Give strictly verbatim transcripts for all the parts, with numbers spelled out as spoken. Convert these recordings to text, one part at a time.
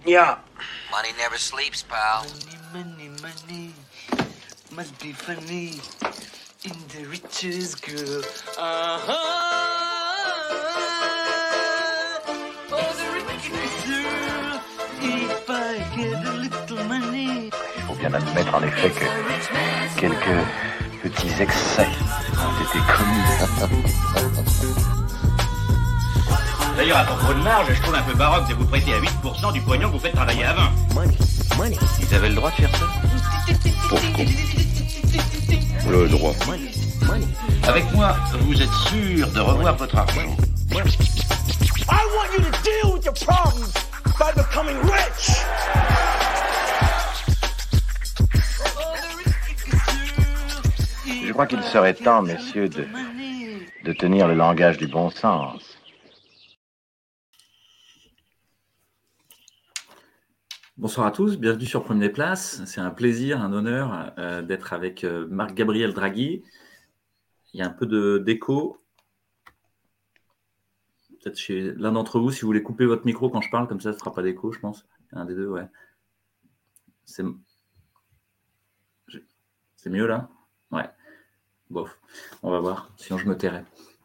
Yeah. Money never sleeps, pal. Money, money, money. Must be funny in the richest girl. Uh-huh. Oh, the richest girl. If I get a little money. Il faut bien admettre en effet que quelques petits excès ont été commis. D'ailleurs, à propos de marge, je trouve un peu baroque de vous prêter à huit pour cent du pognon que vous faites travailler à vingt. Money, money. Ils avaient le droit de faire ça? Pauvre con. Le droit. Money, money. Avec moi, vous êtes sûr de revoir votre argent. I want you to deal with your problems by becoming rich. Je crois qu'il serait temps, messieurs, de, de tenir le langage du bon sens. Bonsoir à tous, bienvenue sur Prenez des Places. C'est un plaisir, un honneur euh, d'être avec euh, Marc-Gabriel Draghi. Il y a un peu de, d'écho. Peut-être chez l'un d'entre vous, si vous voulez couper votre micro quand je parle, comme ça, ça ne fera pas d'écho, je pense. Un des deux, ouais. C'est, C'est mieux là? Ouais. Bof. On va voir, sinon je me tairai.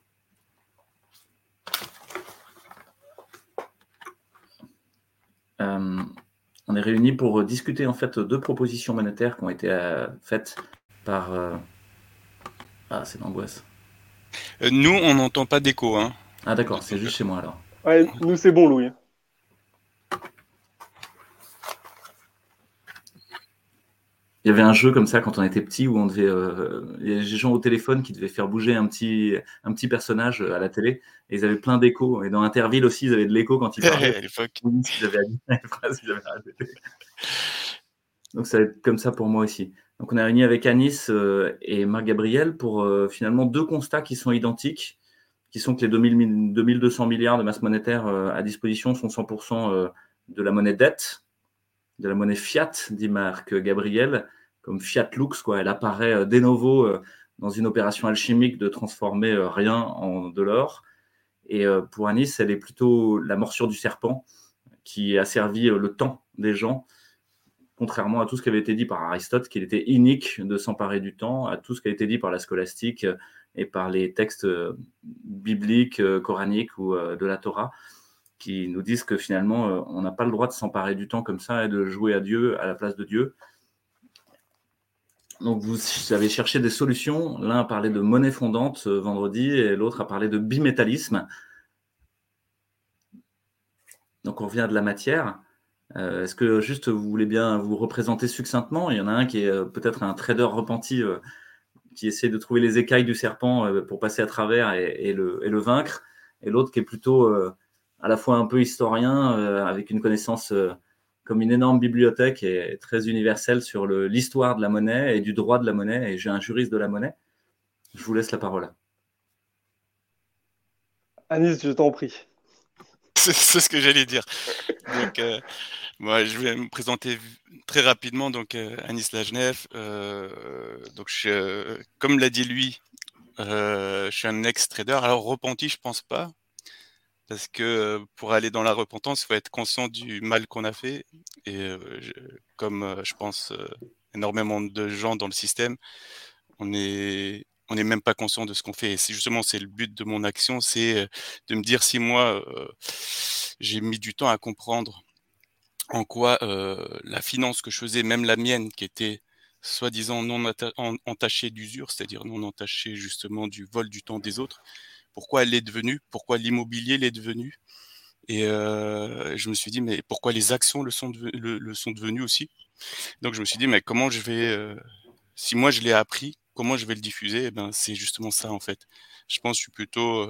Euh... On est réunis pour discuter en fait deux propositions monétaires qui ont été euh, faites par. Euh... Ah, c'est l'angoisse. Euh, nous, on n'entend pas d'écho. Hein. Ah, d'accord, c'est juste chez moi alors. Ouais, nous, c'est bon, Louis. Il y avait un jeu comme ça quand on était petit où on devait. Euh... Il y avait des gens au téléphone qui devaient faire bouger un petit, un petit personnage à la télé et ils avaient plein d'échos. Et dans Interville aussi, ils avaient de l'écho quand ils parlaient. À l'époque. Ils avaient les phrases, ils avaient répété. Donc ça va être comme ça pour moi aussi. Donc on est réunis avec Anis euh, et Marc-Gabriel pour euh, finalement deux constats qui sont identiques, qui sont que les deux mille deux cents milliards de masse monétaire euh, à disposition sont cent pour cent euh, de la monnaie dette, de la monnaie fiat, dit Marc-Gabriel, comme fiat lux, quoi. Elle apparaît euh, de novo euh, dans une opération alchimique de transformer euh, rien en de l'or. Et euh, pour Anis, elle est plutôt la morsure du serpent qui a servi euh, le temps des gens, contrairement à tout ce qui avait été dit par Aristote, qu'il était inique de s'emparer du temps, à tout ce qui a été dit par la scolastique et par les textes bibliques, coraniques ou de la Torah, qui nous disent que finalement, on n'a pas le droit de s'emparer du temps comme ça et de jouer à Dieu à la place de Dieu. Donc vous avez cherché des solutions. L'un a parlé de monnaie fondante vendredi et l'autre a parlé de bimétallisme. Donc on revient de la matière. Euh, est-ce que juste vous voulez bien vous représenter succinctement? Il y en a un qui est euh, peut-être un trader repenti euh, qui essaie de trouver les écailles du serpent euh, pour passer à travers et, et, le, et le vaincre, et l'autre qui est plutôt euh, à la fois un peu historien euh, avec une connaissance euh, comme une énorme bibliothèque et très universelle sur le, l'histoire de la monnaie et du droit de la monnaie, et j'ai un juriste de la monnaie. Je vous laisse la parole. Anis, je t'en prie. C'est, c'est ce que j'allais dire. Donc, euh, moi, je vais me présenter très rapidement. Donc, euh, Anis Lagenef. Euh, donc, je, euh, comme l'a dit lui, euh, je suis un ex-trader. Alors, repenti, je pense pas. Parce que pour aller dans la repentance, il faut être conscient du mal qu'on a fait. Et euh, je, comme euh, je pense euh, énormément de gens dans le système, on est... on n'est même pas conscient de ce qu'on fait. Et c'est justement, c'est le but de mon action, c'est de me dire si moi, euh, j'ai mis du temps à comprendre en quoi euh, la finance que je faisais, même la mienne, qui était soi-disant non atta- en- entachée d'usure, c'est-à-dire non entachée justement du vol du temps des autres, pourquoi elle est devenue, pourquoi l'immobilier l'est devenu. Et euh, je me suis dit, mais pourquoi les actions le sont, de- le, le sont devenues aussi. Donc je me suis dit, mais comment je vais... Euh, si moi je l'ai appris, comment je vais le diffuser? Eh ben, c'est justement ça en fait. Je pense que je suis plutôt,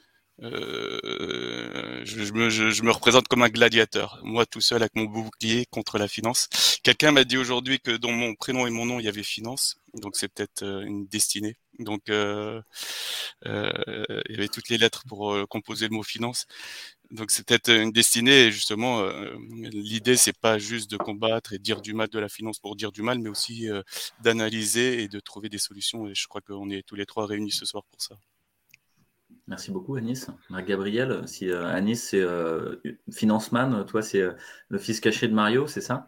euh, je, je, me, je, je me représente comme un gladiateur, moi tout seul avec mon bouclier contre la finance. Quelqu'un m'a dit aujourd'hui que dans mon prénom et mon nom il y avait finance, donc c'est peut-être euh, une destinée. Donc euh, euh, il y avait toutes les lettres pour euh, composer le mot finance. Donc c'est peut-être une destinée, et justement, euh, l'idée c'est pas juste de combattre et de dire du mal de la finance pour dire du mal, mais aussi euh, d'analyser et de trouver des solutions. Et je crois qu'on est tous les trois réunis ce soir pour ça. Merci beaucoup, Anis. Marc-Gabriel, si euh, Anis, c'est euh, Financeman, toi, c'est euh, le fils caché de Mario, c'est ça?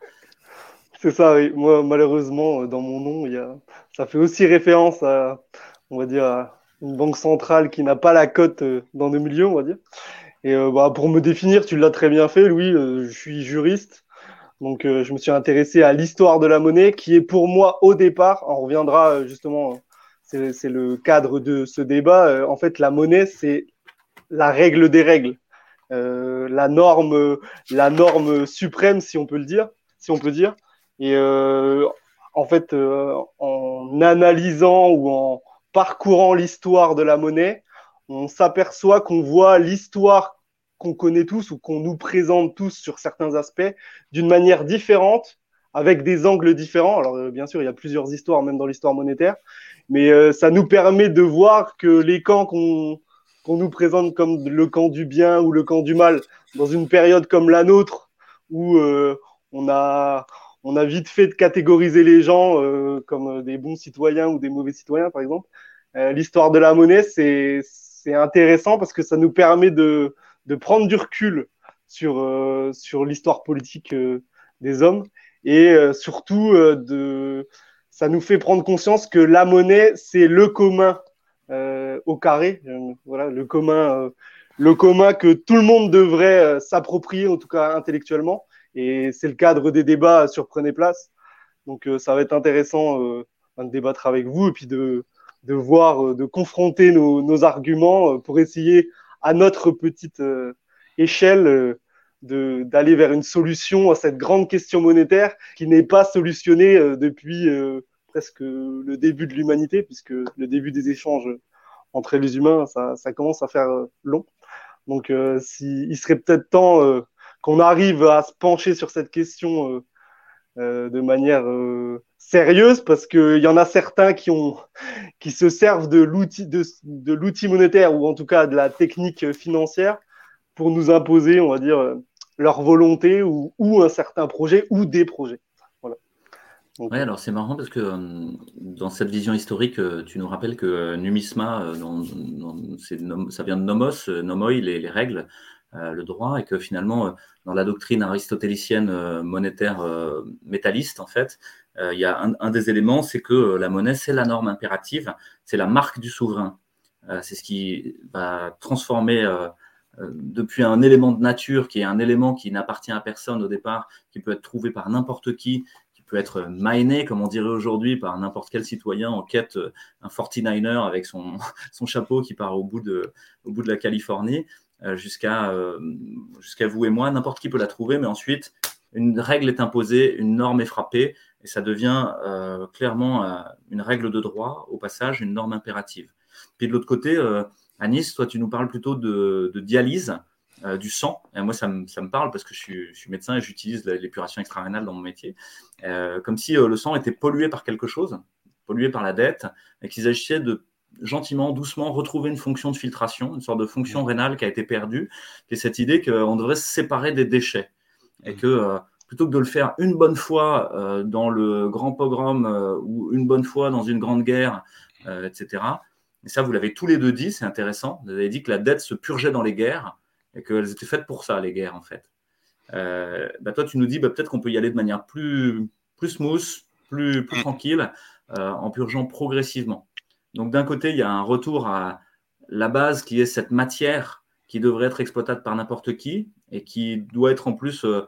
C'est ça, oui. Moi, malheureusement, euh, dans mon nom, il y a... ça fait aussi référence à, on va dire, à une banque centrale qui n'a pas la cote euh, dans nos milieux, on va dire. Et euh, bah, pour me définir, tu l'as très bien fait, Louis. Euh, je suis juriste, donc euh, je me suis intéressé à l'histoire de la monnaie, qui est pour moi au départ, on reviendra euh, justement, euh, c'est, c'est le cadre de ce débat. Euh, en fait, la monnaie, c'est la règle des règles, euh, la norme, la norme suprême, si on peut le dire, si on peut dire. Et euh, en fait, euh, en analysant ou en parcourant l'histoire de la monnaie, on s'aperçoit qu'on voit l'histoire qu'on connaît tous ou qu'on nous présente tous sur certains aspects d'une manière différente, avec des angles différents. Alors, euh, bien sûr, il y a plusieurs histoires, même dans l'histoire monétaire, mais euh, ça nous permet de voir que les camps qu'on qu'on nous présente comme le camp du bien ou le camp du mal, dans une période comme la nôtre, où euh, on a on a vite fait de catégoriser les gens euh, comme des bons citoyens ou des mauvais citoyens, par exemple. Euh, l'histoire de la monnaie, c'est, c'est intéressant parce que ça nous permet de, de prendre du recul sur, euh, sur l'histoire politique euh, des hommes et euh, surtout, euh, de, ça nous fait prendre conscience que la monnaie, c'est le commun euh, au carré, euh, voilà, le commun, euh, le commun que tout le monde devrait euh, s'approprier, en tout cas intellectuellement. Et c'est le cadre des débats sur Prenez Place. Donc, euh, ça va être intéressant euh, de débattre avec vous et puis de, de voir, euh, de confronter nos, nos arguments euh, pour essayer, à notre petite euh, échelle, euh, de, d'aller vers une solution à cette grande question monétaire qui n'est pas solutionnée euh, depuis euh, presque le début de l'humanité, puisque le début des échanges entre les humains, ça, ça commence à faire euh, long. Donc, euh, si, il serait peut-être temps euh, qu'on arrive à se pencher sur cette question euh, euh, de manière euh, sérieuse, parce qu'il y en a certains qui, ont, qui se servent de l'outil, de, de l'outil monétaire, ou en tout cas de la technique financière, pour nous imposer, on va dire, euh, leur volonté ou, ou un certain projet ou des projets. Voilà. Oui, alors c'est marrant parce que euh, dans cette vision historique, euh, tu nous rappelles que euh, numisma, euh, dans, dans, c'est, nom, ça vient de nomos, euh, nomoi, les, les règles, euh, le droit, et que finalement, euh, dans la doctrine aristotélicienne euh, monétaire euh, métalliste, en fait, euh, il y a un, un des éléments, c'est que euh, la monnaie, c'est la norme impérative, c'est la marque du souverain. Euh, c'est ce qui va transformer euh, euh, depuis un élément de nature, qui est un élément qui n'appartient à personne au départ, qui peut être trouvé par n'importe qui, peut être miné, comme on dirait aujourd'hui, par n'importe quel citoyen en quête, un forty-niner avec son, son chapeau qui part au bout de, au bout de la Californie, euh, jusqu'à, euh, jusqu'à vous et moi. N'importe qui peut la trouver, mais ensuite, une règle est imposée, une norme est frappée, et ça devient euh, clairement euh, une règle de droit, au passage, une norme impérative. Puis de l'autre côté, euh, Anis, toi, tu nous parles plutôt de, de dialyse, Euh, du sang. Et moi, ça me, ça me parle parce que je suis, je suis médecin et j'utilise l'épuration extra-rénale dans mon métier. Euh, comme si euh, le sang était pollué par quelque chose, pollué par la dette, et qu'il s'agissait de gentiment, doucement retrouver une fonction de filtration, une sorte de fonction rénale qui a été perdue, qui est cette idée qu'on devrait se séparer des déchets. Et que euh, plutôt que de le faire une bonne fois euh, dans le grand pogrom euh, ou une bonne fois dans une grande guerre, euh, et cetera. Et ça, vous l'avez tous les deux dit, c'est intéressant. Vous avez dit que la dette se purgeait dans les guerres, et qu'elles étaient faites pour ça, les guerres, en fait. Euh, bah toi, tu nous dis bah, peut-être qu'on peut y aller de manière plus, plus smooth, plus, plus tranquille, euh, en purgeant progressivement. Donc, d'un côté, il y a un retour à la base qui est cette matière qui devrait être exploitable par n'importe qui et qui doit être en plus euh,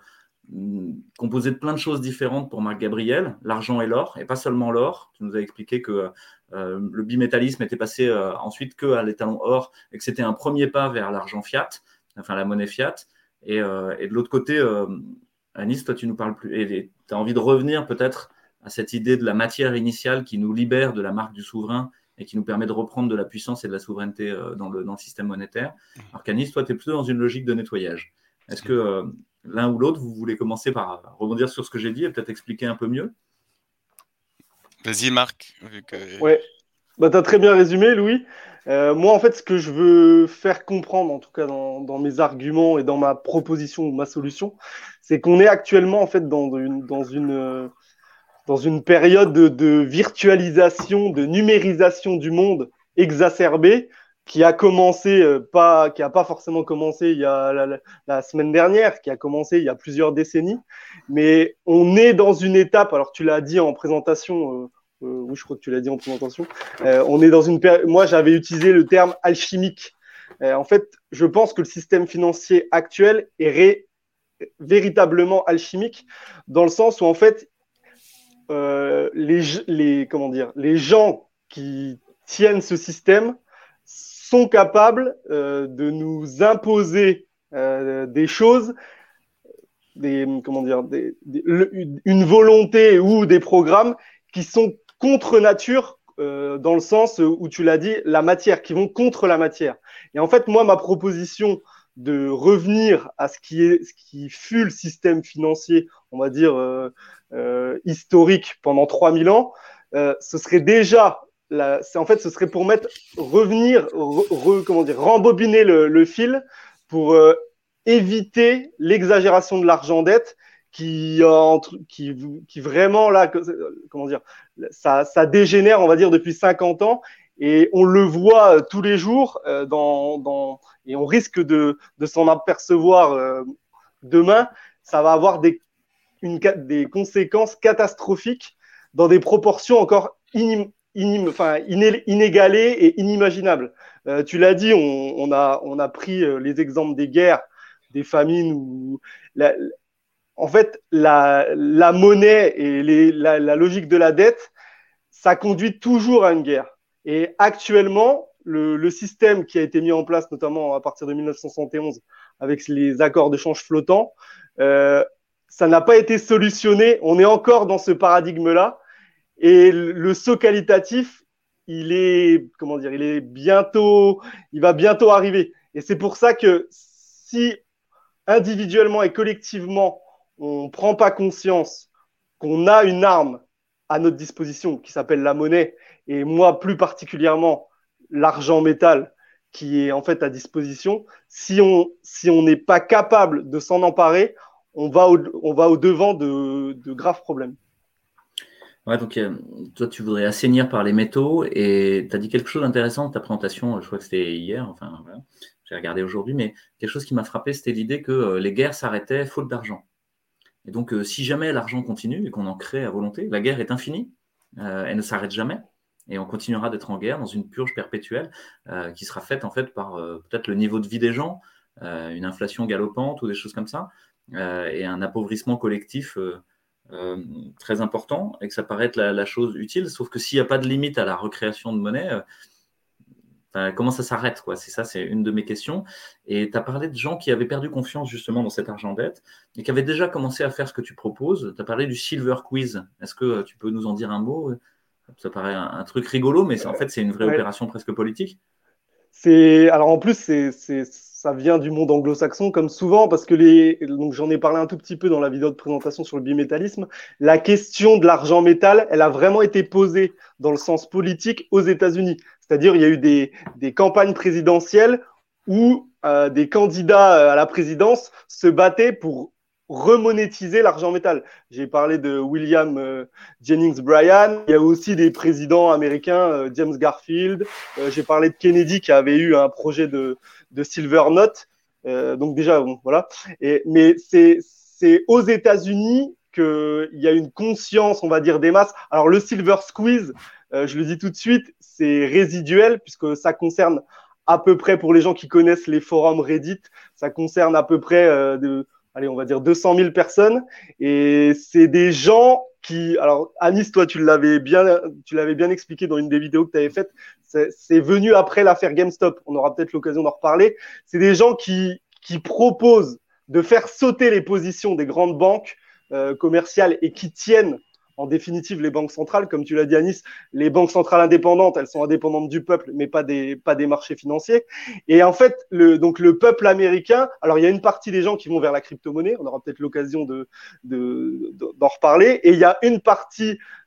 composée de plein de choses différentes pour Marc-Gabriel, l'argent et l'or, et pas seulement l'or. Tu nous as expliqué que euh, le bimétallisme était passé euh, ensuite qu'à l'étalon or et que c'était un premier pas vers l'argent fiat, enfin la monnaie fiat, et, euh, et de l'autre côté, euh, Anis, toi tu nous parles plus, et tu as envie de revenir peut-être à cette idée de la matière initiale qui nous libère de la marque du souverain et qui nous permet de reprendre de la puissance et de la souveraineté euh, dans, le, dans le système monétaire. Alors qu'Anis, toi tu es plutôt dans une logique de nettoyage. Est-ce que euh, l'un ou l'autre, vous voulez commencer par rebondir sur ce que j'ai dit et peut-être expliquer un peu mieux? Vas-y Marc. Vu que... Ouais, bah, tu as très bien résumé Louis. Euh, moi, en fait, ce que je veux faire comprendre, en tout cas dans, dans mes arguments et dans ma proposition ou ma solution, c'est qu'on est actuellement en fait dans une, dans une, euh, dans une période de, de virtualisation, de numérisation du monde exacerbée, qui a commencé, euh, pas, qui a pas forcément commencé il y a la, la, la semaine dernière, qui a commencé il y a plusieurs décennies, mais on est dans une étape. Alors tu l'as dit en présentation, euh, euh, oui je crois que tu l'as dit en présentation. Euh, on est dans une péri- Moi j'avais utilisé le terme alchimique. Euh, en fait, je pense que le système financier actuel est ré- véritablement alchimique dans le sens où en fait euh, les les comment dire les gens qui tiennent ce système sont capables euh, de nous imposer euh, des choses, des, comment dire, des, des, une volonté ou des programmes qui sont contre nature, euh, dans le sens où tu l'as dit, la matière, qui vont contre la matière. Et en fait, moi, ma proposition de revenir à ce qui, est, ce qui fut le système financier, on va dire, euh, euh, historique pendant trois mille ans, euh, ce serait déjà... La, c'est, en fait, ce serait pour mettre, revenir, re, re, comment dire, rembobiner le, le fil pour euh, éviter l'exagération de l'argent-dette qui, euh, qui, qui vraiment, là, comment dire, ça, ça dégénère, on va dire, depuis cinquante ans et on le voit euh, tous les jours euh, dans, dans, et on risque de, de s'en apercevoir euh, demain. Ça va avoir des, une, des conséquences catastrophiques dans des proportions encore inimaginables. Inim, enfin, iné, inégalé et inimaginable. Euh, tu l'as dit, on, on, a, on a pris euh, les exemples des guerres, des famines. Où la, en fait, la, la monnaie et les, la, la logique de la dette, ça conduit toujours à une guerre. Et actuellement, le, le système qui a été mis en place, notamment à partir de mille neuf cent soixante et onze, avec les accords de change flottants, euh, ça n'a pas été solutionné. On est encore dans ce paradigme-là. Et le saut qualitatif, il est, comment dire, il est bientôt, il va bientôt arriver. Et c'est pour ça que si individuellement et collectivement, on ne prend pas conscience qu'on a une arme à notre disposition qui s'appelle la monnaie, et moi plus particulièrement l'argent métal qui est en fait à disposition, si on si on n'est pas capable de s'en emparer, on va au, on va au devant de, de graves problèmes. Ouais, donc euh, toi, tu voudrais assainir par les métaux et tu as dit quelque chose d'intéressant dans ta présentation, je crois que c'était hier, enfin voilà, j'ai regardé aujourd'hui, mais quelque chose qui m'a frappé, c'était l'idée que euh, les guerres s'arrêtaient faute d'argent. Et donc, euh, si jamais l'argent continue et qu'on en crée à volonté, la guerre est infinie, euh, elle ne s'arrête jamais et on continuera d'être en guerre dans une purge perpétuelle euh, qui sera faite en fait par euh, peut-être le niveau de vie des gens, euh, une inflation galopante ou des choses comme ça, euh, et un appauvrissement collectif euh, Euh, très important et que ça paraît être la, la chose utile, sauf que s'il n'y a pas de limite à la recréation de monnaie, euh, comment ça s'arrête quoi? C'est ça, c'est une de mes questions. Et tu as parlé de gens qui avaient perdu confiance justement dans cet argent-dette et qui avaient déjà commencé à faire ce que tu proposes. Tu as parlé du Silver Quiz. Est-ce que tu peux nous en dire un mot? Ça paraît un, un truc rigolo, mais c'est, en fait, c'est une vraie ouais. opération presque politique. C'est, alors en plus, c'est, c'est, ça vient du monde anglo-saxon, comme souvent, parce que les, donc j'en ai parlé un tout petit peu dans la vidéo de présentation sur le bimétallisme. La question de l'argent métal, elle a vraiment été posée dans le sens politique aux États-Unis. C'est-à-dire, il y a eu des, des campagnes présidentielles où euh, des candidats à la présidence se battaient pour remonétiser l'argent métal. J'ai parlé de William euh, Jennings Bryan. Il y a aussi des présidents américains, euh, James Garfield. Euh, j'ai parlé de Kennedy qui avait eu un projet de, de Silver Note. Euh, donc déjà, bon, voilà. Et, mais c'est, c'est aux États-Unis qu'il y a une conscience, on va dire, des masses. Alors le Silver Squeeze, euh, je le dis tout de suite, c'est résiduel puisque ça concerne à peu près, pour les gens qui connaissent les forums Reddit, ça concerne à peu près euh, de allez, on va dire deux cent mille personnes. Et c'est des gens qui, alors, Anis, toi, tu l'avais bien, tu l'avais bien expliqué dans une des vidéos que tu avais faites. C'est, c'est venu après l'affaire GameStop. On aura peut-être l'occasion d'en reparler. C'est des gens qui, qui proposent de faire sauter les positions des grandes banques euh, commerciales et qui tiennent en définitive les banques centrales. Comme tu l'as dit, Anis, les banques centrales indépendantes, elles sont indépendantes du peuple, mais pas des, pas des marchés financiers. Et en fait, le, donc le peuple américain, alors il y a une partie des gens qui vont vers la crypto-monnaie, on aura peut-être l'occasion de, de, de, d'en reparler, et il y a une partie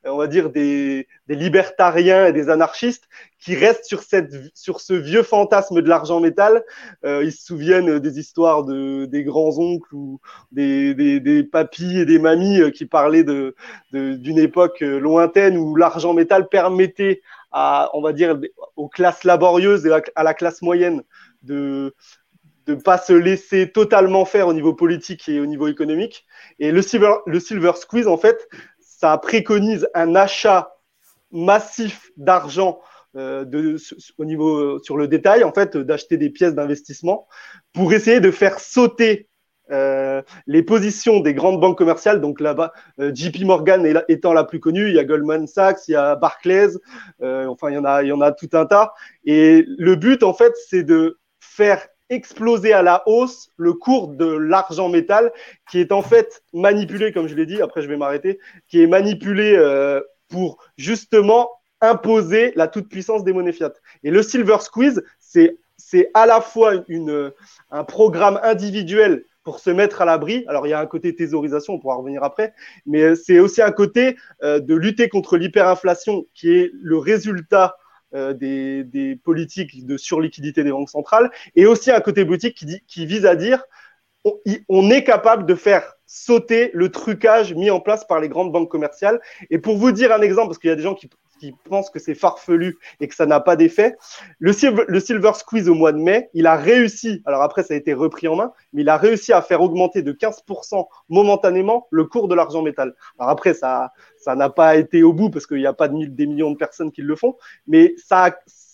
on va dire, des, des libertariens et des anarchistes qui restent sur, cette, sur ce vieux fantasme de l'argent métal. Euh, ils se souviennent des histoires de, des grands-oncles ou des, des, des papis et des mamies qui parlaient de, de, d'une époque lointaine où l'argent métal permettait à, on va dire, aux classes laborieuses et à la classe moyenne de de ne pas se laisser totalement faire au niveau politique et au niveau économique. Et le Silver, le Silver Squeeze, en fait, ça préconise un achat massif d'argent euh, de, au niveau, sur le détail, en fait, d'acheter des pièces d'investissement pour essayer de faire sauter euh, les positions des grandes banques commerciales. Donc là-bas, euh, J P Morgan est la, étant la plus connue, il y a Goldman Sachs, il y a Barclays, euh, enfin, il y en a, il y en a tout un tas. Et le but, en fait, c'est de faire exploser à la hausse le cours de l'argent métal qui est en fait manipulé, comme je l'ai dit, après je vais m'arrêter, qui est manipulé euh, pour justement imposer la toute-puissance des monnaies fiat. Et le Silver Squeeze, c'est, c'est à la fois une, un programme individuel pour se mettre à l'abri. Alors, il y a un côté thésaurisation, on pourra revenir après, mais c'est aussi un côté euh, de lutter contre l'hyperinflation qui est le résultat Euh, des, des politiques de surliquidité des banques centrales, et aussi un côté politique qui, dit, qui vise à dire on, on est capable de faire sauter le trucage mis en place par les grandes banques commerciales. Et pour vous dire un exemple, parce qu'il y a des gens qui, qui pensent que c'est farfelu et que ça n'a pas d'effet, le Silver, le Silver Squeeze au mois de mai, il a réussi, alors après ça a été repris en main, mais il a réussi à faire augmenter de quinze pour cent momentanément le cours de l'argent métal. Alors après, ça ça n'a pas été au bout parce qu'il n'y a pas de mille, des millions de personnes qui le font, mais ça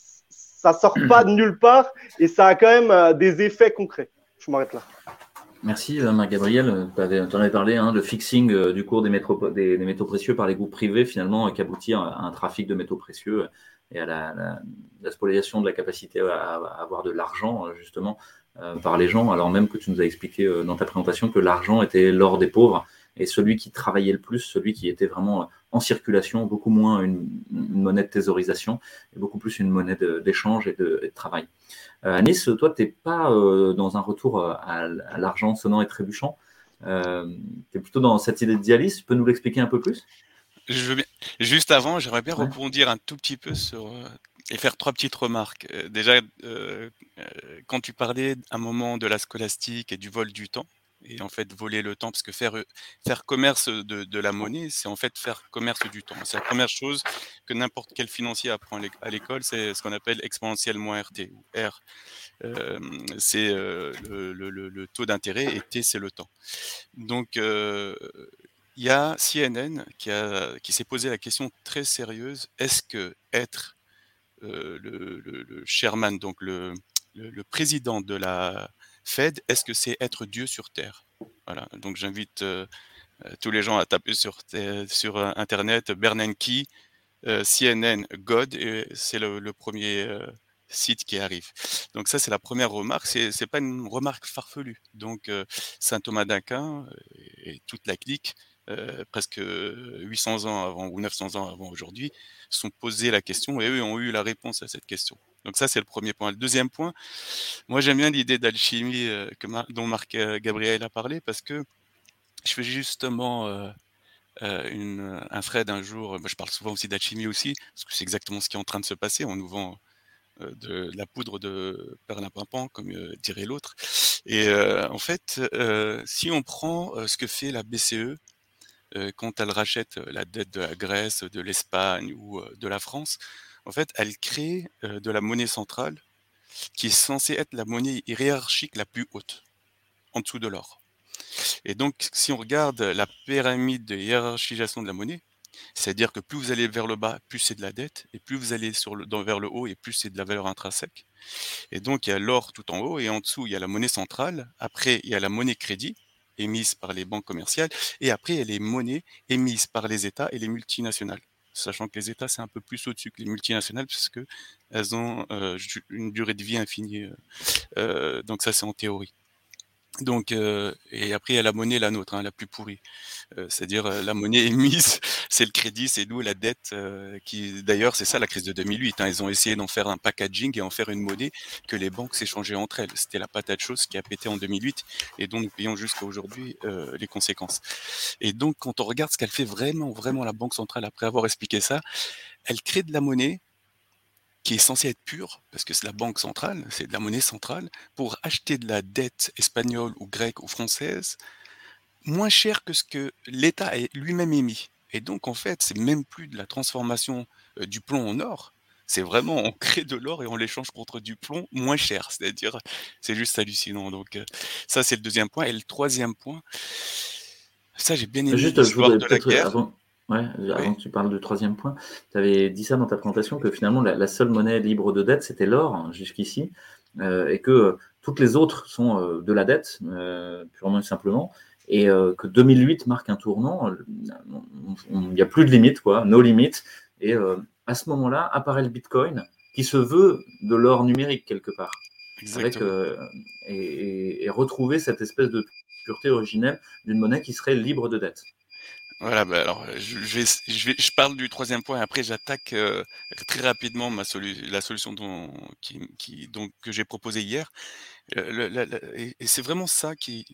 ça sort pas de nulle part et ça a quand même euh, des effets concrets. Je m'arrête là. Merci Marc-Gabriel, tu en avais parlé, hein, le fixing euh, du cours des, métaux, des, des métaux précieux par les groupes privés finalement, qui aboutit à un trafic de métaux précieux et à la, la, la spoliation de la capacité à, à avoir de l'argent justement euh, par les gens, alors même que tu nous as expliqué euh, dans ta présentation que l'argent était l'or des pauvres et celui qui travaillait le plus, celui qui était vraiment en circulation, beaucoup moins une, une monnaie de thésaurisation et beaucoup plus une monnaie de, d'échange et de, et de travail. Euh, Anis, toi, tu n'es pas euh, dans un retour à, à l'argent sonnant et trébuchant. Euh, tu es plutôt dans cette idée de dialyse. Tu peux nous l'expliquer un peu plus ? Je veux bien. Juste avant, j'aimerais bien Ouais. rebondir un tout petit peu sur euh, et faire trois petites remarques. Euh, déjà, euh, euh, quand tu parlais à un moment de la scolastique et du vol du temps, et en fait voler le temps, parce que faire faire commerce de, de la monnaie, c'est en fait faire commerce du temps. C'est la première chose que n'importe quel financier apprend à l'école, c'est ce qu'on appelle exponentielle moins R T, ou R. Euh, c'est euh, le, le, le taux d'intérêt et T, c'est le temps. Donc, euh, il y a C N N qui, a, qui s'est posé la question très sérieuse, est-ce que être euh, le, le, le chairman, donc le, le, le président de la Fed, est-ce que c'est être Dieu sur Terre? Voilà, donc j'invite euh, tous les gens à taper sur, sur Internet Bernanke, euh, C N N, God, et c'est le, le premier euh, site qui arrive. Donc ça, c'est la première remarque, c'est, c'est pas une remarque farfelue. Donc euh, Saint Thomas d'Aquin et, et toute la clique, euh, presque huit cents ans avant ou neuf cents ans avant aujourd'hui, se sont posé la question et eux ont eu la réponse à cette question. Donc ça, c'est le premier point. Le deuxième point, moi j'aime bien l'idée d'alchimie euh, que Mar- dont Marc euh, Gabriel a parlé, parce que je fais justement euh, euh, une, un thread un jour, moi, je parle souvent aussi d'alchimie aussi, parce que c'est exactement ce qui est en train de se passer, on nous vend euh, de, de la poudre de perlimpinpin, comme euh, dirait l'autre. Et euh, en fait, euh, si on prend euh, ce que fait la B C E, euh, quand elle rachète la dette de la Grèce, de l'Espagne ou euh, de la France, en fait, elle crée euh, de la monnaie centrale qui est censée être la monnaie hiérarchique la plus haute, en dessous de l'or. Et donc, si on regarde la pyramide de hiérarchisation de la monnaie, c'est-à-dire que plus vous allez vers le bas, plus c'est de la dette, et plus vous allez sur le, dans, vers le haut, et plus c'est de la valeur intrinsèque. Et donc, il y a l'or tout en haut, et en dessous, il y a la monnaie centrale. Après, il y a la monnaie crédit, émise par les banques commerciales, et après, il y a les monnaies émises par les États et les multinationales. Sachant que les États, c'est un peu plus au-dessus que les multinationales, puisque elles ont euh, une durée de vie infinie. Euh, donc ça, c'est en théorie. Donc, euh, et après, il y a la monnaie, la nôtre, hein, la plus pourrie. Euh, c'est-à-dire, euh, la monnaie émise, c'est le crédit, c'est nous, la dette, euh, qui, d'ailleurs, c'est ça la crise de deux mille huit. Hein, ils ont essayé d'en faire un packaging et en faire une monnaie que les banques s'échangeaient entre elles. C'était la patate chaude qui a pété en deux mille huit et dont nous payons jusqu'à aujourd'hui euh, les conséquences. Et donc, quand on regarde ce qu'elle fait vraiment, vraiment la Banque centrale, après avoir expliqué ça, elle crée de la monnaie qui est censée être pure, parce que c'est la banque centrale, c'est de la monnaie centrale, pour acheter de la dette espagnole ou grecque ou française moins cher que ce que l'État a lui-même émis. Et donc, en fait, c'est même plus de la transformation euh, du plomb en or. C'est vraiment, on crée de l'or et on l'échange contre du plomb moins cher. C'est-à-dire, c'est juste hallucinant. Donc, euh, ça, c'est le deuxième point. Et le troisième point, ça, j'ai bien aimé Juste, je l'histoire voudrais de la peut-être, guerre. avant, ouais, Oui, avant que tu parles du troisième point, tu avais dit ça dans ta présentation, que finalement, la, la seule monnaie libre de dette, c'était l'or, hein, jusqu'ici, euh, et que euh, toutes les autres sont euh, de la dette, euh, purement et simplement, et euh, que deux mille huit marque un tournant, euh, il n'y a plus de limite, quoi, no limit, et euh, à ce moment-là, apparaît le Bitcoin, qui se veut de l'or numérique, quelque part, avec, exactement. euh, et, et- et retrouver cette espèce de pureté originelle d'une monnaie qui serait libre de dette. Voilà, bah alors euh, je, je vais, je vais, je parle du troisième point et après j'attaque euh, très rapidement ma solu la solution dont, qui, qui, donc, que j'ai proposée hier. Euh, le- la- la- et et c'est vraiment ça qui,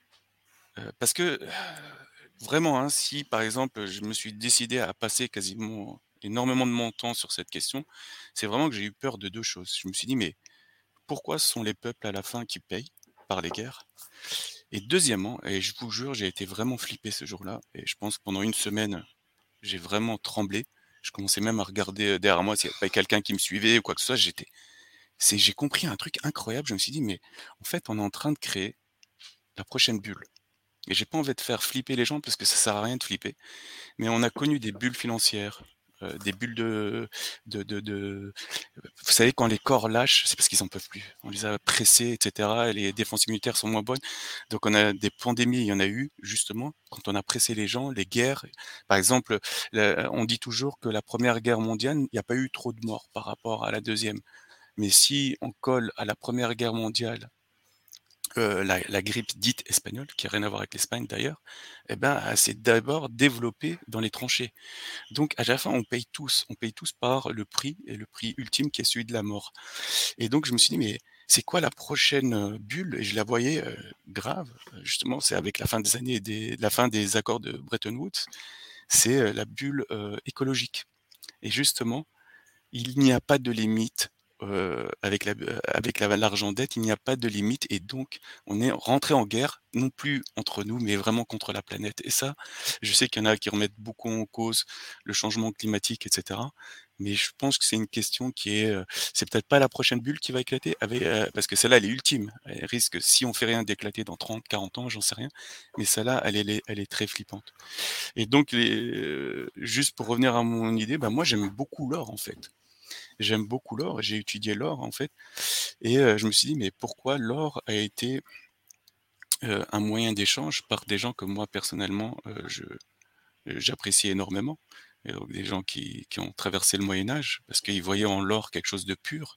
euh, parce que euh, vraiment, hein, si par exemple je me suis décidé à passer quasiment énormément de mon temps sur cette question, c'est vraiment que j'ai eu peur de deux choses. Je me suis dit, mais pourquoi ce sont les peuples à la fin qui payent par les guerres? Et deuxièmement, et je vous jure, j'ai été vraiment flippé ce jour-là, et je pense que pendant une semaine, j'ai vraiment tremblé. Je commençais même à regarder euh, derrière moi s'il n'y avait pas quelqu'un qui me suivait ou quoi que ce soit. J'étais, c'est, j'ai compris un truc incroyable. Je me suis dit, mais en fait, on est en train de créer la prochaine bulle. Et j'ai pas envie de faire flipper les gens parce que ça sert à rien de flipper. Mais on a connu des bulles financières, euh, des bulles de, de, de, de- vous savez, quand les corps lâchent, c'est parce qu'ils en peuvent plus. On les a pressés, et cetera. Et les défenses immunitaires sont moins bonnes. Donc on a des pandémies, il y en a eu justement quand on a pressé les gens, les guerres. Par exemple, la- on dit toujours que la Première Guerre mondiale, il n'y a pas eu trop de morts par rapport à la deuxième. Mais si on colle à la Première Guerre mondiale euh, la, la grippe dite espagnole, qui n'a rien à voir avec l'Espagne d'ailleurs, eh ben, elle s'est d'abord développée dans les tranchées. Donc à la fin, on paye tous, on paye tous par le prix, et le prix ultime qui est celui de la mort. Et donc je me suis dit, mais c'est quoi la prochaine euh, bulle? Et je la voyais euh, grave, justement, c'est avec la fin des années, des, la fin des accords de Bretton Woods, c'est euh, la bulle euh, écologique. Et justement, il n'y a pas de limite. euh, avec la, euh, avec la- l'argent dette, il n'y a pas de limite et donc on est rentré en guerre, non plus entre nous, mais vraiment contre la planète. Et ça, je sais qu'il y en a qui remettent beaucoup en cause le changement climatique, et cetera. Mais je pense que c'est une question qui est, euh, c'est peut-être pas la prochaine bulle qui va éclater, avec, euh, parce que celle-là, elle est ultime. Elle risque, si on fait rien, d'éclater dans trente, quarante ans, j'en sais rien. Mais celle-là, elle, est- elle est très flippante. Et donc, les, euh, juste pour revenir à mon idée, bah moi, j'aime beaucoup l'or en fait. J'aime beaucoup l'or, j'ai étudié l'or en fait, et heu, je me suis dit: «Mais pourquoi l'or a été, heu, un moyen d'échange par des gens que moi personnellement, heu, je j'apprécie énormément?» et donc des gens qui qui ont traversé le Moyen Âge parce qu'ils voyaient en l'or quelque chose de pur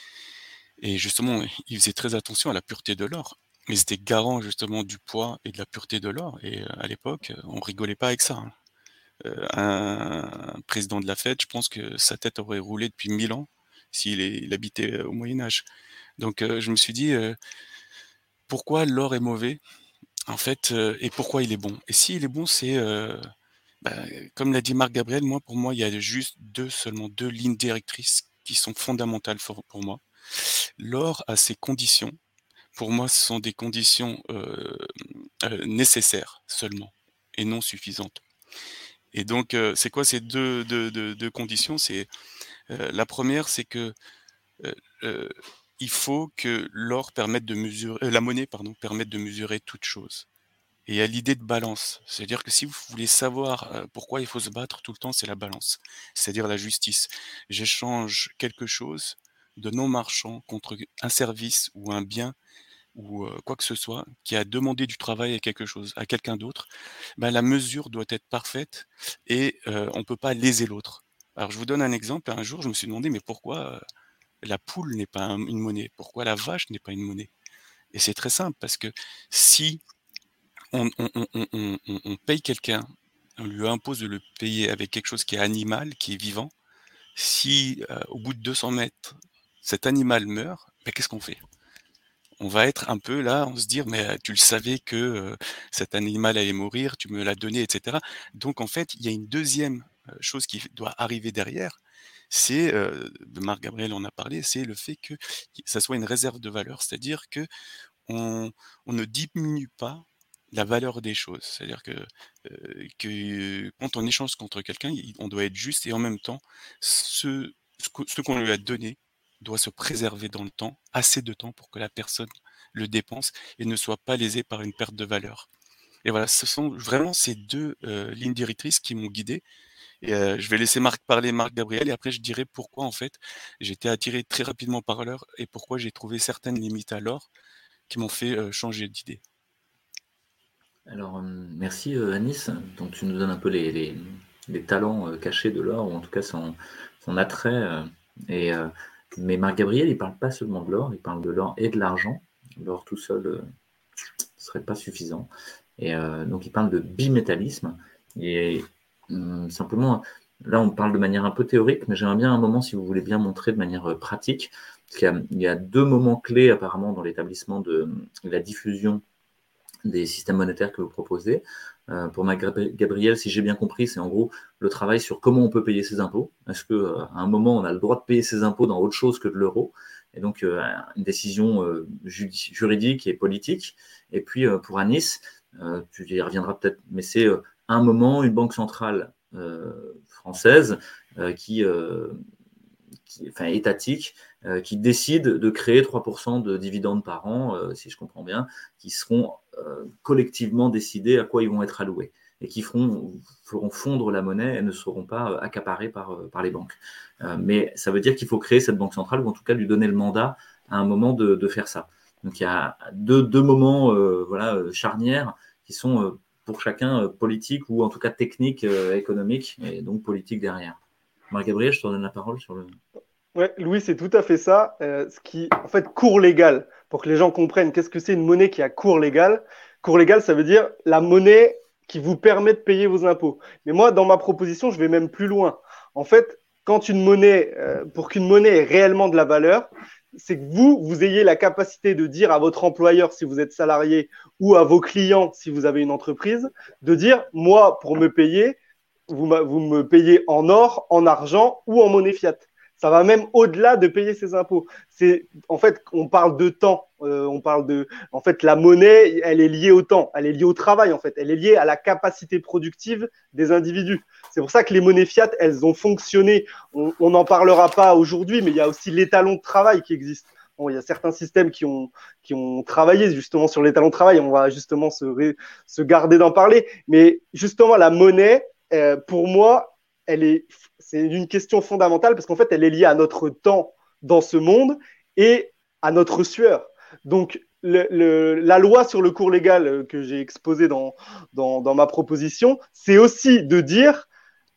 et justement, ils faisaient très attention à la pureté de l'or. Ils étaient garants justement du poids et de la pureté de l'or et heu, à l'époque, on rigolait pas avec ça, hein. Heu, un président de la Fed, je pense que sa tête aurait roulé depuis mille ans s'il est il habitait au Moyen Âge. Donc heu, je me suis dit, heu: «Pourquoi l'or est mauvais, en fait, heu, et pourquoi il est bon?» et s'il est bon, c'est, heu, bah, comme l'a dit Marc Gabriel, moi, pour moi, il y a juste deux seulement deux lignes directrices qui sont fondamentales for pour moi. L'or a ses conditions. Pour moi, ce sont des conditions, heu heu, nécessaires seulement et non suffisantes et donc heu, c'est quoi ces deux deux deux deux conditions? C'est, heu, la première, c'est que Heu heu, il faut que l'or permette de mesurer heu, la monnaie pardon, permette de mesurer toute chose et il y a l'idée de balance. C'est-à-dire que si vous voulez savoir, heu, pourquoi il faut se battre tout le temps, c'est la balance, c'est-à-dire la justice. J'échange quelque chose de non marchand contre un service ou un bien ou heu, quoi que ce soit qui a demandé du travail à quelque chose à quelqu'un d'autre, bah, la mesure doit être parfaite et heu, on peut pas léser l'autre. Alors je vous donne un exemple, un jour je me suis demandé: «Mais pourquoi, la poule n'est pas un une monnaie? Pourquoi la vache n'est pas une monnaie?» Et c'est très simple, parce que si on, on, on, on, on, on paye quelqu'un, on lui impose de le payer avec quelque chose qui est animal, qui est vivant, si euh, au bout de deux cents mètres, cet animal meurt, ben, qu'est-ce qu'on fait? On va être un peu là, on se dire, mais euh, tu le savais que euh, cet animal allait mourir, tu me l'as donné, et cetera. Donc en fait, il y a une deuxième euh, chose qui doit arriver derrière, c'est, euh, de Marc Gabriel en a parlé, c'est le fait que ça soit une réserve de valeur, c'est-à-dire que on, on ne diminue pas la valeur des choses. C'est-à-dire que, euh, que quand on échange contre quelqu'un, il- on doit être juste, et en même temps, ce, ce que- ce qu'on lui a donné doit se préserver dans le temps, assez de temps pour que la personne le dépense et ne soit pas lésée par une perte de valeur. Et voilà, ce sont vraiment ces deux euh, lignes directrices qui m'ont guidé. Et euh, je vais laisser Marc parler, Marc Gabriel, et après je dirai pourquoi en fait j'ai été attiré très rapidement par l'or et pourquoi j'ai trouvé certaines limites à l'or qui m'ont fait euh, changer d'idée. Alors, euh, merci euh, Anis. Donc, tu nous donnes un peu les, les, les talents euh, cachés de l'or, ou en tout cas son, son attrait. euh, et, euh, mais Marc Gabriel, il ne parle pas seulement de l'or, il parle de l'or et de l'argent. L'or tout seul ne serait pas suffisant. Et euh, donc, il parle de bimétallisme. Et hum, simplement, là, on parle de manière un peu théorique, mais j'aimerais bien un moment, si vous voulez bien montrer de manière euh, pratique, parce qu'il y a, il y a deux moments clés apparemment dans l'établissement de, de la diffusion des systèmes monétaires que vous proposez. Euh, pour Marc Gabriel, si j'ai bien compris, c'est en gros le travail sur comment on peut payer ses impôts. Est-ce qu'à euh, un moment, on a le droit de payer ses impôts dans autre chose que de l'euro? Et donc, euh, une décision euh, juridique et politique. Et puis, euh, pour Anis, euh, tu y reviendras peut-être, mais c'est euh, à un moment une banque centrale euh, française euh, qui... Euh, Qui, enfin étatique, euh, qui décide de créer trois pour cent de dividendes par an, euh, si je comprends bien, qui seront euh, collectivement décidés à quoi ils vont être alloués et qui feront, feront fondre la monnaie et ne seront pas euh, accaparés par, euh, par les banques. Euh, mais ça veut dire qu'il faut créer cette banque centrale, ou en tout cas lui donner le mandat à un moment de, de faire ça. Donc il y a deux, deux moments euh, voilà, charnières qui sont euh, pour chacun euh, politiques ou en tout cas techniques, euh, économiques, et donc politiques derrière. Marc Gabriel, je te donne la parole sur le... Ouais, Louis, c'est tout à fait ça. Euh, ce qui, en fait, cours légal, pour que les gens comprennent qu'est-ce que c'est une monnaie qui a cours légal. Cours légal, ça veut dire la monnaie qui vous permet de payer vos impôts. Mais moi, dans ma proposition, je vais même plus loin. En fait, quand une monnaie, euh, pour qu'une monnaie ait réellement de la valeur, c'est que vous, vous ayez la capacité de dire à votre employeur, si vous êtes salarié, ou à vos clients, si vous avez une entreprise, de dire, moi, pour me payer, vous, vous me payez en or, en argent ou en monnaie fiat. Ça va même au-delà de payer ses impôts. C'est, en fait, on parle de temps. Euh, on parle de, en fait, la monnaie, elle est liée au temps. Elle est liée au travail, en fait. Elle est liée à la capacité productive des individus. C'est pour ça que les monnaies fiat, elles ont fonctionné. On n'en parlera pas aujourd'hui, mais il y a aussi l'étalon de travail qui existe. Bon, il y a certains systèmes qui ont, qui ont travaillé justement sur l'étalon de travail. On va justement se, ré, se garder d'en parler. Mais justement, la monnaie, euh, pour moi, elle est, c'est une question fondamentale parce qu'en fait, elle est liée à notre temps dans ce monde et à notre sueur. Donc, le, le, la loi sur le cours légal que j'ai exposé dans, dans, dans ma proposition, c'est aussi de dire,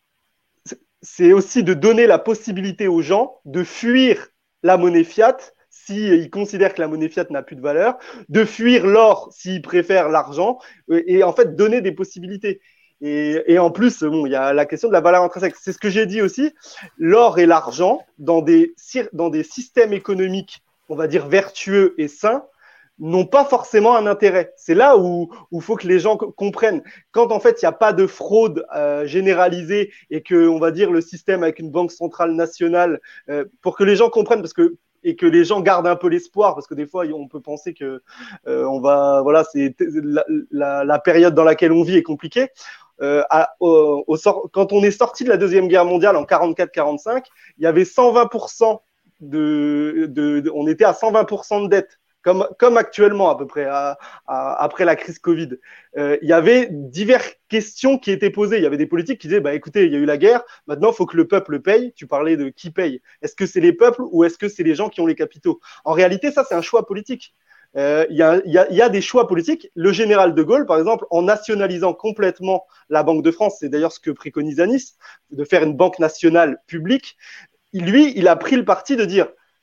c'est aussi de donner la possibilité aux gens de fuir la monnaie fiat s'ils considèrent que la monnaie fiat n'a plus de valeur, de fuir l'or s'ils préfèrent l'argent et en fait donner des possibilités. Et, et en plus, bon, il y a la question de la valeur intrinsèque. C'est ce que j'ai dit aussi. L'or et l'argent, dans des, dans des systèmes économiques, on va dire vertueux et sains, n'ont pas forcément un intérêt. C'est là où il faut que les gens comprennent. Quand en fait, il n'y a pas de fraude euh, généralisée et que, on va dire, le système avec une banque centrale nationale, euh, pour que les gens comprennent, parce que et que les gens gardent un peu l'espoir, parce que des fois, on peut penser que euh, on va, voilà, c'est la, la, la période dans laquelle on vit est compliquée. Euh, à, au, au sort, quand on est sorti de la Deuxième Guerre mondiale en quarante-quatre quarante-cinq, il y avait cent vingt pour cent de, de, de on était à cent vingt pour cent de dette, comme, comme actuellement à peu près, à, à, après la crise Covid. Euh, il y avait diverses questions qui étaient posées. Il y avait des politiques qui disaient, bah, écoutez, il y a eu la guerre, maintenant il faut que le peuple paye. Tu parlais de qui paye. Est-ce que c'est les peuples ou est-ce que c'est les gens qui ont les capitaux? En réalité, ça, c'est un choix politique. Il euh, y, y, y a des choix politiques. Le général de Gaulle, par exemple, en nationalisant complètement la Banque de France, c'est d'ailleurs ce que préconise Anis, de faire une banque nationale publique, lui, il a pris le parti de dire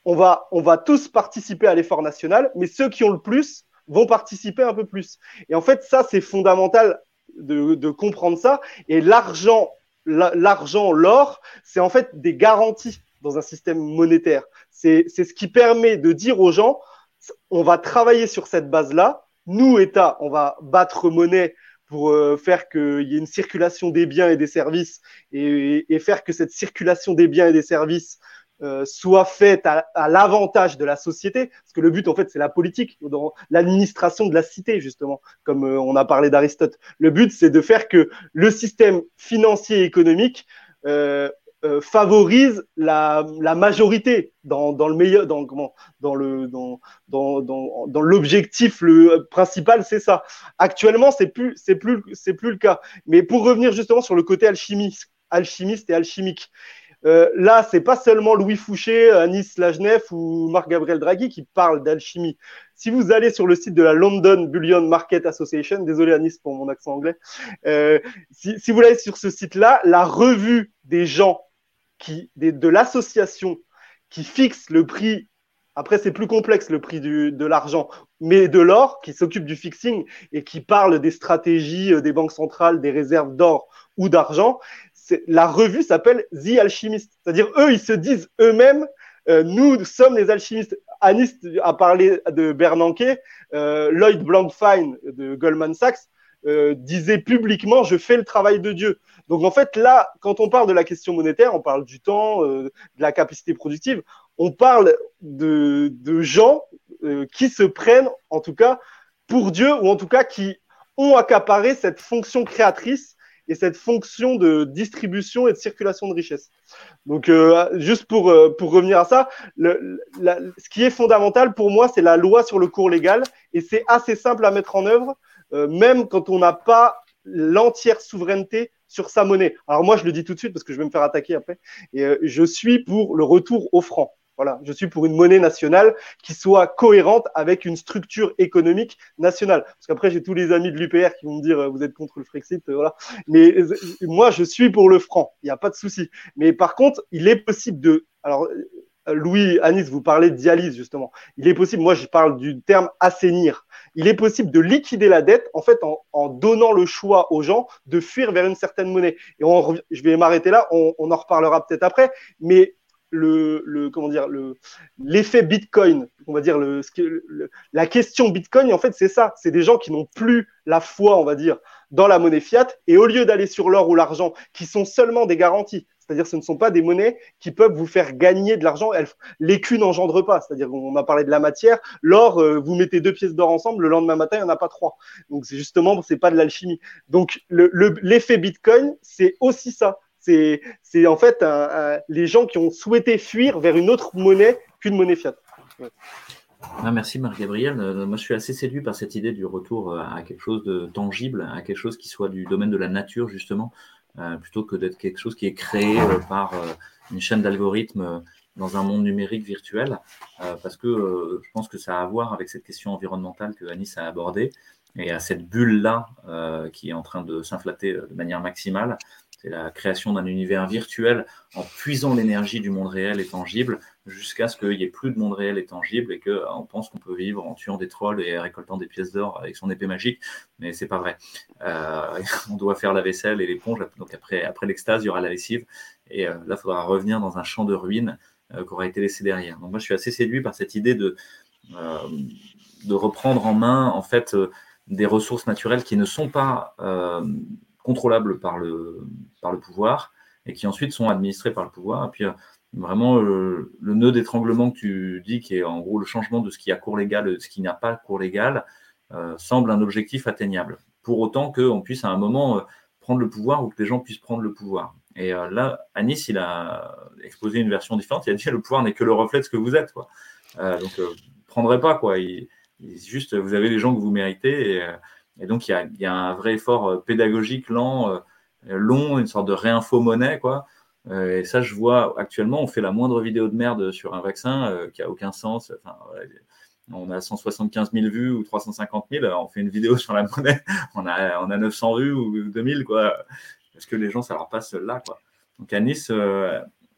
on va, on va tous participer à l'effort national, mais ceux qui ont le plus vont participer un peu plus. Et en fait, ça, c'est fondamental de, de comprendre ça. Et l'argent, l'argent, l'or, c'est en fait des garanties dans un système monétaire. C'est, c'est ce qui permet de dire aux gens, on va travailler sur cette base-là. Nous, État, on va battre monnaie pour euh, faire qu'il y ait une circulation des biens et des services et, et faire que cette circulation des biens et des services euh, soit faite à, à l'avantage de la société. Parce que le but, en fait, c'est la politique, dans l'administration de la cité, justement, comme euh, on a parlé d'Aristote. Le but, c'est de faire que le système financier et économique euh, euh, favorise la, la majorité dans, dans le meilleur, dans, comment, dans le, dans, dans, dans, dans l'objectif le principal, c'est ça. Actuellement, c'est plus, c'est plus, c'est plus le cas. Mais pour revenir justement sur le côté alchimiste, alchimiste et alchimique, euh, là, c'est pas seulement Louis Fouché, Anis Lajnef ou Marc-Gabriel Draghi qui parlent d'alchimie. Si vous allez sur le site de la London Bullion Market Association, désolé Anis pour mon accent anglais, euh, si, si vous allez sur ce site-là, la revue des gens qui, des, de l'association qui fixe le prix, après c'est plus complexe le prix du, de l'argent, mais de l'or, qui s'occupe du fixing et qui parle des stratégies des banques centrales, des réserves d'or ou d'argent, c'est, la revue s'appelle The Alchemist. C'est-à-dire eux, ils se disent eux-mêmes, euh, nous sommes les alchimistes. Anis a parlé de Bernanke, euh, Lloyd Blankfein de Goldman Sachs euh, disait publiquement « je fais le travail de Dieu ». Donc en fait là, quand on parle de la question monétaire, on parle du temps, euh, de la capacité productive, on parle de, de gens euh, qui se prennent en tout cas pour Dieu, ou en tout cas qui ont accaparé cette fonction créatrice et cette fonction de distribution et de circulation de richesse. Donc, euh, juste pour, euh, pour revenir à ça, le, la, ce qui est fondamental pour moi, c'est la loi sur le cours légal, et c'est assez simple à mettre en œuvre, euh, même quand on n'a pas l'entière souveraineté sur sa monnaie. Alors moi, je le dis tout de suite parce que je vais me faire attaquer après, et euh, je suis pour le retour au franc. Voilà, je suis pour une monnaie nationale qui soit cohérente avec une structure économique nationale. Parce qu'après, j'ai tous les amis de l'U P R qui vont me dire, vous êtes contre le Frexit, voilà. Mais euh, moi, je suis pour le franc. Il n'y a pas de souci. Mais par contre, il est possible de... Alors, Louis, Anis, vous parlez de dialyse, justement. Il est possible, moi, je parle du terme assainir. Il est possible de liquider la dette, en fait, en, en donnant le choix aux gens de fuir vers une certaine monnaie. Et on, je vais m'arrêter là, on, on en reparlera peut-être après, mais Le, le comment dire le l'effet Bitcoin, on va dire le, le la question Bitcoin, en fait c'est ça, c'est des gens qui n'ont plus la foi, on va dire, dans la monnaie fiat, et au lieu d'aller sur l'or ou l'argent qui sont seulement des garanties, c'est-à-dire ce ne sont pas des monnaies qui peuvent vous faire gagner de l'argent, l'écu n'engendre pas, c'est-à-dire on a parlé de la matière, l'or, euh, vous mettez deux pièces d'or ensemble, le lendemain matin il n'y en a pas trois, donc c'est justement, c'est pas de l'alchimie. Donc le, le, l'effet Bitcoin, c'est aussi ça. C'est, c'est en fait un, un, les gens qui ont souhaité fuir vers une autre monnaie qu'une monnaie fiat. Ouais. Ah, merci Marc-Gabriel. Euh, moi, je suis assez séduit par cette idée du retour à quelque chose de tangible, à quelque chose qui soit du domaine de la nature, justement, euh, plutôt que d'être quelque chose qui est créé euh, par euh, une chaîne d'algorithmes euh, dans un monde numérique virtuel, euh, parce que euh, je pense que ça a à voir avec cette question environnementale que Anis a abordée, et à cette bulle-là euh, qui est en train de s'inflater de manière maximale. C'est la création d'un univers virtuel en puisant l'énergie du monde réel et tangible jusqu'à ce qu'il n'y ait plus de monde réel et tangible et qu'on pense qu'on peut vivre en tuant des trolls et récoltant des pièces d'or avec son épée magique, mais c'est pas vrai. Euh, on doit faire la vaisselle et l'éponge, donc après, après l'extase, il y aura la lessive, et euh, là, il faudra revenir dans un champ de ruines euh, qui aura été laissé derrière. Donc moi, je suis assez séduit par cette idée de, euh, de reprendre en main, en fait, euh, des ressources naturelles qui ne sont pas... Euh, contrôlables par le, par le pouvoir et qui ensuite sont administrés par le pouvoir. Et puis euh, vraiment euh, le nœud d'étranglement que tu dis, qui est en gros le changement de ce qui a cours légal et de ce qui n'a pas cours légal, euh, semble un objectif atteignable. Pour autant qu'on puisse à un moment euh, prendre le pouvoir ou que les gens puissent prendre le pouvoir. Et euh, là, Anis, il a exposé une version différente. Il a dit le pouvoir n'est que le reflet de ce que vous êtes, quoi. Euh, donc, euh, vous ne prendrez pas, quoi. Il, il, juste, vous avez les gens que vous méritez et euh, Et donc, il y, a, il y a un vrai effort pédagogique lent, euh, long, une sorte de réinfo-monnaie, quoi. Euh, et ça, je vois actuellement, on fait la moindre vidéo de merde sur un vaccin euh, qui n'a aucun sens. Enfin, ouais, on a cent soixante-quinze mille vues ou trois cent cinquante mille, alors on fait une vidéo sur la monnaie, on a, on a neuf cents vues ou deux mille, quoi. Parce que les gens, ça leur passe là, quoi. Donc, Anis, euh,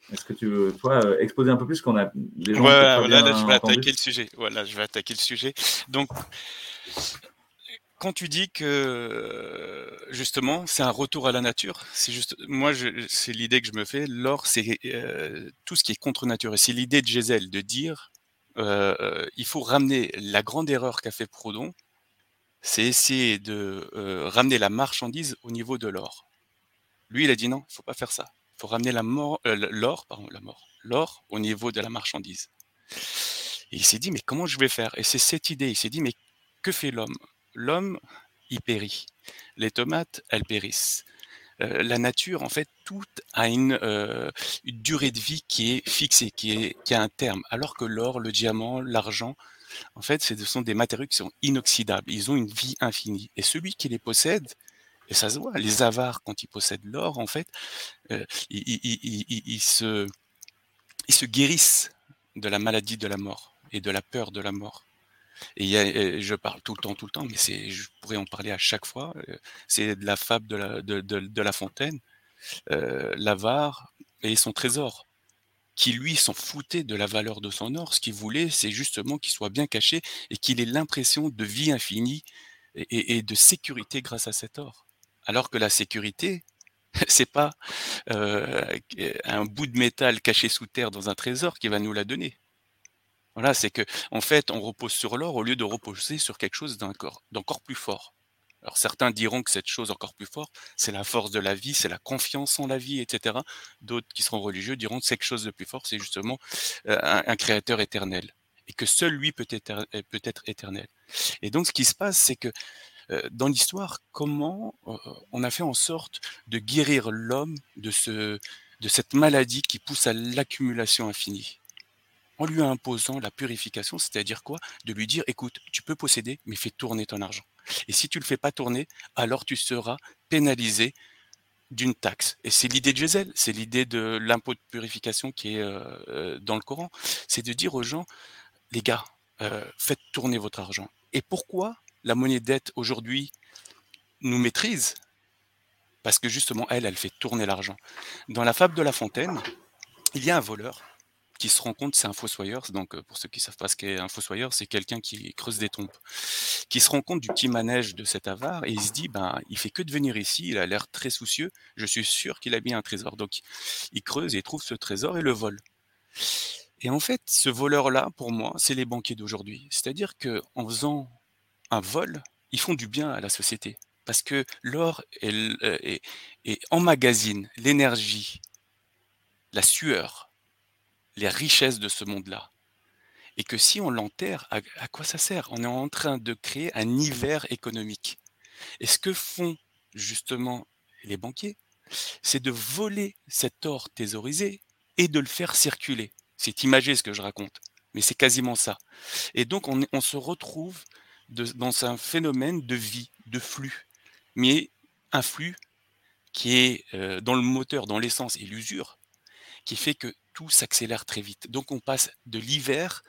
Est-ce que tu veux, toi, euh, exposer un peu plus qu'on a des gens Ouais, qui n'ont pas voilà, bien là, je vais entendu? attaquer le sujet. Voilà, je vais attaquer le sujet. Donc, quand tu dis que justement c'est un retour à la nature, c'est juste moi je, c'est l'idée que je me fais. L'or, c'est euh, tout ce qui est contre nature, et c'est l'idée de Gézel de dire euh, il faut ramener la grande erreur qu'a fait Proudhon, c'est essayer de euh, ramener la marchandise au niveau de l'or. Lui, il a dit non, il faut pas faire ça. Il faut ramener la mort, euh, l'or, pardon, la mort, l'or au niveau de la marchandise. Et il s'est dit mais comment je vais faire? Et c'est cette idée. Il s'est dit mais que fait l'homme? L'homme, il périt. Les tomates, elles périssent. Euh, la nature, en fait, tout a une, euh, une durée de vie qui est fixée, qui, est, qui a un terme. Alors que l'or, le diamant, l'argent, en fait, ce sont des matériaux qui sont inoxydables. Ils ont une vie infinie. Et celui qui les possède, et ça se voit, les avares, quand ils possèdent l'or, en fait, euh, ils, ils, ils, ils, ils, se, ils se guérissent de la maladie de la mort et de la peur de la mort. Et, il y a, et je parle tout le temps, tout le temps, mais c'est, je pourrais en parler à chaque fois. C'est de la fable de La, de, de, de La Fontaine, euh, l'avare et son trésor, qui lui s'en foutait de la valeur de son or. Ce qu'il voulait, c'est justement qu'il soit bien caché et qu'il ait l'impression de vie infinie et, et, et de sécurité grâce à cet or. Alors que la sécurité, c'est pas euh, un bout de métal caché sous terre dans un trésor qui va nous la donner. Voilà, c'est que en fait, on repose sur l'or au lieu de reposer sur quelque chose d'encore, d'encore plus fort. Alors certains diront que cette chose encore plus forte, c'est la force de la vie, c'est la confiance en la vie, et cetera. D'autres qui seront religieux diront que cette chose de plus fort, c'est justement euh, un, un créateur éternel, et que seul lui peut être, peut être éternel. Et donc ce qui se passe, c'est que euh, dans l'histoire, comment euh, on a fait en sorte de guérir l'homme de, ce, de cette maladie qui pousse à l'accumulation infinie? En lui imposant la purification, c'est-à-dire quoi? De lui dire, écoute, tu peux posséder, mais fais tourner ton argent. Et si tu ne le fais pas tourner, alors tu seras pénalisé d'une taxe. Et c'est l'idée de Gézel, c'est l'idée de l'impôt de purification qui est euh, dans le Coran. C'est de dire aux gens, les gars, euh, faites tourner votre argent. Et pourquoi la monnaie dette aujourd'hui nous maîtrise? Parce que justement, elle, elle fait tourner l'argent. Dans la fable de La Fontaine, il y a un voleur qui se rend compte, c'est un fossoyeur, donc pour ceux qui ne savent pas ce qu'est un fossoyeur, c'est quelqu'un qui creuse des tombes, qui se rend compte du petit manège de cet avare, et il se dit, ben, il fait que de venir ici, il a l'air très soucieux, je suis sûr qu'il a mis un trésor. Donc il creuse et il trouve ce trésor et le vole. Et en fait, ce voleur-là, pour moi, c'est les banquiers d'aujourd'hui. C'est-à-dire qu'en faisant un vol, ils font du bien à la société, parce que l'or est, est, est emmagasine l'énergie, la sueur, les richesses de ce monde-là. Et que si on l'enterre, à, à quoi ça sert? On est en train de créer un hiver économique. Et ce que font justement les banquiers, c'est de voler cet or thésaurisé et de le faire circuler. C'est imagé ce que je raconte, mais c'est quasiment ça. Et donc on, on se retrouve de, dans un phénomène de vie, de flux. Mais un flux qui est euh, dans le moteur, dans l'essence et l'usure, qui fait que tout s'accélère très vite. Donc on passe de l'hiver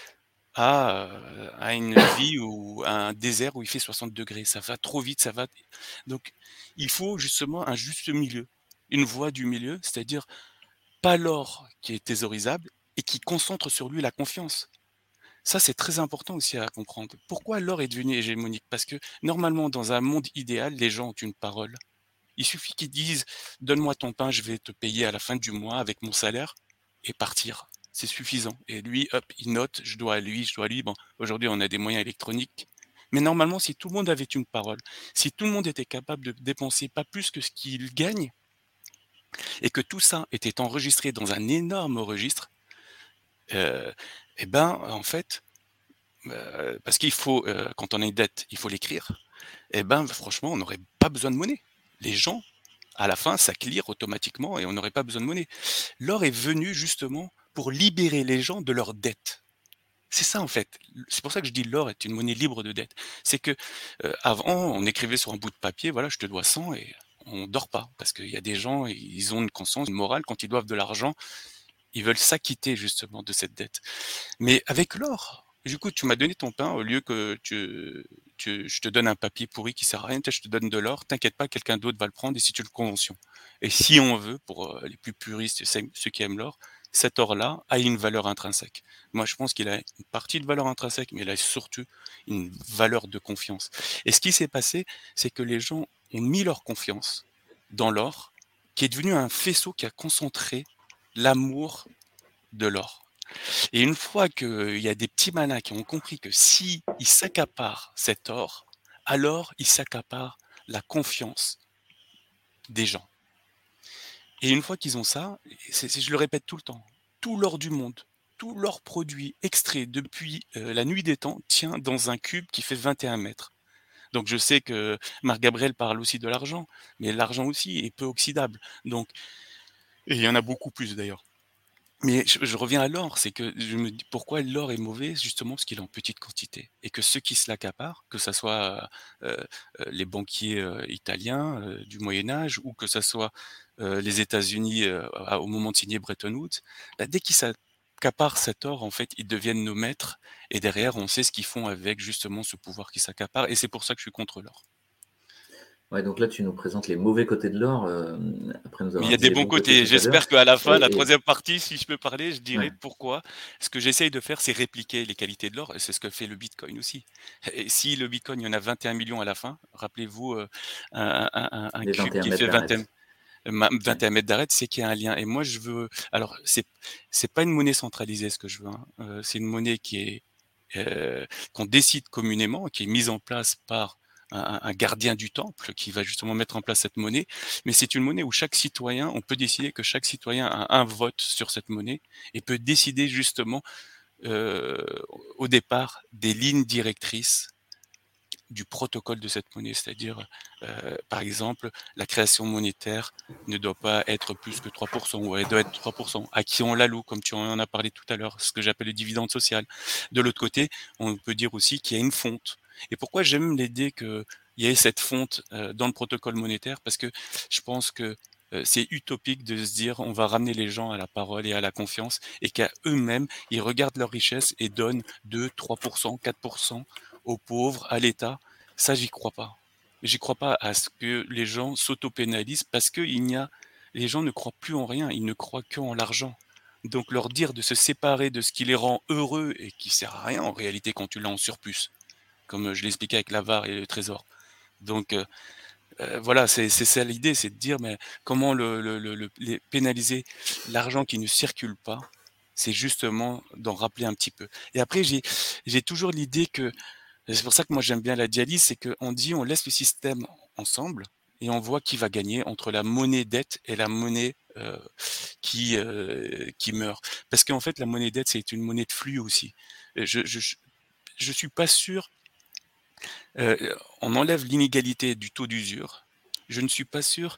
à, euh, à une vie ou à un désert où il fait soixante degrés. Ça va trop vite, ça va. Donc il faut justement un juste milieu, une voie du milieu, c'est-à-dire pas l'or qui est thésaurisable et qui concentre sur lui la confiance. Ça, c'est très important aussi à comprendre. Pourquoi l'or est devenu hégémonique? Parce que normalement, dans un monde idéal, les gens ont une parole. Il suffit qu'ils disent « Donne-moi ton pain, je vais te payer à la fin du mois avec mon salaire » et partir. C'est suffisant. Et lui, hop, il note « Je dois à lui, je dois à lui ». Bon, aujourd'hui, on a des moyens électroniques. Mais normalement, si tout le monde avait une parole, si tout le monde était capable de dépenser pas plus que ce qu'il gagne, et que tout ça était enregistré dans un énorme registre, euh, eh ben, en fait, euh, parce qu'il faut, euh, quand on a une dette, il faut l'écrire, eh ben, franchement, on n'aurait pas besoin de monnaie. Les gens, à la fin, ça clear automatiquement et on n'aurait pas besoin de monnaie. L'or est venu justement pour libérer les gens de leurs dettes. C'est ça en fait. C'est pour ça que je dis l'or est une monnaie libre de dette. C'est que euh, avant, on écrivait sur un bout de papier, voilà, je te dois cent et on dort pas parce qu'il y a des gens, ils ont une conscience, une morale, quand ils doivent de l'argent, ils veulent s'acquitter justement de cette dette. Mais avec l'or, Du coup, tu m'as donné ton pain au lieu que tu, tu- je te donne un papier pourri qui sert à rien, tiens, je te donne de l'or, t'inquiète pas, quelqu'un d'autre va le prendre et c'est une convention. Et si on veut, pour euh, les plus puristes, ceux ceux qui aiment l'or, cet or-là a une valeur intrinsèque. Moi, je pense qu'il a une partie de valeur intrinsèque, mais il a surtout une valeur de confiance. Et ce qui s'est passé, c'est que les gens ont mis leur confiance dans l'or, qui est devenu un faisceau qui a concentré l'amour de l'or. Et une fois qu'il y a des petits malins qui ont compris que si ils s'accaparent cet or, alors ils s'accaparent la confiance des gens. Et une fois qu'ils ont ça, c'est, c'est- je le répète tout le temps, tout l'or du monde, tout l'or produit extrait depuis euh, la nuit des temps tient dans un cube qui fait vingt et un mètres. Donc je sais que Marc Gabriel parle aussi de l'argent, mais l'argent aussi est peu oxydable. Donc, et il y en a beaucoup plus d'ailleurs. Mais je, je reviens à l'or, c'est que je me dis pourquoi l'or est mauvais, justement parce qu'il est en petite quantité et que ceux qui se l'accaparent, que ce soit euh, euh, les banquiers euh, italiens euh, du Moyen Âge ou que ce soit euh, les États-Unis euh, à- au moment de signer Bretton Woods, bah, dès qu'ils s'accaparent cet or, en fait, ils deviennent nos maîtres et derrière, on sait ce qu'ils font avec justement ce pouvoir qui s'accapare et c'est pour ça que je suis contre l'or. Ouais, donc là, tu nous présentes les mauvais côtés de l'or, euh, après nous Mais il avoir y a dit des les bons bons côtés côtés. tout à l'heure. J'espère qu'à la fin, la Et, et- troisième partie, si je peux parler, je dirai ouais. pourquoi. Ce que j'essaye de faire, c'est répliquer les qualités de l'or, et c'est ce que fait le Bitcoin aussi. Et si le Bitcoin, il y en a vingt et un millions à la fin, rappelez-vous, euh, un, un- un- un Les cube vingt et un qui mètres fait vingt et un, d'arête. ma- Ouais. vingt et un mètres d'arête, c'est qu'il y a un lien. Et moi, je veux. Alors, c'est c'est pas une monnaie centralisée, ce que je veux. Hein. Euh, c'est une monnaie qui est euh, qu'on décide communément, qui est mise en place par un, un gardien du temple qui va justement mettre en place cette monnaie. Mais c'est une monnaie où chaque citoyen, on peut décider que chaque citoyen a un vote sur cette monnaie et peut décider justement euh, au départ des lignes directrices du protocole de cette monnaie, c'est-à-dire, euh, par exemple, la création monétaire ne doit pas être plus que trois pour cent, ou elle doit être trois pour cent. À qui on l'alloue, comme tu en as parlé tout à l'heure, ce que j'appelle le dividende social. De l'autre côté, on peut dire aussi qu'il y a une fonte. Et pourquoi j'aime l'idée qu'il y ait cette fonte euh, dans le protocole monétaire? Parce que je pense que euh, c'est utopique de se dire on va ramener les gens à la parole et à la confiance et qu'à eux-mêmes, ils regardent leur richesse et donnent deux, trois pour cent, quatre pour cent aux pauvres, à l'État. Ça, j'y crois pas. J'y crois pas à ce que les gens s'auto-pénalisent parce que il n'y a, les gens ne croient plus en rien, ils ne croient qu'en l'argent. Donc leur dire de se séparer de ce qui les rend heureux et qui sert à rien en réalité quand tu l'as en surplus, comme je l'expliquais avec l'avare et le trésor. Donc euh, euh, voilà, c'est c'est ça l'idée, c'est de dire mais comment le, le, le, le- les pénaliser l'argent qui ne circule pas, c'est justement d'en rappeler un petit peu. Et après j'ai j'ai toujours l'idée que et c'est pour ça que moi j'aime bien la dialyse, c'est qu'on dit on laisse le système ensemble et on voit qui va gagner entre la monnaie dette et la monnaie euh, qui euh, qui meurt. Parce qu'en fait la monnaie dette c'est une monnaie de flux aussi. Euh, Je je je je suis pas sûr. euh, on enlève l'inégalité du taux d'usure. Je ne suis pas sûr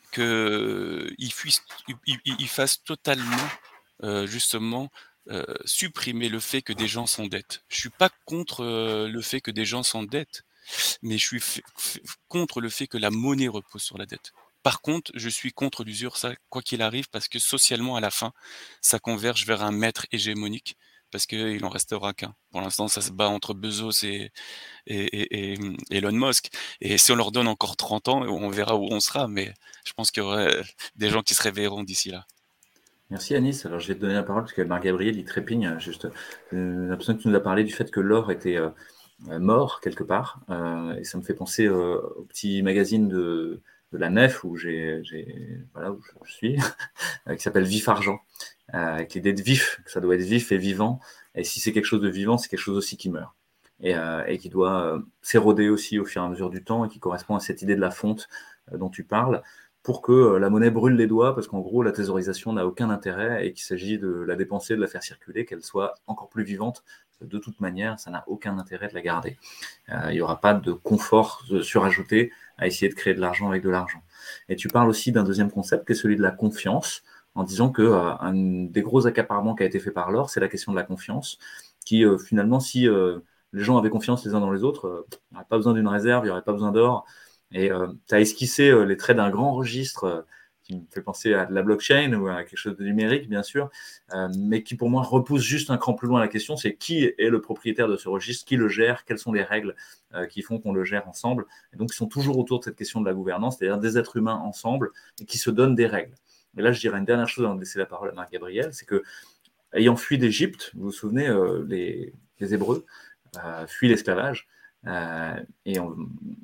que il fuisse, il, il- il fasse totalement euh, justement euh, supprimer le fait que des gens s'endettent. Je suis pas contre euh, le fait que des gens s'endettent, mais je suis f- f- contre le fait que la monnaie repose sur la dette. Par contre, je suis contre l'usure, ça, quoi qu'il arrive, parce que socialement, à la fin, ça converge vers un maître hégémonique, parce qu'il en restera qu'un. Pour l'instant, ça se bat entre Bezos et, et, et, et Elon Musk. Et si on leur donne encore trente ans, on verra où on sera, mais je pense qu'il y aurait des gens qui se réveilleront d'ici là. Merci Anis. Alors je vais te donner la parole parce que Marc Gabriel il trépigne. euh, Juste, euh, j'ai l'impression que tu nous as parlé du fait que l'or était euh, euh, mort quelque part. Euh, et ça me fait penser euh, au petit magazine de, de la Nef où j'ai, j'ai- voilà où je, je suis, euh, qui s'appelle Vif Argent, euh, avec l'idée de vif, que ça doit être vif et vivant. Et si c'est quelque chose de vivant, c'est quelque chose aussi qui meurt. Et, euh, et qui doit euh, s'éroder aussi au fur et à mesure du temps et qui correspond à cette idée de la fonte euh, dont tu parles, pour que euh, la monnaie brûle les doigts, parce qu'en gros, la thésaurisation n'a aucun intérêt et qu'il s'agit de la dépenser, de la faire circuler, qu'elle soit encore plus vivante. De toute manière, ça n'a aucun intérêt de la garder. Euh, il n'y aura pas de confort surajouté à essayer de créer de l'argent avec de l'argent. Et tu parles aussi d'un deuxième concept qui est celui de la confiance, en disant que euh, un des gros accaparements qui a été fait par l'or, c'est la question de la confiance, qui euh, finalement, si euh, les gens avaient confiance les uns dans les autres, euh, il n'y aurait pas besoin d'une réserve, il n'y aurait pas besoin d'or. Et euh, tu as esquissé euh, les traits d'un grand registre euh, qui me fait penser à de la blockchain ou à quelque chose de numérique, bien sûr, euh, mais qui pour moi repousse juste un cran plus loin la question, c'est qui est le propriétaire de ce registre, qui le gère, quelles sont les règles euh, qui font qu'on le gère ensemble. Et donc, ils sont toujours autour de cette question de la gouvernance, c'est-à-dire des êtres humains ensemble et qui se donnent des règles. Et là, je dirais une dernière chose avant de laisser la parole à Marc Gabriel, c'est que, ayant fui d'Égypte, vous vous souvenez, euh, les, les Hébreux euh, fuient l'esclavage, euh, et on,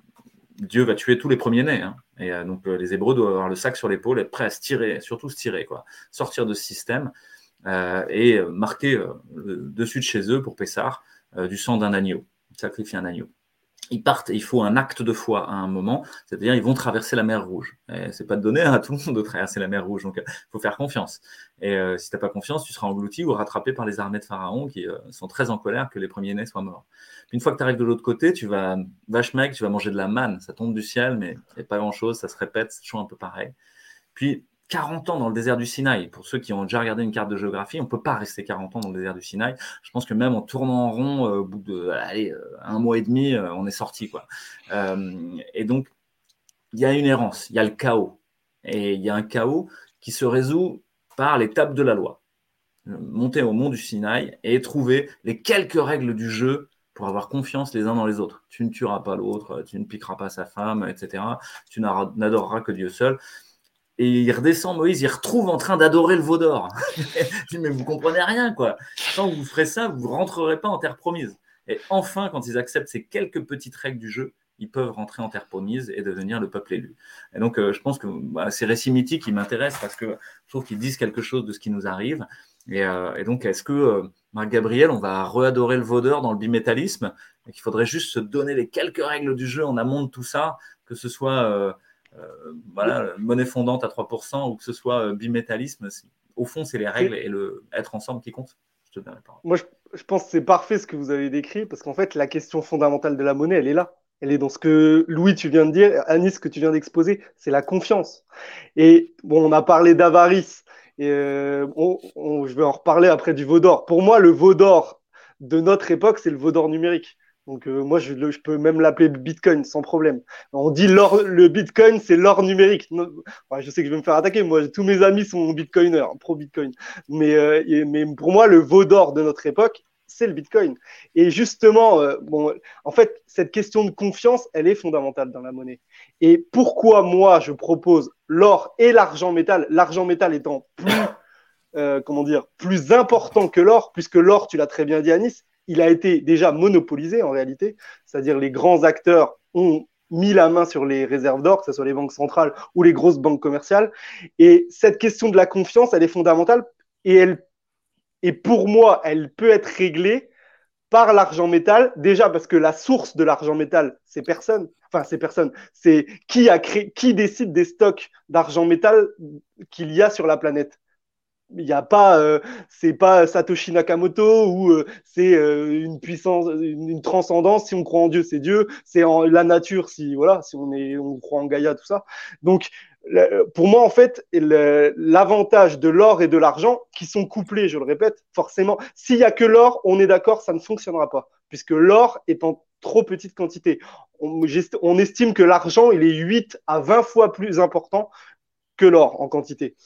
Dieu va tuer tous les premiers-nés. Hein. Et euh, donc, euh, les Hébreux doivent avoir le sac sur l'épaule, être prêts à se tirer, surtout se tirer, quoi. Sortir de ce système euh, et euh, marquer euh, le dessus de chez eux, pour Pessah, euh, du sang d'un agneau, sacrifier un agneau. Ils partent, il faut un acte de foi à un moment, c'est-à-dire ils vont traverser la mer Rouge. Et c'est pas donné à tout le monde de traverser la mer Rouge, donc il euh, faut faire confiance. Et euh, si tu n'as pas confiance, tu seras englouti ou rattrapé par les armées de Pharaon qui euh, sont très en colère que les premiers-nés soient morts. Puis une fois que tu arrives de l'autre côté, tu vas, vache mec, tu vas manger de la manne, ça tombe du ciel, mais il n'y a pas grand-chose, ça se répète, c'est toujours un peu pareil. Puis quarante ans dans le désert du Sinaï. Pour ceux qui ont déjà regardé une carte de géographie, on ne peut pas rester quarante ans dans le désert du Sinaï. Je pense que même en tournant en rond, euh, au bout de allez, euh, un mois et demi, euh, on est sorti, quoi. Euh, et donc, il y a une errance, il y a le chaos. Et il y a un chaos qui se résout par l'étape de la loi. Monter au mont du Sinaï et trouver les quelques règles du jeu pour avoir confiance les uns dans les autres. Tu ne tueras pas l'autre, tu ne piqueras pas sa femme, et cetera. Tu n'adoreras que Dieu seul. Et il redescend, Moïse, il retrouve en train d'adorer le veau d'or. Je dis, mais vous comprenez rien, quoi. Quand vous ferez ça, vous ne rentrerez pas en terre promise. Et enfin, quand ils acceptent ces quelques petites règles du jeu, ils peuvent rentrer en terre promise et devenir le peuple élu. Et donc, euh, je pense que bah, ces récits mythiques, ils m'intéressent parce que je trouve qu'ils disent quelque chose de ce qui nous arrive. Et, euh, et donc, est-ce que, euh, Marc Gabriel, on va readorer le veau d'or dans le bimétallisme et qu'il faudrait juste se donner les quelques règles du jeu en amont de tout ça, que ce soit... Euh, Euh, voilà, monnaie fondante à trois pour cent ou que ce soit euh, bimétallisme, au fond, c'est les règles et le être ensemble qui compte. Je te donne la parole. Moi, je, je pense que c'est parfait ce que vous avez décrit parce qu'en fait, la question fondamentale de la monnaie, elle est là. Elle est dans ce que Louis, tu viens de dire, Anis, ce que tu viens d'exposer, c'est la confiance. Et bon, on a parlé d'avarice. Et euh, on, on, je vais en reparler après du veau d'or. Pour moi, le veau d'or de notre époque, c'est le veau d'or numérique. Donc euh, moi, je, je peux même l'appeler Bitcoin sans problème. On dit l'or, le Bitcoin, c'est l'or numérique. Non, enfin, je sais que je vais me faire attaquer. Moi, tous mes amis sont Bitcoiners, pro-Bitcoin. Mais, euh, et, mais pour moi, le veau d'or de notre époque, c'est le Bitcoin. Et justement, euh, bon, en fait, cette question de confiance, elle est fondamentale dans la monnaie. Et pourquoi moi, je propose l'or et l'argent métal, l'argent métal étant plus, euh, comment dire, plus important que l'or, puisque l'or, tu l'as très bien dit, Anis, il a été déjà monopolisé en réalité, c'est-à-dire les grands acteurs ont mis la main sur les réserves d'or, que ce soit les banques centrales ou les grosses banques commerciales. Et cette question de la confiance, elle est fondamentale et, elle, et pour moi, elle peut être réglée par l'argent métal, déjà parce que la source de l'argent métal, c'est personne. Enfin, c'est personne. C'est qui, a créé, qui décide des stocks d'argent métal qu'il y a sur la planète. Il n'y a pas, euh, c'est pas Satoshi Nakamoto ou euh, c'est euh, une puissance, une, une transcendance. Si on croit en Dieu, c'est Dieu. C'est en la nature, si voilà, si on est, on croit en Gaïa, tout ça. Donc, le, pour moi, en fait, le, l'avantage de l'or et de l'argent, qui sont couplés, je le répète, forcément. S'il y a que l'or, on est d'accord, ça ne fonctionnera pas, puisque l'or est en trop petite quantité. On, on estime que l'argent, il est huit à vingt fois plus important que l'or en quantité.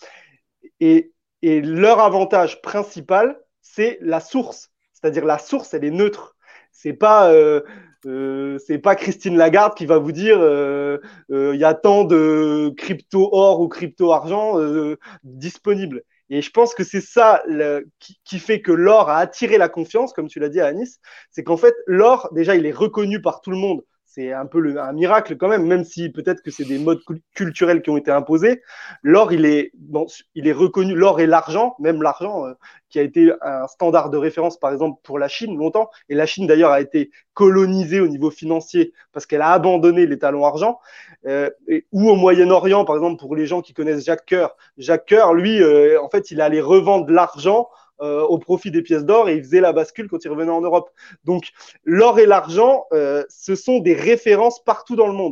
Et Et leur avantage principal, c'est la source. C'est-à-dire la source, elle est neutre. C'est pas, euh, euh, c'est pas Christine Lagarde qui va vous dire il euh, euh, y a tant de crypto-or ou crypto-argent euh, disponible. Et je pense que c'est ça le, qui, qui fait que l'or a attiré la confiance, comme tu l'as dit à Anis. C'est qu'en fait, l'or, déjà, il est reconnu par tout le monde. C'est un peu le, un miracle quand même, même si peut-être que c'est des modes culturels qui ont été imposés. L'or, il est, bon, il est reconnu, l'or et l'argent, même l'argent, euh, qui a été un standard de référence, par exemple, pour la Chine longtemps. Et la Chine, d'ailleurs, a été colonisée au niveau financier parce qu'elle a abandonné les talons argent. Euh, et, ou au Moyen-Orient, par exemple, pour les gens qui connaissent Jacques Coeur. Jacques Coeur, lui, euh, en fait, il allait revendre de l'argent Euh, au profit des pièces d'or et il faisait la bascule quand il revenait en Europe. Donc, l'or et l'argent, euh, ce sont des références partout dans le monde.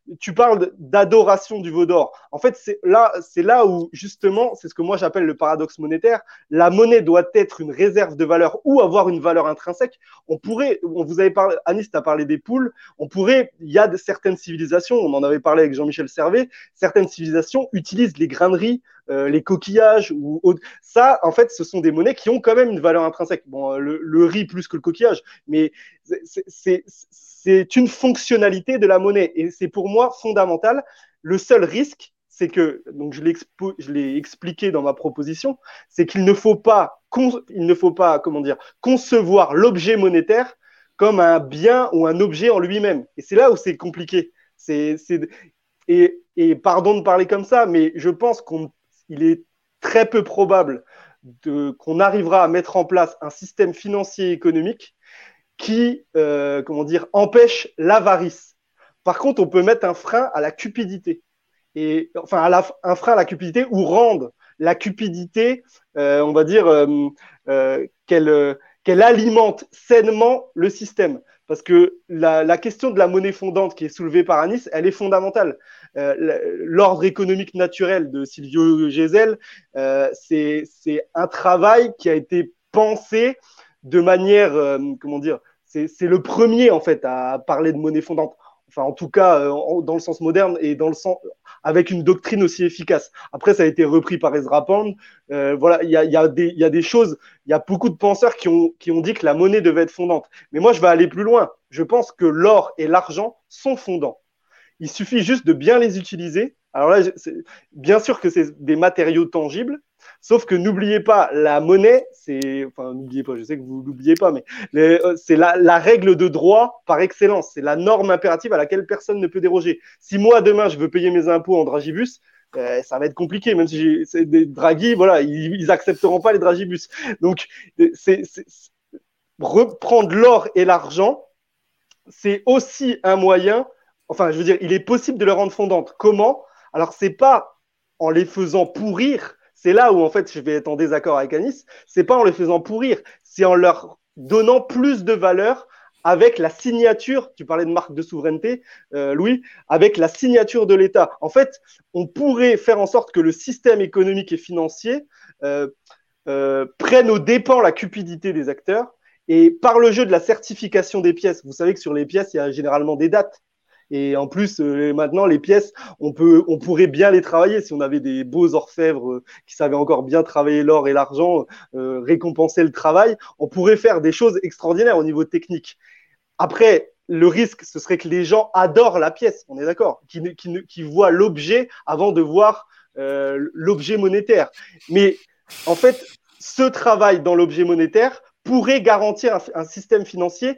tu parles d'adoration du veau d'or. En fait, c'est là, c'est là où, justement, c'est ce que moi j'appelle le paradoxe monétaire. La monnaie doit être une réserve de valeur ou avoir une valeur intrinsèque. On pourrait, on vous avez parlé, Anis, tu as parlé des poules, on pourrait, il y a de, certaines civilisations, on en avait parlé avec Jean-Michel Servet, certaines civilisations utilisent les graineries, euh, les coquillages, ou autre. Ça, en fait, ce sont des monnaies qui ont quand même une valeur intrinsèque. Bon, le, le riz plus que le coquillage, mais c'est, c'est, c'est une fonctionnalité de la monnaie et c'est pour moi fondamental. Le seul risque, c'est que, donc je l'ai, expo, je l'ai expliqué dans ma proposition, c'est qu'il ne faut pas, con, il ne faut pas, comment dire, concevoir l'objet monétaire comme un bien ou un objet en lui-même. Et c'est là où c'est compliqué. C'est, c'est, et, et pardon de parler comme ça, mais je pense qu'il est très peu probable de, qu'on arrivera à mettre en place un système financier et économique qui, euh, comment dire, empêche l'avarice. Par contre, on peut mettre un frein à la cupidité. Et, enfin, à la, un frein à la cupidité ou rendre la cupidité, euh, on va dire, euh, euh, qu'elle, euh, qu'elle alimente sainement le système. Parce que la, la question de la monnaie fondante qui est soulevée par Anis, elle est fondamentale. Euh, l'ordre économique naturel de Silvio Gesell, euh, c'est, c'est un travail qui a été pensé de manière, euh, comment dire, c'est, c'est le premier en fait à parler de monnaie fondante. Enfin, en tout cas, euh, dans le sens moderne et dans le sens avec une doctrine aussi efficace. Après, ça a été repris par Ezra Pound. Euh, voilà, il y a, y a des, il y a des choses. Il y a beaucoup de penseurs qui ont qui ont dit que la monnaie devait être fondante. Mais moi, je vais aller plus loin. Je pense que l'or et l'argent sont fondants. Il suffit juste de bien les utiliser. Alors là, c'est, bien sûr que c'est des matériaux tangibles. Sauf que n'oubliez pas, la monnaie, c'est, enfin, n'oubliez pas, je sais que vous l'oubliez pas, mais les, c'est la, la règle de droit par excellence. C'est la norme impérative à laquelle personne ne peut déroger. Si moi, demain, je veux payer mes impôts en dragibus, euh, ça va être compliqué, même si j'ai, c'est des dragis, voilà, ils, ils accepteront pas les dragibus. Donc, c'est, c'est, c'est, reprendre l'or et l'argent, c'est aussi un moyen, enfin, je veux dire, il est possible de les rendre fondantes. Comment? Alors, c'est pas en les faisant pourrir. C'est là où, en fait, je vais être en désaccord avec Anis. C'est pas en les faisant pourrir, c'est en leur donnant plus de valeur avec la signature, tu parlais de marque de souveraineté, euh, Louis, avec la signature de l'État. En fait, on pourrait faire en sorte que le système économique et financier euh, euh, prenne aux dépens la cupidité des acteurs et par le jeu de la certification des pièces. Vous savez que sur les pièces, il y a généralement des dates. Et en plus, euh, maintenant, les pièces, on, peut, on pourrait bien les travailler si on avait des beaux orfèvres euh, qui savaient encore bien travailler l'or et l'argent, euh, récompenser le travail. On pourrait faire des choses extraordinaires au niveau technique. Après, le risque, ce serait que les gens adorent la pièce, on est d'accord, qui, qui, qui voient l'objet avant de voir euh, l'objet monétaire. Mais en fait, ce travail dans l'objet monétaire pourrait garantir un, un système financier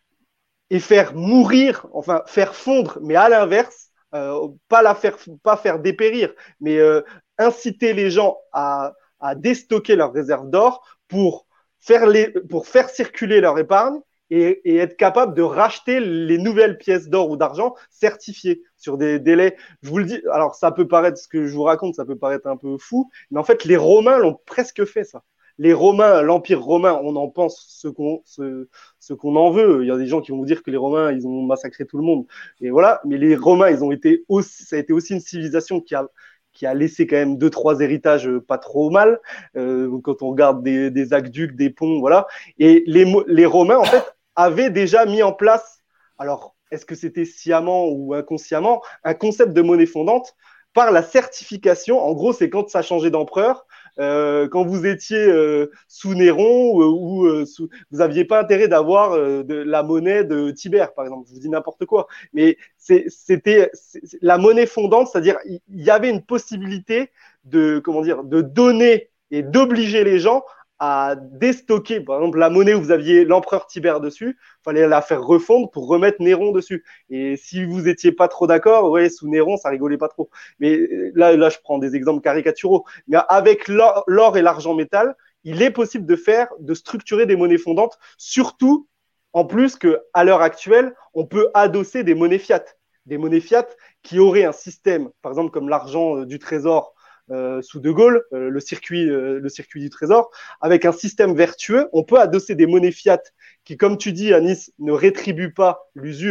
et faire mourir, enfin faire fondre, mais à l'inverse, euh, pas la faire, pas faire dépérir, mais euh, inciter les gens à, à déstocker leurs réserves d'or pour faire, les, pour faire circuler leur épargne et, et être capable de racheter les nouvelles pièces d'or ou d'argent certifiées sur des délais. Je vous le dis, alors ça peut paraître, ce que je vous raconte, ça peut paraître un peu fou, mais en fait, les Romains l'ont presque fait, ça. Les Romains, l'Empire romain, on en pense ce qu'on, ce, ce qu'on en veut. Il y a des gens qui vont vous dire que les Romains, ils ont massacré tout le monde. Et voilà. Mais les Romains, ils ont été aussi, ça a été aussi une civilisation qui a, qui a laissé quand même deux, trois héritages pas trop mal. Euh, quand on regarde des, des aqueducs, des ponts, voilà. Et les, les Romains, en fait, avaient déjà mis en place, alors, est-ce que c'était sciemment ou inconsciemment, un concept de monnaie fondante par la certification. En gros, c'est quand ça changeait d'empereur. Euh, quand vous étiez euh, sous Néron ou, ou euh, sous, vous n'aviez pas intérêt d'avoir euh, de la monnaie de Tibère, par exemple. Je vous dis n'importe quoi. Mais c'est, c'était c'est, la monnaie fondante, c'est-à-dire il y, y avait une possibilité de, comment dire, de donner et d'obliger les gens à déstocker. Par exemple, la monnaie où vous aviez l'empereur Tibère dessus, il fallait la faire refondre pour remettre Néron dessus. Et si vous étiez pas trop d'accord, ouais, sous Néron, ça rigolait pas trop. Mais là, là, je prends des exemples caricaturaux. Mais avec l'or, l'or et l'argent métal, il est possible de faire, de structurer des monnaies fondantes, surtout en plus qu'à l'heure actuelle, on peut adosser des monnaies fiat. Des monnaies fiat qui auraient un système, par exemple comme l'argent du trésor, Euh, sous De Gaulle, euh, le circuit, euh, le circuit du trésor, avec un système vertueux, on peut adosser des monnaies fiat qui, comme tu dis, Anis, ne rétribuent pas l'usure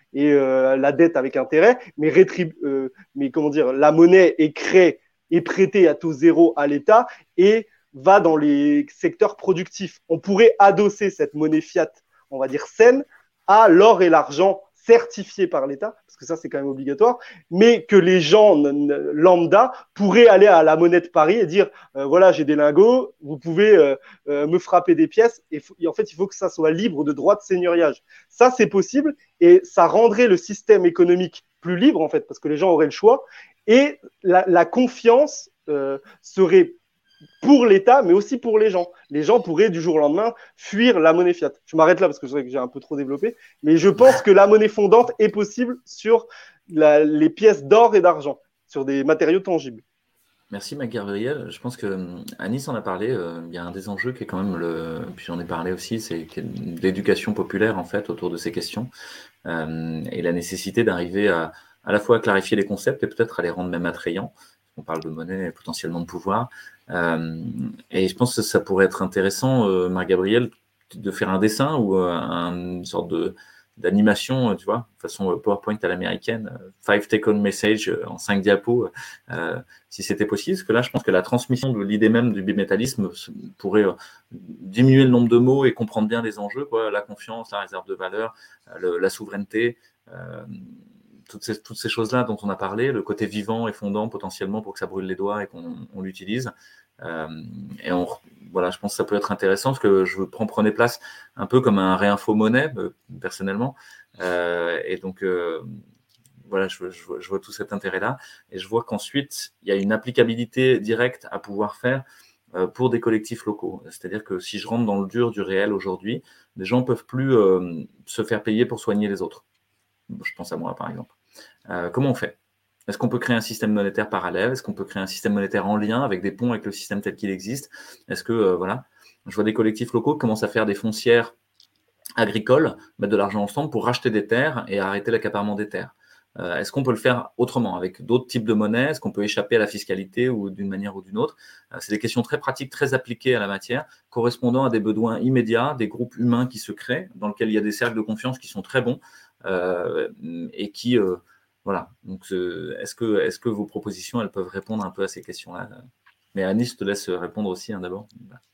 et euh, la dette avec intérêt, mais, rétrib- euh, mais comment dire, la monnaie est créée et prêtée à taux zéro à l'État et va dans les secteurs productifs. On pourrait adosser cette monnaie fiat, on va dire saine, à l'or et l'argent certifiés par l'État, parce que ça c'est quand même obligatoire, mais que les gens lambda pourraient aller à la Monnaie de Paris et dire euh, voilà, j'ai des lingots, vous pouvez euh, euh, me frapper des pièces, et, et en fait il faut que ça soit libre de droit de seigneuriage. Ça c'est possible, et ça rendrait le système économique plus libre en fait, parce que les gens auraient le choix, et la, la confiance euh, serait pour l'État, mais aussi pour les gens. Les gens pourraient du jour au lendemain fuir la monnaie fiat. Je m'arrête là parce que je sais que j'ai un peu trop développé, mais je pense que la monnaie fondante est possible sur la, les pièces d'or et d'argent, sur des matériaux tangibles. Merci Marc-Gabriel. Je pense que Anis en a parlé. Euh, il y a un des enjeux qui est quand même le, puis j'en ai parlé aussi, c'est l'éducation populaire en fait autour de ces questions euh, et la nécessité d'arriver à à la fois à clarifier les concepts et peut-être à les rendre même attrayants. On parle de monnaie et potentiellement de pouvoir. Euh, et je pense que ça pourrait être intéressant, euh, Marc-Gabriel, de faire un dessin ou euh, un, une sorte de d'animation, tu vois, façon PowerPoint à l'américaine, five take-home message en cinq diapos, euh, si c'était possible. Parce que là, je pense que la transmission de l'idée même du bimétallisme pourrait euh, diminuer le nombre de mots et comprendre bien les enjeux, quoi, la confiance, la réserve de valeur, le, la souveraineté, euh, toutes ces, toutes ces choses-là dont on a parlé, le côté vivant et fondant potentiellement pour que ça brûle les doigts et qu'on on l'utilise. Euh, et on, voilà, je pense que ça peut être intéressant parce que je prends prenez place un peu comme un réinfo monnaie euh, personnellement. Euh, et donc euh, voilà, je, je, je vois tout cet intérêt-là. Et je vois qu'ensuite, il y a une applicabilité directe à pouvoir faire euh, pour des collectifs locaux. C'est-à-dire que si je rentre dans le dur du réel aujourd'hui, les gens ne peuvent plus euh, se faire payer pour soigner les autres. Je pense à moi, par exemple. Euh, comment on fait ? Est-ce qu'on peut créer un système monétaire parallèle ? Est-ce qu'on peut créer un système monétaire en lien avec des ponts avec le système tel qu'il existe ? Est-ce que, euh, voilà, je vois des collectifs locaux qui commencent à faire des foncières agricoles, mettre de l'argent ensemble pour racheter des terres et arrêter l'accaparement des terres. Euh, est-ce qu'on peut le faire autrement, avec d'autres types de monnaies ? Est-ce qu'on peut échapper à la fiscalité ou d'une manière ou d'une autre ? euh, C'est des questions très pratiques, très appliquées à la matière, correspondant à des besoins immédiats, des groupes humains qui se créent, dans lesquels il y a des cercles de confiance qui sont très bons euh, et qui... Euh, Voilà. Donc, euh, est-ce que, est-ce que vos propositions, elles peuvent répondre un peu à ces questions-là ? Mais Anis, je te laisse répondre aussi, hein, d'abord.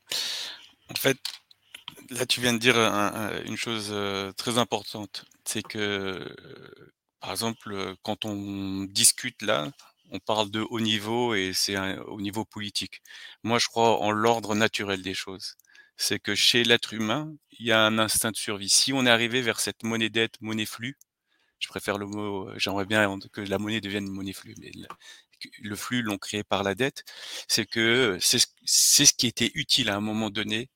En fait, là, tu viens de dire un, un, une chose euh, très importante. C'est que, euh, par exemple, quand on discute là, on parle de haut niveau et c'est un, au niveau politique. Moi, je crois en l'ordre naturel des choses. C'est que chez l'être humain, il y a un instinct de survie. Si on est arrivé vers cette monnaie dette, monnaie flux, je préfère le mot, j'aimerais bien que la monnaie devienne une monnaie flux, mais le, le flux l'ont créé par la dette, c'est que c'est ce, c'est ce qui était utile à un moment donné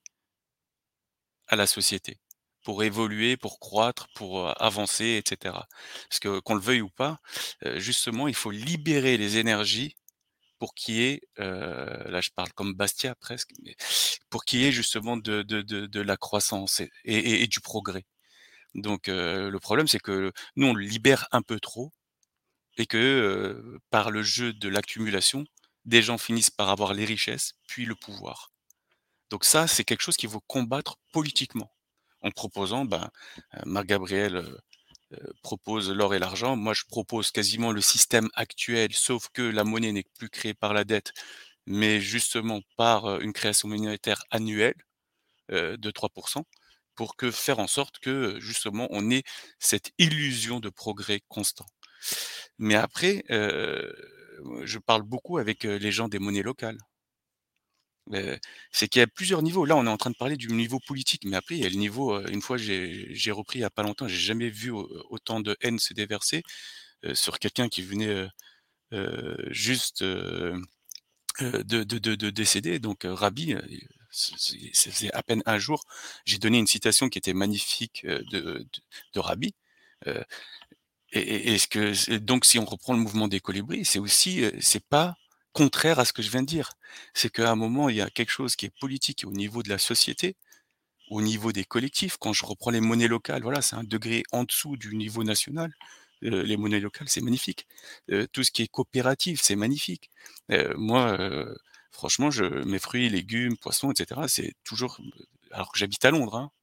à la société, pour évoluer, pour croître, pour avancer, et cetera. Parce que qu'on le veuille ou pas, justement, il faut libérer les énergies pour qu'il y ait, euh, là je parle comme Bastia presque, mais pour qu'il y ait justement de, de, de, de la croissance et, et, et du progrès. Donc euh, le problème, c'est que nous, on le libère un peu trop et que euh, par le jeu de l'accumulation, des gens finissent par avoir les richesses, puis le pouvoir. Donc ça, c'est quelque chose qu'il faut combattre politiquement. En proposant, ben, euh, Marc-Gabriel euh, euh, propose l'or et l'argent. Moi, je propose quasiment le système actuel, sauf que la monnaie n'est plus créée par la dette, mais justement par euh, une création monétaire annuelle euh, de trois pour cent. Pour que faire en sorte que justement on ait cette illusion de progrès constant. Mais après, euh, je parle beaucoup avec les gens des monnaies locales. Euh, c'est qu'il y a plusieurs niveaux. Là, on est en train de parler du niveau politique, mais après, il y a le niveau. Euh, une fois, j'ai, j'ai repris il y a pas longtemps. J'ai jamais vu autant de haine se déverser euh, sur quelqu'un qui venait euh, euh, juste euh, de, de, de, de décéder. Donc, euh, Rabi. Euh, ça faisait à peine un jour, j'ai donné une citation qui était magnifique de, de, de Rabi. Euh, et, et, et ce que, donc, si on reprend le mouvement des colibris, c'est aussi, c'est pas contraire à ce que je viens de dire. C'est qu'à un moment, il y a quelque chose qui est politique au niveau de la société, au niveau des collectifs. Quand je reprends les monnaies locales, voilà, c'est un degré en dessous du niveau national. Euh, les monnaies locales, c'est magnifique. Euh, tout ce qui est coopératif, c'est magnifique. Euh, moi, euh, franchement, je, mes fruits, légumes, poissons, et cetera, c'est toujours, alors que j'habite à Londres, hein,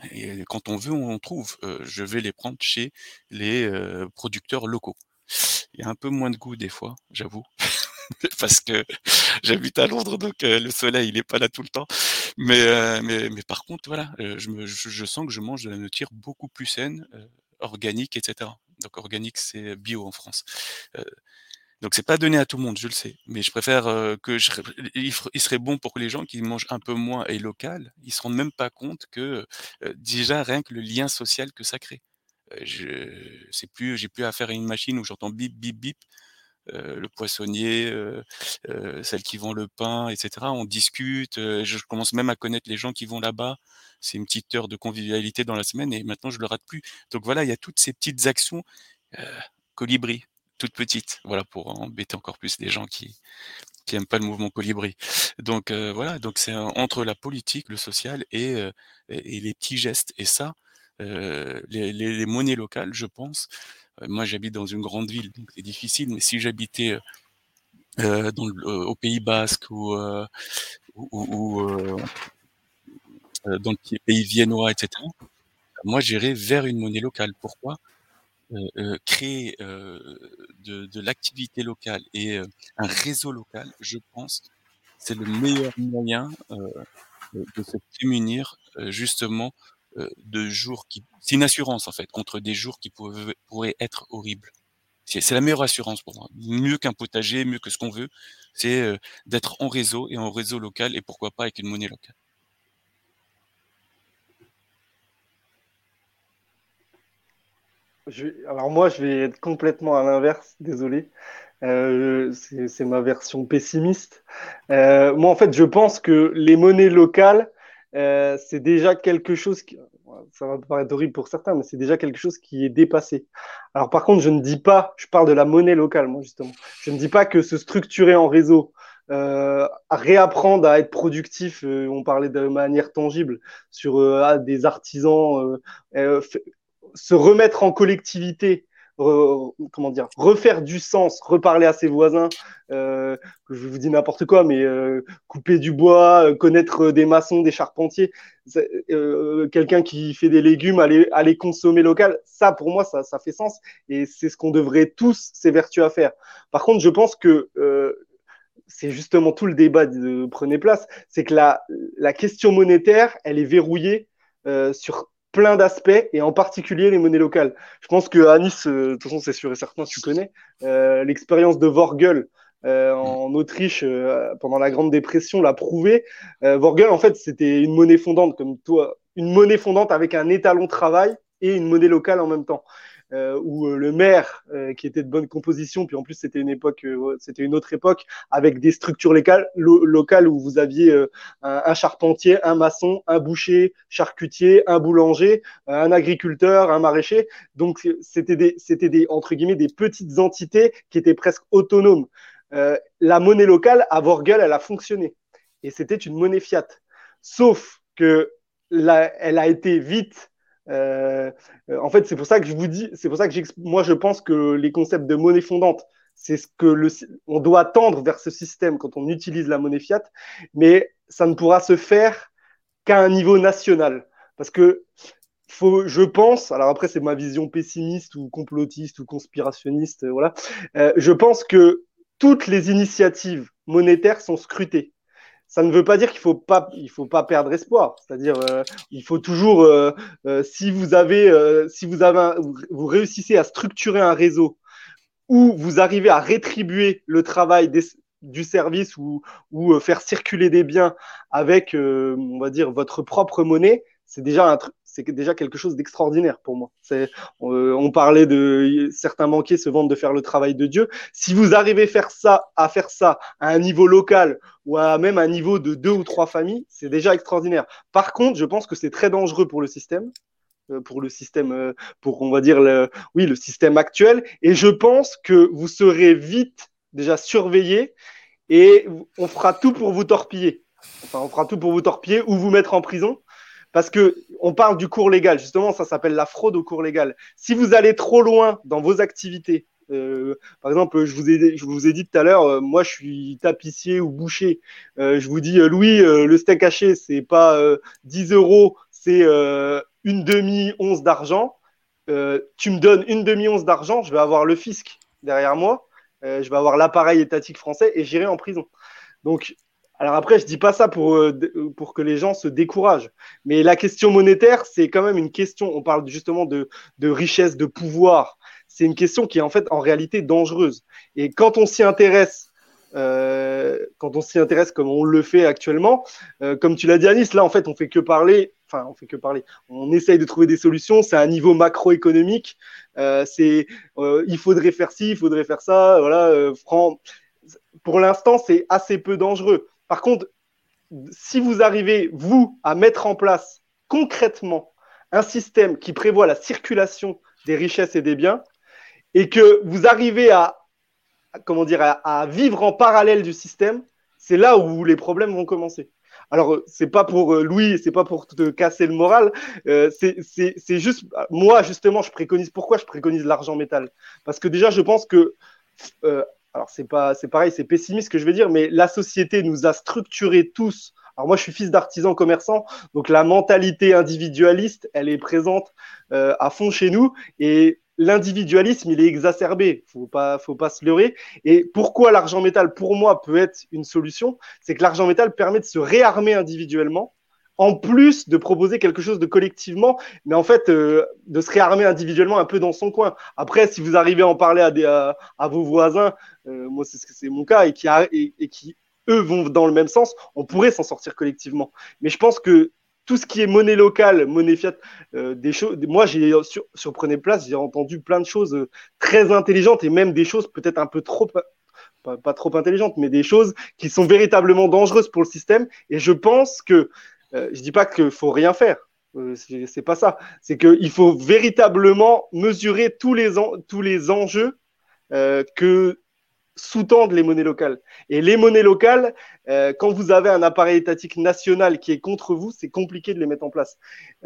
Et quand on veut, on trouve. Euh, je vais les prendre chez les euh, producteurs locaux. Il y a un peu moins de goût des fois, j'avoue, parce que j'habite à Londres, donc euh, le soleil, il est pas là tout le temps. Mais, euh, mais, mais par contre, voilà, euh, je, me, je, je sens que je mange de la nourriture beaucoup plus saine, euh, organique, et cetera. Donc organique, c'est bio en France. Euh, donc c'est pas donné à tout le monde, je le sais, mais je préfère euh, que je, il, fer- il serait bon pour que les gens qui mangent un peu moins et local, ils se rendent même pas compte que euh, déjà rien que le lien social que ça crée. Euh, je, c'est plus, j'ai plus affaire à une machine où j'entends bip bip bip, euh, le poissonnier, euh, euh, celle qui vend le pain, et cetera. On discute, euh, je commence même à connaître les gens qui vont là-bas. C'est une petite heure de convivialité dans la semaine et maintenant je le rate plus. Donc voilà, il y a toutes ces petites actions, euh, colibri, toutes petites, voilà, pour embêter encore plus les gens qui qui aiment pas le mouvement colibri. Donc euh, voilà, donc c'est un- entre la politique, le social et euh, et, et les petits gestes. Et ça, euh, les, les, les monnaies locales, je pense. euh, Moi, j'habite dans une grande ville, donc c'est difficile. Mais si j'habitais euh, dans le- euh, au Pays Basque ou euh, ou, ou, euh, euh, dans le petit pays viennois, et cetera. Moi, j'irais vers une monnaie locale. Pourquoi? Euh, euh, créer euh, de, de l'activité locale et euh, un réseau local, je pense, c'est le meilleur moyen euh, de de se prémunir euh, justement euh, de jours qui... C'est une assurance en fait contre des jours qui pourraient, pourraient être horribles. C'est c'est la meilleure assurance pour moi. Mieux qu'un potager, mieux que ce qu'on veut, c'est euh, d'être en réseau et en réseau local et pourquoi pas avec une monnaie locale. Je vais- alors moi, je vais être complètement à l'inverse, désolé. Euh, c'est, c'est ma version pessimiste. Euh, moi, en fait, je pense que les monnaies locales, euh, c'est déjà quelque chose qui, ça va paraître horrible pour certains, mais c'est déjà quelque chose qui est dépassé. Alors par contre, je ne dis pas, je parle de la monnaie locale, moi justement. Je ne dis pas que se structurer en réseau, euh, à réapprendre à être productif, euh, on parlait de manière tangible sur euh, ah, des artisans, euh, euh, se remettre en collectivité, re, comment dire, refaire du sens, reparler à ses voisins, euh, je vous dis n'importe quoi, mais euh, couper du bois, euh, connaître des maçons, des charpentiers, euh, quelqu'un qui fait des légumes, aller, aller consommer local, ça pour moi, ça, ça fait sens et c'est ce qu'on devrait tous s'évertuer à faire. Par contre, je pense que euh, c'est justement tout le débat de Prenez Place, c'est que la, la question monétaire, elle est verrouillée euh, sur plein d'aspects et en particulier les monnaies locales. Je pense que à Nice, euh, de toute façon c'est sûr et certain, tu connais euh, l'expérience de Vorgel euh, en Autriche euh, pendant la Grande Dépression l'a prouvé. Euh, Vorgel en fait c'était une monnaie fondante comme toi, une monnaie fondante avec un étalon travail et une monnaie locale en même temps. Euh, où euh, le maire, euh, qui était de bonne composition, puis en plus c'était une époque, euh, c'était une autre époque, avec des structures locales, lo- locales où vous aviez euh, un, un charpentier, un maçon, un boucher, charcutier, un boulanger, euh, un agriculteur, un maraîcher. Donc c'était des, c'était des entre guillemets des petites entités qui étaient presque autonomes. Euh, la monnaie locale à Vorgel, elle a fonctionné et c'était une monnaie fiat. Sauf que là, elle a été vite euh, en fait, c'est pour ça que je vous dis, c'est pour ça que moi je pense que les concepts de monnaie fondante, c'est ce que le, on doit tendre vers ce système quand on utilise la monnaie fiat, mais ça ne pourra se faire qu'à un niveau national, parce que faut, je pense, alors après c'est ma vision pessimiste ou complotiste ou conspirationniste, voilà, euh, je pense que toutes les initiatives monétaires sont scrutées. Ça ne veut pas dire qu'il faut pas, il faut pas perdre espoir. C'est-à-dire, euh, il faut toujours, euh, euh, si vous avez, euh, si vous avez, un, vous réussissez à structurer un réseau où vous arrivez à rétribuer le travail des, du service ou, ou faire circuler des biens avec, euh, on va dire, votre propre monnaie, c'est déjà un truc. C'est déjà quelque chose d'extraordinaire pour moi. C'est, euh, on parlait de certains banquiers se vantent de faire le travail de Dieu. Si vous arrivez faire ça, à faire ça à un niveau local ou à même un niveau de deux ou trois familles, c'est déjà extraordinaire. Par contre, je pense que c'est très dangereux pour le système, euh, pour le système, euh, pour on va dire le, oui, le système actuel. Et je pense que vous serez vite déjà surveillé et on fera tout pour vous torpiller. Enfin, on fera tout pour vous torpiller ou vous mettre en prison. Parce qu'on parle du cours légal, justement, ça s'appelle la fraude au cours légal. Si vous allez trop loin dans vos activités, euh, par exemple, je vous ai, je vous ai dit tout à l'heure, euh, moi je suis tapissier ou boucher. Euh, je vous dis, euh, Louis, euh, le steak haché, c'est pas euh, dix euros, c'est euh, une demi-once d'argent, euh, tu me donnes une demi-once d'argent, je vais avoir le fisc derrière moi, euh, je vais avoir l'appareil étatique français et j'irai en prison. Donc, alors après, je dis pas ça pour, euh, pour que les gens se découragent. Mais la question monétaire, c'est quand même une question, on parle justement de, de richesse, de pouvoir. C'est une question qui est en fait en réalité dangereuse. Et quand on s'y intéresse, euh, quand on s'y intéresse comme on le fait actuellement, euh, comme tu l'as dit Anis, là en fait on fait que parler, enfin on fait que parler, on essaye de trouver des solutions, c'est un niveau macroéconomique, euh, c'est euh, il faudrait faire ci, il faudrait faire ça, voilà, euh, franc. Pour l'instant c'est assez peu dangereux. Par contre, si vous arrivez, vous, à mettre en place concrètement un système qui prévoit la circulation des richesses et des biens, et que vous arrivez à, comment dire, à, à vivre en parallèle du système, c'est là où les problèmes vont commencer. Alors, c'est pas pour euh, Louis, c'est pas pour te casser le moral, euh, c'est, c'est, c'est juste, moi, justement, je préconise, pourquoi je préconise l'argent métal? Parce que déjà, je pense que, euh, alors c'est pas, c'est pareil, c'est pessimiste ce que je vais dire, mais la société nous a structurés tous. Alors moi, je suis fils d'artisan commerçant, donc la mentalité individualiste, elle est présente euh, à fond chez nous, et l'individualisme, il est exacerbé, faut pas, faut pas se leurrer. Et pourquoi l'argent métal, pour moi, peut être une solution, c'est que l'argent métal permet de se réarmer individuellement, en plus de proposer quelque chose de collectivement, mais en fait, euh, de se réarmer individuellement un peu dans son coin. Après, si vous arrivez à en parler à, des, à, à vos voisins, euh, moi, c'est, c'est mon cas, et qui, a, et, et qui, eux, vont dans le même sens, on pourrait s'en sortir collectivement. Mais je pense que tout ce qui est monnaie locale, monnaie fiat, euh, des choses. Moi, j'ai sur, sur Prenez Place, j'ai entendu plein de choses euh, très intelligentes et même des choses peut-être un peu trop, pas, pas trop intelligentes, mais des choses qui sont véritablement dangereuses pour le système. Et je pense que, euh, je dis pas qu'il faut rien faire. Euh, c'est, c'est pas ça. C'est qu'il faut véritablement mesurer tous les en, tous les enjeux euh, que sous-tendent les monnaies locales. Et les monnaies locales, euh, quand vous avez un appareil étatique national qui est contre vous, c'est compliqué de les mettre en place.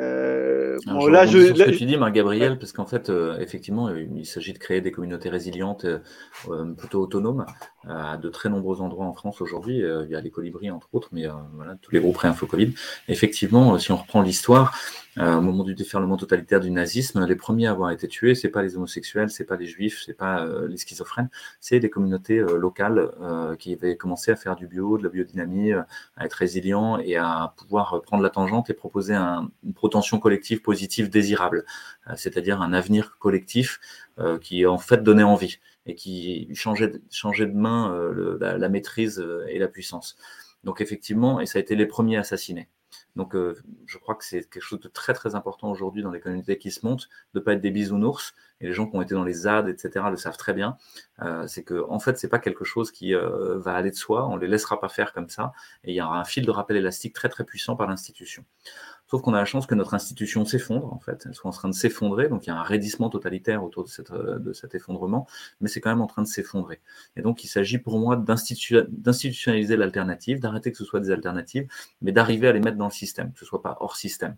Euh, Alors, bon, je là, rebondis je, sur ce là, que je- tu dis, Marc-Gabriel, ouais. parce qu'en fait, euh, effectivement, euh, il s'agit de créer des communautés résilientes, euh, euh, plutôt autonomes, euh, à de très nombreux endroits en France aujourd'hui. Euh, il y a les colibris, entre autres, mais euh, voilà, tous les groupes pré-info Covid. Effectivement, euh, si on reprend l'histoire, euh, au moment du déferlement totalitaire du nazisme, les premiers à avoir été tués, c'est pas les homosexuels, c'est pas les juifs, c'est pas euh, les schizophrènes, c'est des communautés euh, locales euh, qui avaient commencé à faire du bio, de la biodynamie, euh, à être résilients et à pouvoir prendre la tangente et proposer un, une protension collective positive désirable, euh, c'est-à-dire un avenir collectif euh, qui en fait donnait envie et qui changeait, changeait de main euh, le, la, la maîtrise euh, et la puissance. Donc effectivement, et ça a été les premiers assassinés. Donc euh, je crois que c'est quelque chose de très très important aujourd'hui dans les communautés qui se montent, de ne pas être des bisounours, et les gens qui ont été dans les Z A D, et cetera, le savent très bien, euh, c'est que en fait c'est pas quelque chose qui euh, va aller de soi, on les laissera pas faire comme ça, et il y aura un fil de rappel élastique très très puissant par l'institution. Sauf qu'on a la chance que notre institution s'effondre, en fait, elle soit en train de s'effondrer, donc il y a un raidissement totalitaire autour de, cette, de cet effondrement, mais c'est quand même en train de s'effondrer. Et donc il s'agit pour moi d'institu- d'institutionnaliser l'alternative, d'arrêter que ce soit des alternatives, mais d'arriver à les mettre dans le système, que ce ne soit pas hors système.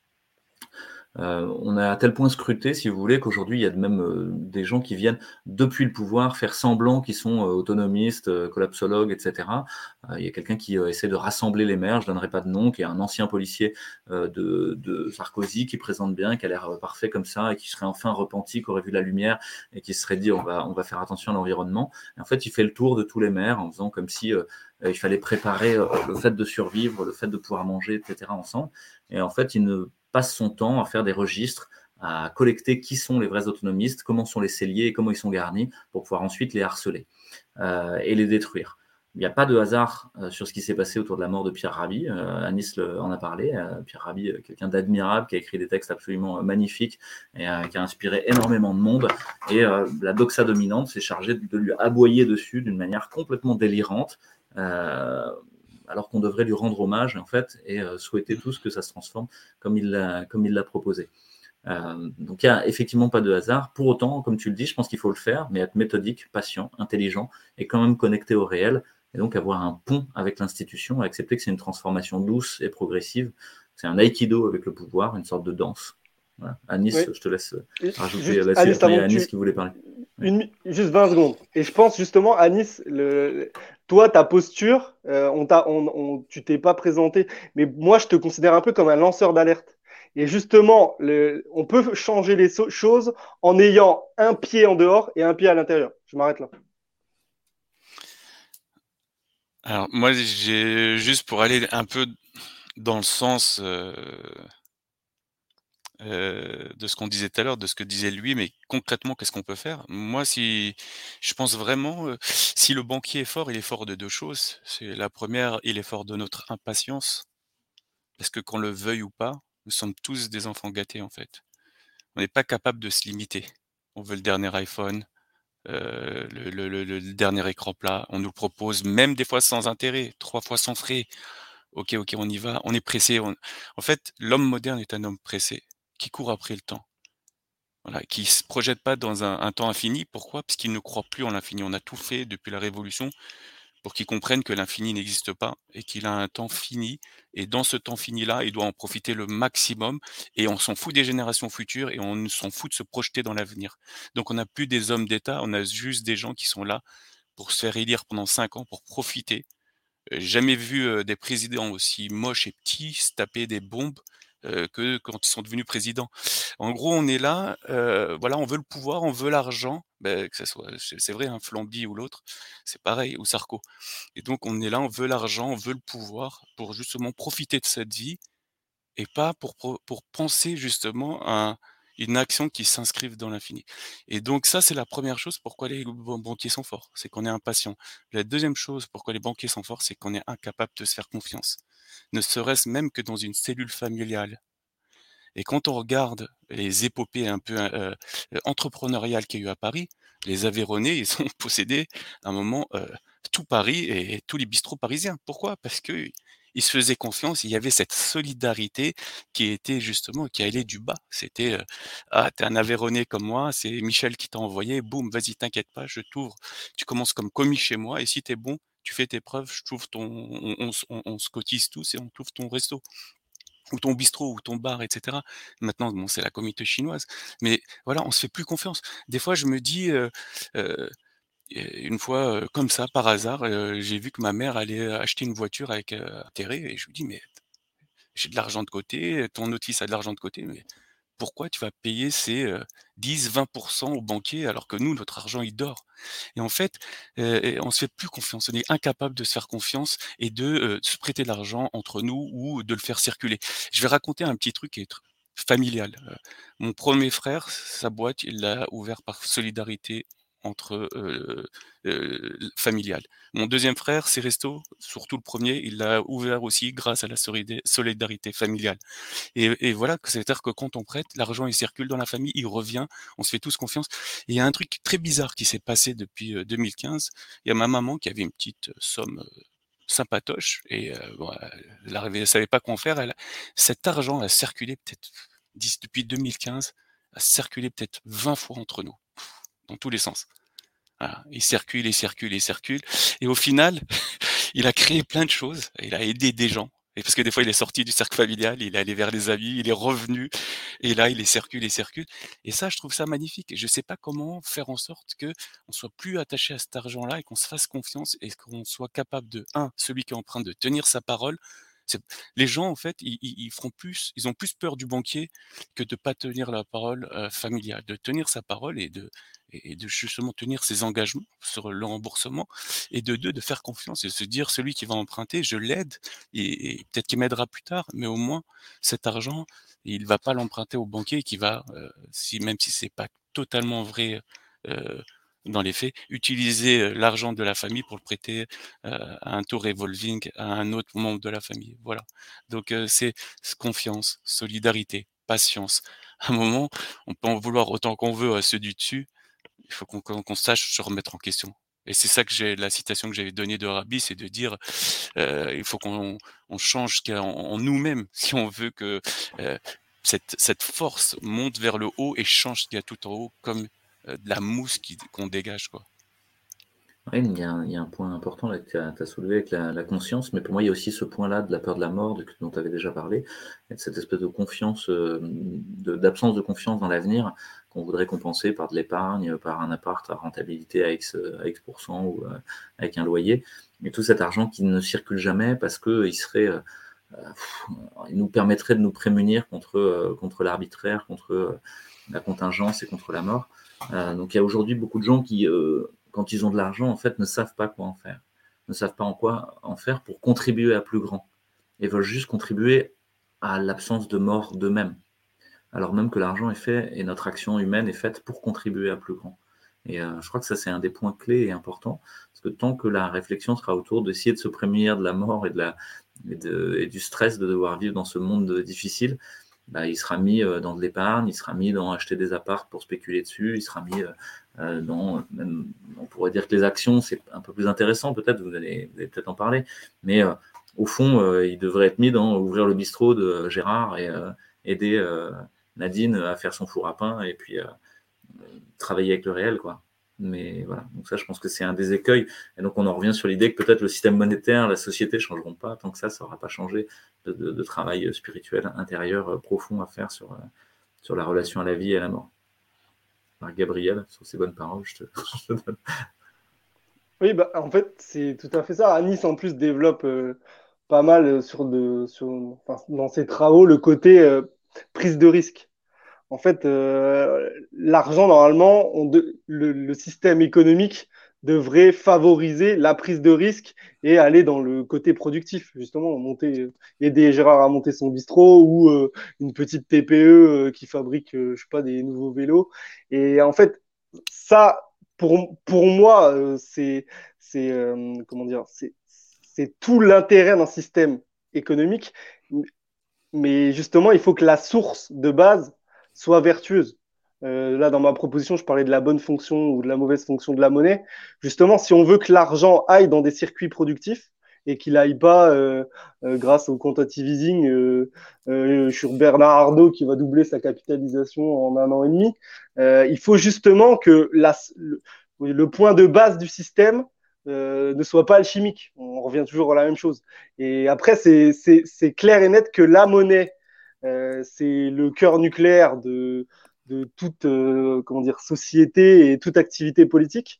Euh, on a à tel point scruté, si vous voulez, qu'aujourd'hui, il y a même euh, des gens qui viennent depuis le pouvoir faire semblant qu'ils sont euh, autonomistes, euh, collapsologues, et cetera. Euh, il y a quelqu'un qui euh, essaie de rassembler les maires, je ne donnerai pas de nom, qui est un ancien policier euh, de, de Sarkozy, qui présente bien, qui a l'air euh, parfait comme ça, et qui serait enfin repenti, qui aurait vu la lumière, et qui se serait dit on va, on va faire attention à l'environnement. Et en fait, il fait le tour de tous les maires en faisant comme si euh, il fallait préparer euh, le fait de survivre, le fait de pouvoir manger, et cetera ensemble. Et en fait, il ne passe son temps à faire des registres, à collecter qui sont les vrais autonomistes, comment sont les celliers et comment ils sont garnis pour pouvoir ensuite les harceler euh, et les détruire. Il n'y a pas de hasard euh, sur ce qui s'est passé autour de la mort de Pierre Rabhi. Euh, Anis le, en a parlé. Euh, Pierre Rabhi, euh, quelqu'un d'admirable, qui a écrit des textes absolument euh, magnifiques et euh, qui a inspiré énormément de monde. Et euh, la doxa dominante s'est chargée de lui aboyer dessus d'une manière complètement délirante. Euh, alors qu'on devrait lui rendre hommage en fait et euh, souhaiter tous que ça se transforme comme il l'a, comme il l'a proposé. Euh, donc il n'y a effectivement pas de hasard. Pour autant, comme tu le dis, je pense qu'il faut le faire, mais être méthodique, patient, intelligent et quand même connecté au réel, et donc avoir un pont avec l'institution, accepter que c'est une transformation douce et progressive. C'est un aïkido avec le pouvoir, une sorte de danse. Voilà. Anis, Oui. je te laisse rajouter Juste, là-dessus. Anis, Après, il y a avant que Anis tu- qui voulait parler. Oui. Une, juste vingt secondes. Et je pense justement, Anis, le, toi, ta posture, euh, on t'a, on, on- tu t'es pas présenté, mais moi, je te considère un peu comme un lanceur d'alerte. Et justement, le, on peut changer les so- choses en ayant un pied en dehors et un pied à l'intérieur. Je m'arrête là. Alors moi, j'ai juste pour aller un peu dans le sens euh, euh, de ce qu'on disait tout à l'heure, de ce que disait lui, mais concrètement, qu'est-ce qu'on peut faire? Moi, si je pense vraiment, euh, si le banquier est fort, il est fort de deux choses. C'est la première, il est fort de notre impatience, parce que qu'on le veuille ou pas, nous sommes tous des enfants gâtés en fait. On n'est pas capable de se limiter. On veut le dernier iPhone, euh, le, le- le- le dernier écran plat. On nous le propose même des fois sans intérêt, trois fois sans frais. Ok, ok, on y va. On est pressé. on- En fait, l'homme moderne est un homme pressé, qui court après le temps. Voilà, qui se projette pas dans un, un temps infini. Pourquoi? Parce qu'il ne croit plus en l'infini. On a tout fait depuis la Révolution pour qu'il comprenne que l'infini n'existe pas et qu'il a un temps fini. Et dans ce temps fini-là, il doit en profiter le maximum. Et on s'en fout des générations futures et on s'en fout de se projeter dans l'avenir. Donc on n'a plus des hommes d'État, on a juste des gens qui sont là pour se faire élire pendant cinq ans, pour profiter. Euh, J'ai jamais vu euh, des présidents aussi moches et petits se taper des bombes euh, que quand ils sont devenus présidents. En gros, on est là, euh, voilà, on veut le pouvoir, on veut l'argent, ben, que ça soit, c'est c'est vrai, un Flamby ou l'autre, c'est pareil, ou Sarko. Et donc, on est là, on veut l'argent, on veut le pouvoir pour justement profiter de cette vie et pas pour, pro- pour penser justement à une action qui s'inscrive dans l'infini. Et donc ça, c'est la première chose pourquoi les ban- banquiers sont forts, c'est qu'on est impatient. La deuxième chose pourquoi les banquiers sont forts, c'est qu'on est incapable de se faire confiance. Ne serait-ce même que dans une cellule familiale. Et quand on regarde les épopées un peu euh, euh, entrepreneuriales qu'il y a eu à Paris, les Aveyronnais, ils ont possédé à un moment euh, tout Paris et, et tous les bistrots parisiens. Pourquoi? Parce que ils se faisaient confiance, il y avait cette solidarité qui était justement, qui allait du bas. C'était, euh, ah, t'es un Aveyronnais comme moi, c'est Michel qui t'a envoyé, boum, vas-y, t'inquiète pas, je t'ouvre. Tu commences comme commis chez moi, et si t'es bon, tu fais tes preuves, je t'ouvre ton, on, on, on- on se cotise tous et on t'ouvre ton resto ou ton bistrot ou ton bar, et cetera. Maintenant, bon, c'est la communauté chinoise, mais voilà, on se fait plus confiance. Des fois, je me dis, heu heu, une fois, heu, comme ça, par hasard, heu, j'ai vu que ma mère allait acheter une voiture avec, heu, intérêt et je lui dis: «Mais j'ai de l'argent de côté, ton notice a de l'argent de côté, mais pourquoi tu vas payer ces, heu, dix vingt au banquier alors que nous, notre argent, il dort?» Et en fait, heu et on se fait plus confiance. On est incapable de se faire confiance et de, heu, se prêter de l'argent entre nous ou de le faire circuler. Je vais raconter un petit truc qui est tr familial. Heu, mon premier frère, sa boîte, il l'a ouvert par solidarité entre, heu heu, familiale. Mon deuxième frère, ses restos, surtout le premier, il l'a ouvert aussi grâce à la solidé solidarité familiale. Et et voilà, que c'est-à-dire que quand on prête, l'argent il circule dans la famille, il revient, on se fait tous confiance. Et il y a un truc très bizarre qui s'est passé depuis, heu, deux mille quinze. Il y a ma maman qui avait une petite, heu, somme, heu, sympatoche et heu, bon, elle arrivait elle savait pas quoi en faire. Elle cet argent a circulé peut-être d'ici depuis deux mille quinze, a circulé peut-être vingt fois entre nous, dans tous les sens. Voilà, il circule, il circule, il circule et au final, il a créé plein de choses, il a aidé des gens. Et parce que des fois, il est sorti du cercle familial, il est allé vers les amis, il est revenu, et là, il est circule et circule. Et ça, je trouve ça magnifique. Et je sais pas comment faire en sorte que on soit plus attaché à cet argent-là et qu'on se fasse confiance et qu'on soit capable de, un, celui qui est en train de tenir sa parole. C'est- Les gens, en fait, ils, ils, ils feront plus, ils ont plus peur du banquier que de pas tenir la parole euh, familiale, de tenir sa parole et de, et et de justement tenir ses engagements sur le remboursement et de deux, de faire confiance et se dire celui qui va emprunter, je l'aide et, et peut-être qu'il m'aidera plus tard, mais au moins cet argent, il va pas l'emprunter au banquier qui va, euh, si même si c'est pas totalement vrai euh, dans les faits, utiliser euh, l'argent de la famille pour le prêter euh, à un taux revolving à un autre membre de la famille. Voilà. Donc euh, c'est c'est confiance, solidarité, patience. À un moment, on peut en vouloir autant qu'on veut à ceux du dessus, il faut qu'on qu'on qu'on sache se remettre en question. Et c'est ça que j'ai la citation que j'avais donnée de Rabbi, c'est de dire, heu, il faut qu'on on change ce qu'il y a en en nous-mêmes si on veut que, heu, cette cette force monte vers le haut et change ce qu'il y a tout en haut comme, heu, de la mousse qui qu'on dégage, quoi. Ouais, il y a un, il y a un point important là que tu as, soulevé avec la, la conscience, mais pour moi, il y a aussi ce point-là de la peur de la mort de- dont tu avais déjà parlé, et de cette espèce de confiance, euh, de- d'absence de confiance dans l'avenir qu'on voudrait compenser par de l'épargne, par un appart à rentabilité à X, à X ou euh, avec un loyer, mais tout cet argent qui ne circule jamais parce qu'il serait euh, pff, il nous permettrait de nous prémunir contre, euh, contre l'arbitraire, contre euh, la contingence et contre la mort. Euh, donc il y a aujourd'hui beaucoup de gens qui, euh, quand ils ont de l'argent, en fait, ne savent pas quoi en faire, ne savent pas en quoi en faire pour contribuer à plus grand, et veulent juste contribuer à l'absence de mort d'eux-mêmes, alors même que l'argent est fait et notre action humaine est faite pour contribuer à plus grand. Et euh, je crois que ça, c'est un des points clés et importants, parce que tant que la réflexion sera autour d'essayer de se prémunir de la mort et, de la, et, de, et du stress de devoir vivre dans ce monde difficile, bah, il sera mis euh, dans de l'épargne, il sera mis dans acheter des apparts pour spéculer dessus, il sera mis euh, dans, même, on pourrait dire que les actions, c'est un peu plus intéressant, peut-être, vous allez, vous allez peut-être en parler, mais euh, au fond, euh, il devrait être mis dans ouvrir le bistrot de Gérard et euh, aider euh, Nadine à faire son four à pain, et puis euh, travailler avec le réel, quoi. Mais voilà, donc ça, je pense que c'est un des écueils. Et donc, on en revient sur l'idée que peut-être le système monétaire, la société ne changeront pas. Tant que ça, ça n'aura pas changé de, de, de travail spirituel intérieur profond à faire sur, sur la relation à la vie et à la mort. Alors, Gabriel, sur ces bonnes paroles, je te, je te donne. Oui, bah, en fait, c'est tout à fait ça. Anis, en plus, développe euh, pas mal sur de, sur, enfin, dans ses travaux le côté euh, prise de risque. En fait, euh, l'argent, normalement, on de, le, le système économique devrait favoriser la prise de risque et aller dans le côté productif, justement, monter, aider Gérard à monter son bistrot ou euh, une petite T P E euh, qui fabrique, euh, je sais pas, des nouveaux vélos. Et en fait, ça, pour, pour moi, euh, c'est, c'est euh, comment dire, c'est, c'est tout l'intérêt d'un système économique. Mais justement, il faut que la source de base soit vertueuse. Euh, là, dans ma proposition, je parlais de la bonne fonction ou de la mauvaise fonction de la monnaie. Justement, si on veut que l'argent aille dans des circuits productifs et qu'il aille pas euh, euh, grâce au quantitative easing euh, euh, sur Bernard Arnault qui va doubler sa capitalisation en un an et demi, euh, il faut justement que la, le, le point de base du système euh, ne soit pas alchimique. On revient toujours à la même chose. Et après, c'est, c'est, c'est clair et net que la monnaie, euh, c'est le cœur nucléaire de, de toute euh, comment dire, société et toute activité politique.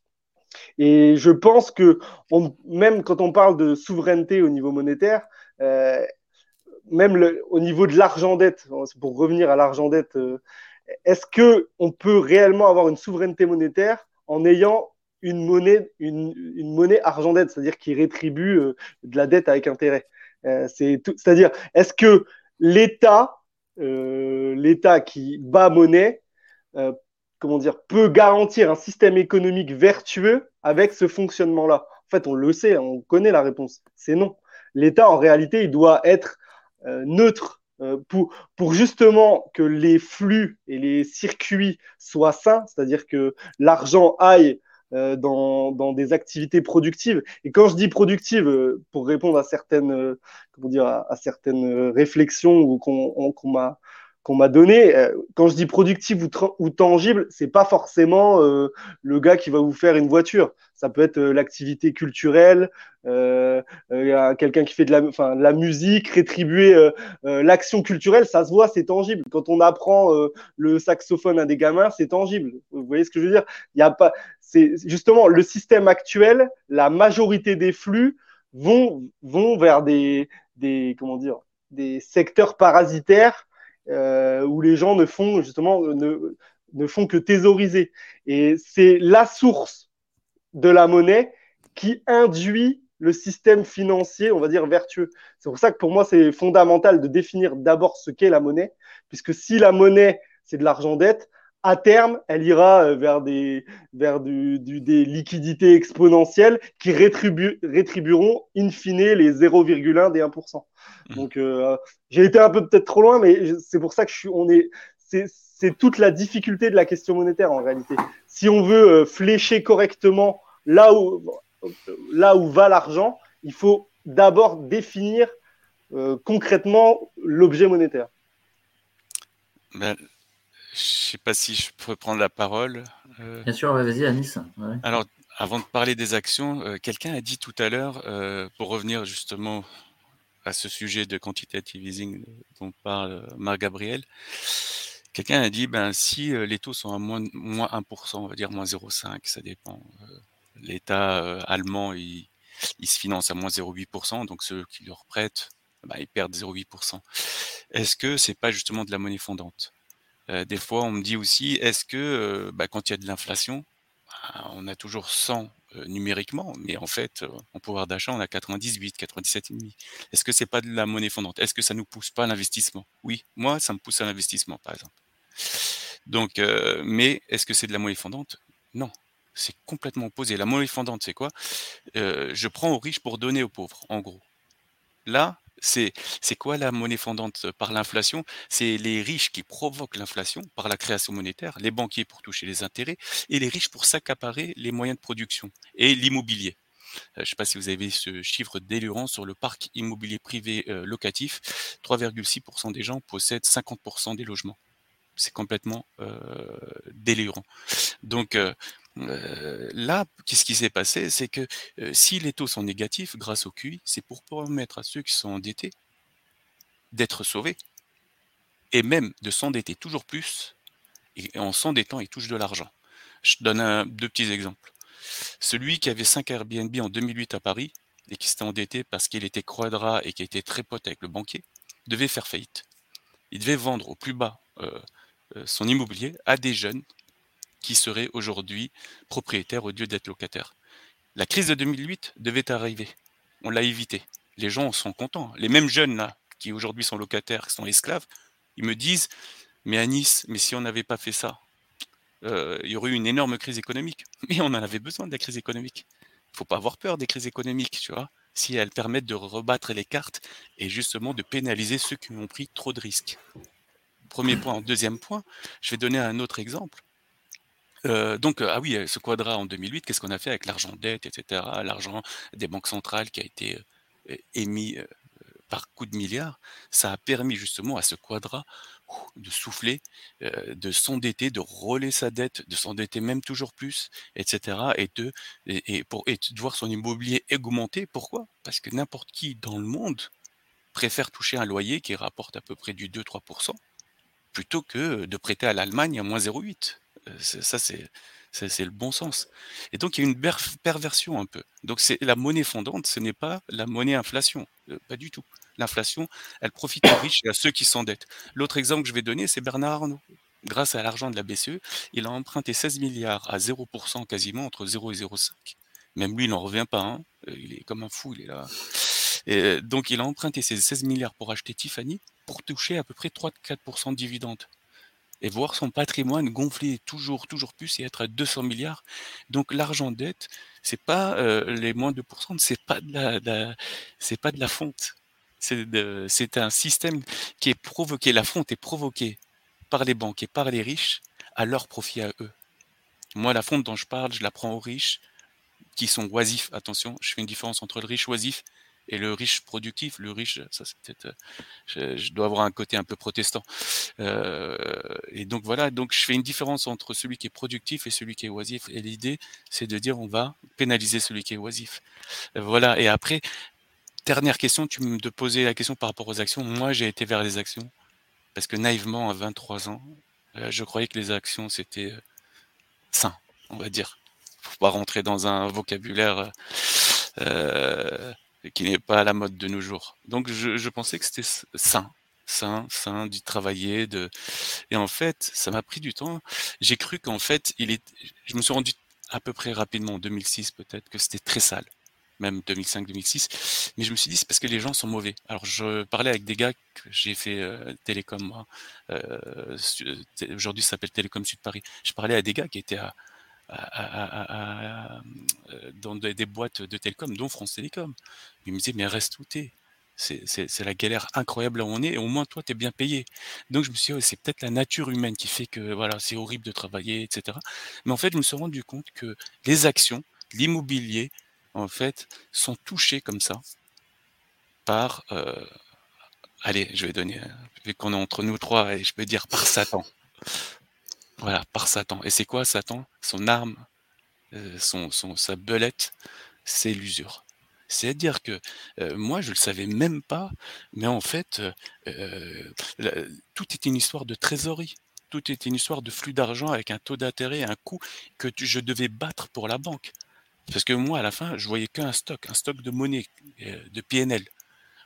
Et je pense que on, même quand on parle de souveraineté au niveau monétaire, euh, même le, au niveau de l'argent-dette, pour revenir à l'argent-dette, euh, est-ce qu'on peut réellement avoir une souveraineté monétaire en ayant une monnaie, une, une monnaie argent-dette, c'est-à-dire qui rétribue euh, de la dette avec intérêt. Euh, c'est tout, c'est-à-dire, est-ce que l'État, euh, l'État qui bat monnaie, euh, comment dire, peut garantir un système économique vertueux avec ce fonctionnement-là? En fait, on le sait, on connaît la réponse. C'est non. L'État, en réalité, il doit être euh, neutre euh, pour, pour justement que les flux et les circuits soient sains, c'est-à-dire que l'argent aille euh, dans, dans des activités productives. Et quand je dis productives, euh, pour répondre à certaines, euh, comment dire, à, à certaines réflexions qu'on, on, qu'on m'a qu'on m'a donné, euh, quand je dis productif ou, tra- ou tangible, c'est pas forcément euh, le gars qui va vous faire une voiture. Ça peut être euh, l'activité culturelle, euh, euh, quelqu'un qui fait de la, enfin, de la musique, rétribuer euh, euh, l'action culturelle, ça se voit, c'est tangible. Quand on apprend euh, le saxophone à des gamins, c'est tangible. Vous voyez ce que je veux dire? Il y a pas, c'est justement le système actuel, la majorité des flux vont vont vers des des comment dire des secteurs parasitaires euh, où les gens ne font justement ne, ne font que thésauriser. Et c'est la source de la monnaie qui induit le système financier, on va dire, vertueux. C'est pour ça que pour moi, c'est fondamental de définir d'abord ce qu'est la monnaie, puisque si la monnaie, c'est de l'argent dette, à terme, elle ira vers des, vers du, du, des liquidités exponentielles qui rétribu, rétribueront in fine les zéro virgule un des un pour cent. Donc, euh, j'ai été un peu peut-être trop loin, mais c'est pour ça que je suis, on est, c'est, c'est toute la difficulté de la question monétaire en réalité. Si on veut euh, flécher correctement là où, là où va l'argent, il faut d'abord définir euh, concrètement l'objet monétaire. Ben, je ne sais pas si je peux prendre la parole. Euh, Bien sûr, ouais, vas-y, Anis. Ouais. Alors, avant de parler des actions, euh, quelqu'un a dit tout à l'heure, euh, pour revenir justement à ce sujet de quantitative easing dont parle euh, Marc Gabriel, quelqu'un a dit, ben, si euh, les taux sont à moins, moins un pour cent, on va dire moins zéro virgule cinq, ça dépend. Euh, L'État euh, allemand, il, il se finance à moins zéro virgule huit pour cent, donc ceux qui leur prêtent bah, ils perdent zéro virgule huit pour cent. Est-ce que c'est pas justement de la monnaie fondante? Euh, Des fois, on me dit aussi, est-ce que euh, bah, quand il y a de l'inflation, bah, on a toujours cent euh, numériquement, mais en fait, euh, en pouvoir d'achat, on a quatre-vingt-dix-huit, quatre-vingt-dix-sept virgule cinq. Est-ce que c'est pas de la monnaie fondante? Est-ce que ça nous pousse pas à l'investissement? Oui, moi, ça me pousse à l'investissement, par exemple. Donc, euh, mais est-ce que c'est de la monnaie fondante? Non, c'est complètement opposé. La monnaie fondante, c'est quoi? Euh, Je prends aux riches pour donner aux pauvres, en gros. Là, c'est c'est quoi la monnaie fondante par l'inflation? C'est les riches qui provoquent l'inflation par la création monétaire, les banquiers pour toucher les intérêts et les riches pour s'accaparer les moyens de production et l'immobilier. Euh, je ne sais pas si vous avez ce chiffre délirant sur le parc immobilier privé euh, locatif. trois virgule six pour cent des gens possèdent cinquante pour cent des logements. C'est complètement euh, délirant. Donc euh, euh, là, qu'est-ce qui s'est passé? C'est que euh, si les taux sont négatifs grâce au Q I, c'est pour permettre à ceux qui sont endettés d'être sauvés et même de s'endetter toujours plus. Et en s'endettant, ils touchent de l'argent. Je donne un, deux petits exemples. Celui qui avait cinq Airbnb en deux mille huit à Paris et qui s'était endetté parce qu'il était quadra et qui était très pote avec le banquier, devait faire faillite. Il devait vendre au plus bas euh, euh, son immobilier à des jeunes qui seraient aujourd'hui propriétaires au lieu d'être locataires. La crise de deux mille huit devait arriver. On l'a évité. Les gens en sont contents. Les mêmes jeunes là, qui aujourd'hui sont locataires, qui sont esclaves, ils me disent « Mais à Nice, mais si on n'avait pas fait ça, euh, il y aurait eu une énorme crise économique. » Mais on en avait besoin de la crise économique. Il ne faut pas avoir peur des crises économiques, tu vois, si elles permettent de rebattre les cartes et justement de pénaliser ceux qui ont pris trop de risques. Premier point. Deuxième point, je vais donner un autre exemple. Euh, donc, euh, ah oui, euh, ce quadra en deux mille huit, qu'est-ce qu'on a fait avec l'argent de dette, et cetera, l'argent des banques centrales qui a été euh, émis euh, par coups de milliards, ça a permis justement à ce quadra ouf, de souffler, euh, de s'endetter, de rôler sa dette, de s'endetter même toujours plus, et cetera, et de, et, et pour, et de voir son immobilier augmenter. Pourquoi? Parce que n'importe qui dans le monde préfère toucher un loyer qui rapporte à peu près du deux à trois pour cent plutôt que de prêter à l'Allemagne à moins zéro virgule huit. Euh, c'est- Ça, c'est c'est c'est le bon sens. Et donc, il y a une berf- perversion un peu. Donc, c'est la monnaie fondante, ce n'est pas la monnaie inflation. Euh, pas du tout. L'inflation, elle profite aux riches et à ceux qui s'endettent. L'autre exemple que je vais donner, c'est Bernard Arnault. Grâce à l'argent de la B C E, il a emprunté seize milliards à zéro pour cent quasiment, entre zéro et zéro virgule cinq. Même lui, il n'en revient pas. Hein. Euh, Il est comme un fou, il est là. Et euh, donc, il a emprunté ces seize milliards pour acheter Tiffany pour toucher à peu près trois à quatre pour cent de dividendes et voir son patrimoine gonfler toujours, toujours plus et être à deux cents milliards. Donc l'argent de dette, c'est pas euh, les moins deux pour cent, c'est pas de la, de la- c'est pas de la fonte. C'est de- c'est un système qui est provoqué. La fonte est provoquée par les banques et par les riches à leur profit à eux. Moi, la fonte dont je parle, je la prends aux riches qui sont oisifs. Attention, je fais une différence entre le riche oisif et le riche productif. Le riche, ça c'est peut-être, euh, je, je dois avoir un côté un peu protestant. Euh, et donc voilà, donc je fais une différence entre celui qui est productif et celui qui est oisif. Et l'idée, c'est de dire on va pénaliser celui qui est oisif. Euh, Voilà. Et après, dernière question, tu me posais la question par rapport aux actions. Moi, j'ai été vers les actions parce que naïvement, à vingt-trois ans, euh, je croyais que les actions c'était euh, sain, on va dire. Faut pas rentrer dans un vocabulaire euh, qui n'est pas à la mode de nos jours. Donc je, je pensais que c'était s- sain, sain, sain, d'y travailler, de... et en fait, ça m'a pris du temps. J'ai cru qu'en fait, il est, je me suis rendu à peu près rapidement en deux mille six peut-être que c'était très sale, même deux mille cinq, deux mille six. Mais je me suis dit c'est parce que les gens sont mauvais. Alors je parlais avec des gars que j'ai fait euh, télécom moi. Euh, su- t- aujourd'hui ça s'appelle Télécom Sud Paris. Je parlais à des gars qui étaient à à, à- à- à- euh, dans des, des boîtes de télécom, dont France Télécom. Il me disait, mais reste où t'es. C'est, c'est, c'est la galère incroyable là où on est, et au moins toi, t'es bien payé. Donc je me suis dit, ouais, c'est peut-être la nature humaine qui fait que voilà, c'est horrible de travailler, et cetera. Mais en fait, je me suis rendu compte que les actions, l'immobilier, en fait, sont touchés comme ça par, euh, allez, je vais donner, euh, vu qu'on est entre nous trois, et je peux dire par Satan. Voilà, par Satan. Et c'est quoi Satan? Son arme, euh, son, son, sa belette, c'est l'usure. C'est-à-dire que euh, moi, je ne le savais même pas, mais en fait, euh, euh, la- tout est une histoire de trésorerie. Tout est une histoire de flux d'argent avec un taux d'intérêt, un coût que tu- je devais battre pour la banque. Parce que moi, à la fin, je voyais qu'un stock, un stock de monnaie, euh, de P N L.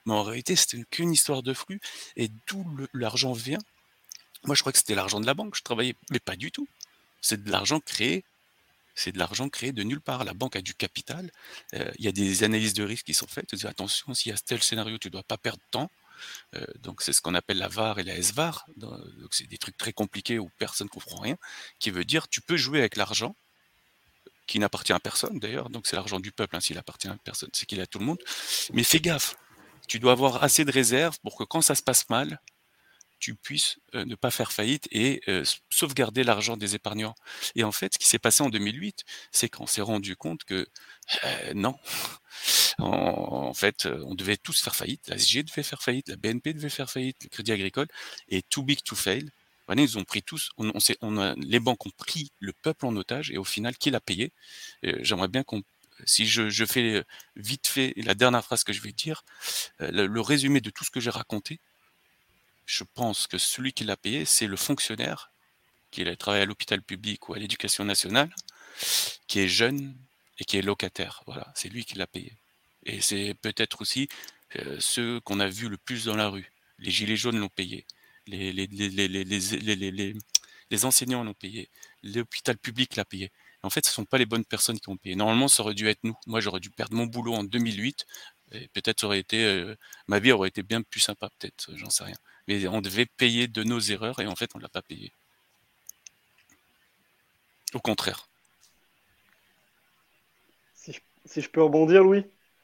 mais en réalité, c'était qu'une histoire de flux, et d'où le- l'argent vient. Moi, je crois que c'était l'argent de la banque, je travaillais, mais pas du tout. C'est de l'argent créé, c'est de l'argent créé de nulle part. La banque a du capital, euh, il y a des analyses de risque qui sont faites, tu dis attention, s'il y a tel scénario, tu dois pas perdre de temps. Euh, donc c'est ce qu'on appelle la V A R et la S V A R, dans- donc c'est des trucs très compliqués où personne ne comprend rien, qui veut dire tu peux jouer avec l'argent, qui n'appartient à personne d'ailleurs, donc c'est l'argent du peuple, hein, s'il appartient à personne, c'est qu'il est à tout le monde, mais fais gaffe, tu dois avoir assez de réserves pour que quand ça se passe mal, tu puisses euh, ne pas faire faillite et euh, s- sauvegarder l'argent des épargnants. Et en fait, ce qui s'est passé en deux mille huit, c'est qu'on s'est rendu compte que euh, non, en, en fait, euh, on devait tous faire faillite. La S G devait faire faillite, la B N P devait faire faillite, le Crédit Agricole, et too big to fail. Voilà, ils ont pris tous, on, on s'est- on a, les banques ont pris le peuple en otage, et au final, qui l'a payé? Euh, J'aimerais bien qu'on, si je, je fais euh, vite fait la dernière phrase que je vais dire, euh, le, le résumé de tout ce que j'ai raconté, je pense que celui qui l'a payé, c'est le fonctionnaire qui a travaillé à l'hôpital public ou à l'éducation nationale, qui est jeune et qui est locataire. Voilà, c'est lui qui l'a payé. Et c'est peut-être aussi euh, ceux qu'on a vus le plus dans la rue. Les gilets jaunes l'ont payé. Les, les, les, les, les, les, les, les, les, les enseignants l'ont payé. L'hôpital public l'a payé. En fait, ce ne sont pas les bonnes personnes qui ont payé. Normalement, ça aurait dû être nous. Moi, j'aurais dû perdre mon boulot en deux mille huit. Et peut-être ça aurait été, euh, ma vie aurait été bien plus sympa, peut-être, j'en sais rien. Mais on devait payer de nos erreurs et en fait, on ne l'a pas payé. Au contraire. Si je, si je peux rebondir, Louis.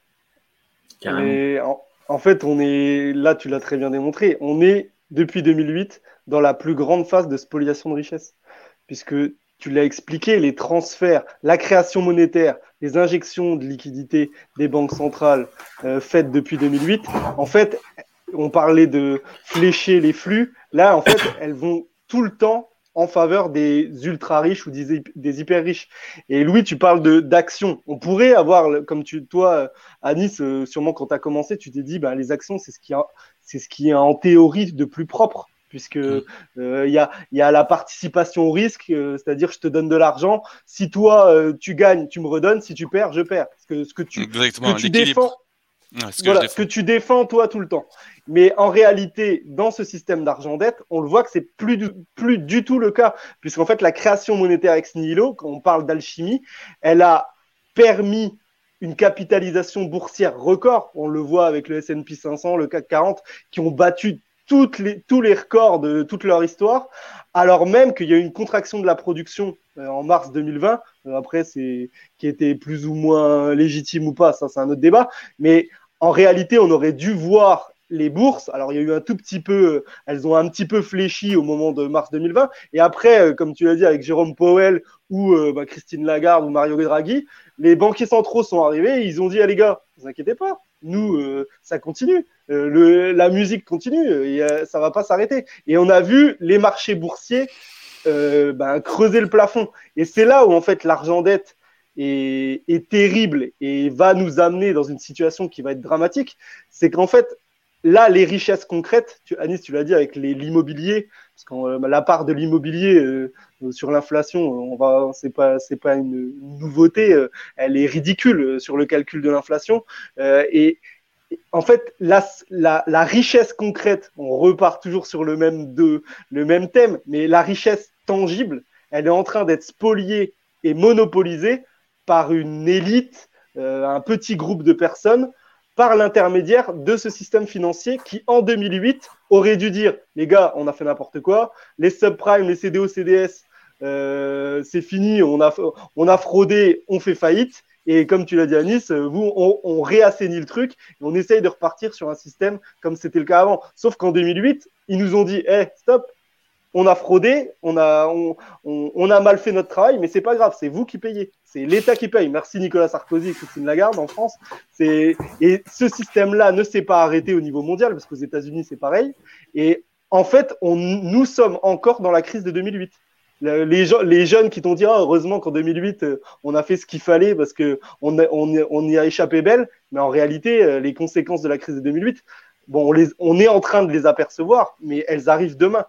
Carrément. Mais en, en fait, on est là, tu l'as très bien démontré, on est depuis deux mille huit dans la plus grande phase de spoliation de richesse. Puisque tu l'as expliqué, les transferts, la création monétaire, les injections de liquidités des banques centrales euh, faites depuis deux mille huit, en fait, on parlait de flécher les flux. Là, en fait, elles vont tout le temps en faveur des ultra riches ou des, des hyper riches. Et Louis, tu parles de d'action. On pourrait avoir, comme tu, toi, à Nice, euh, sûrement quand tu as commencé, tu t'es dit, ben, les actions, c'est ce qui a, c'est ce qui est en théorie de plus propre. Puisque il euh, y, a, y a la participation au risque, euh, c'est-à-dire je te donne de l'argent. Si toi euh, tu gagnes, tu me redonnes. Si tu perds, je perds. Parce que ce que tu, Exactement, que tu défends, ouais, ce que voilà, je ce que tu défends toi tout le temps. Mais en réalité, dans ce système d'argent-dette, on le voit que c'est plus du, plus du tout le cas, puisqu'en fait la création monétaire ex nihilo, quand on parle d'alchimie, elle a permis une capitalisation boursière record. On le voit avec le S and P cinq cents, le C A C quarante, qui ont battu toutes les, tous les records de toute leur histoire, alors même qu'il y a eu une contraction de la production euh, en mars deux mille vingt. Euh, après, c'est qui était plus ou moins légitime ou pas, ça c'est un autre débat. Mais en réalité, on aurait dû voir les bourses. Alors, il y a eu un tout petit peu, euh, elles ont un petit peu fléchi au moment de mars deux mille vingt. Et après, euh, comme tu l'as dit avec Jérôme Powell ou euh, bah, Christine Lagarde ou Mario Draghi, les banquiers centraux sont arrivés et ils ont dit ah, les gars, ne vous inquiétez pas, nous, euh, ça continue. Euh, le, la musique continue, et, euh, ça ne va pas s'arrêter. Et on a vu les marchés boursiers euh, ben, creuser le plafond. Et c'est là où, en fait, l'argent-dette est, est terrible et va nous amener dans une situation qui va être dramatique. C'est qu'en fait, là, les richesses concrètes, tu, Anis, tu l'as dit avec les, l'immobilier, parce que euh, la part de l'immobilier euh, sur l'inflation, on va, c'est pas, c'est pas une, une nouveauté, euh, elle est ridicule euh, sur le calcul de l'inflation. Euh, et en fait, la, la, la richesse concrète, on repart toujours sur le même, de, le même thème, mais la richesse tangible, elle est en train d'être spoliée et monopolisée par une élite, euh, un petit groupe de personnes, par l'intermédiaire de ce système financier qui, en deux mille huit, aurait dû dire « Les gars, on a fait n'importe quoi, les subprimes, les C D O, C D S, euh, c'est fini, on a, on a fraudé, on fait faillite. » Et comme tu l'as dit à Nice, vous, on, on réassainit le truc et on essaye de repartir sur un système comme c'était le cas avant. Sauf qu'en deux mille huit, ils nous ont dit « Hey, stop, on a fraudé, on a, on, on, on a mal fait notre travail, mais c'est pas grave, c'est vous qui payez. C'est l'État qui paye. » Merci Nicolas Sarkozy et Christine Lagarde en France. C'est... Et ce système-là ne s'est pas arrêté au niveau mondial, parce qu'aux États-Unis, c'est pareil. Et en fait, on, nous sommes encore dans la crise de deux mille huit. Les, gens, les jeunes qui t'ont dit oh, heureusement qu'en deux mille huit on a fait ce qu'il fallait parce qu'on on, on y a échappé belle, mais en réalité les conséquences de la crise de deux mille huit, bon, on, les, on est en train de les apercevoir, mais elles arrivent demain.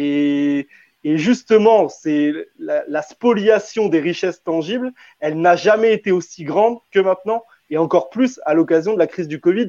Et, et justement, c'est la, la spoliation des richesses tangibles, elle n'a jamais été aussi grande que maintenant, et encore plus à l'occasion de la crise du Covid.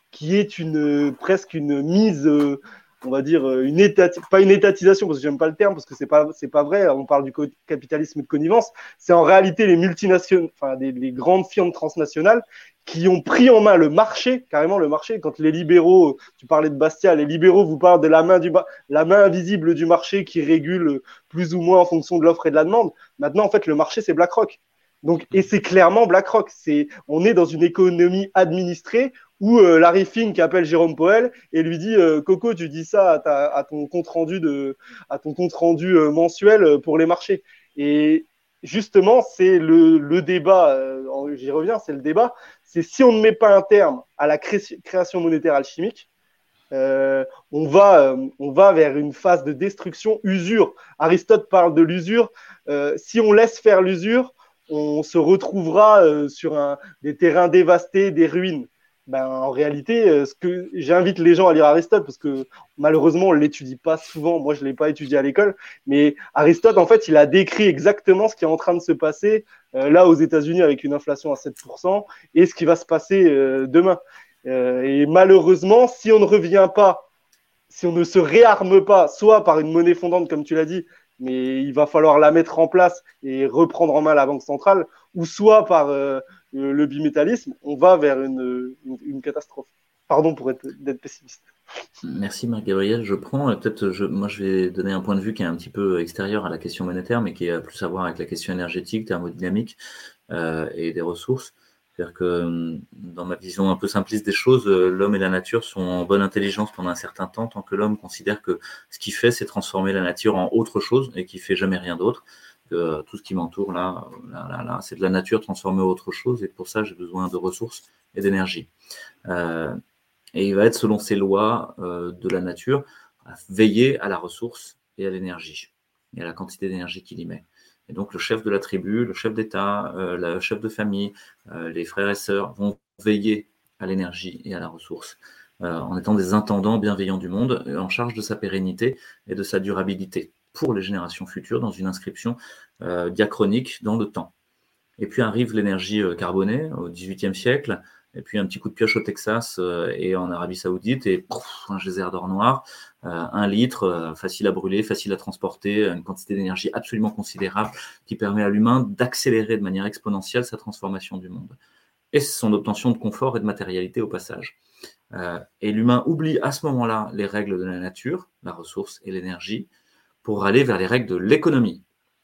qui est une, presque une mise, euh, on va dire, une étati- pas une étatisation, parce que j'aime pas le terme, parce que c'est pas, c'est pas vrai, on parle du co- capitalisme de connivence, c'est en réalité les multinationales, enfin, des, les grandes firmes transnationales qui ont pris en main le marché, carrément le marché. Quand les libéraux, tu parlais de Bastia, les libéraux vous parlent de la main, du, la main invisible du marché qui régule plus ou moins en fonction de l'offre et de la demande. Maintenant, en fait, le marché, c'est BlackRock. Donc, et c'est clairement BlackRock. C'est, on est dans une économie administrée où euh, Larry Fink appelle Jérôme Powell et lui dit euh, Coco, tu dis ça à, ta, à ton compte rendu de, à ton compte rendu euh, mensuel pour les marchés. Et justement, c'est le, le débat. Euh, j'y reviens, c'est le débat. C'est si on ne met pas un terme à la cré- création monétaire alchimique, euh, on va, euh, on va vers une phase de destruction, usure. Aristote parle de l'usure. Euh, si on laisse faire l'usure, on se retrouvera euh, sur un, des terrains dévastés, des ruines. Ben, en réalité, euh, ce que j'invite les gens à lire Aristote, parce que malheureusement, on ne l'étudie pas souvent. Moi, je ne l'ai pas étudié à l'école. Mais Aristote, en fait, il a décrit exactement ce qui est en train de se passer euh, là aux États-Unis avec une inflation à sept pour cent et ce qui va se passer euh, demain. Euh, et malheureusement, si on ne revient pas, si on ne se réarme pas, soit par une monnaie fondante, comme tu l'as dit, mais il va falloir la mettre en place et reprendre en main la banque centrale, ou soit par euh, le bimétallisme, on va vers une, une, une catastrophe. Pardon pour être, d'être pessimiste. Merci Marc-Gabriel. Je prends, peut-être, je, moi je vais donner un point de vue qui est un petit peu extérieur à la question monétaire, mais qui a plus à voir avec la question énergétique, thermodynamique euh, et des ressources. C'est-à-dire que dans ma vision un peu simpliste des choses, l'homme et la nature sont en bonne intelligence pendant un certain temps, tant que l'homme considère que ce qu'il fait, c'est transformer la nature en autre chose et qu'il fait jamais rien d'autre. Que tout ce qui m'entoure là, là, là, là, c'est de la nature transformée en autre chose, et pour ça, j'ai besoin de ressources et d'énergie. Euh, et il va être, selon ces lois euh, de la nature, à veiller à la ressource et à l'énergie, et à la quantité d'énergie qu'il y met. Et donc, le chef de la tribu, le chef d'État, euh, le chef de famille, euh, les frères et sœurs vont veiller à l'énergie et à la ressource, euh, en étant des intendants bienveillants du monde, en charge de sa pérennité et de sa durabilité pour les générations futures, dans une inscription euh, diachronique dans le temps. Et puis arrive l'énergie carbonée au dix-huitième siècle, et puis un petit coup de pioche au Texas euh, et en Arabie Saoudite, et pouf, un geyser d'or noir, euh, un litre, euh, facile à brûler, facile à transporter, une quantité d'énergie absolument considérable qui permet à l'humain d'accélérer de manière exponentielle sa transformation du monde. Et son obtention de confort et de matérialité au passage. Euh, et l'humain oublie à ce moment-là les règles de la nature, la ressource et l'énergie, pour aller vers les règles de l'économie.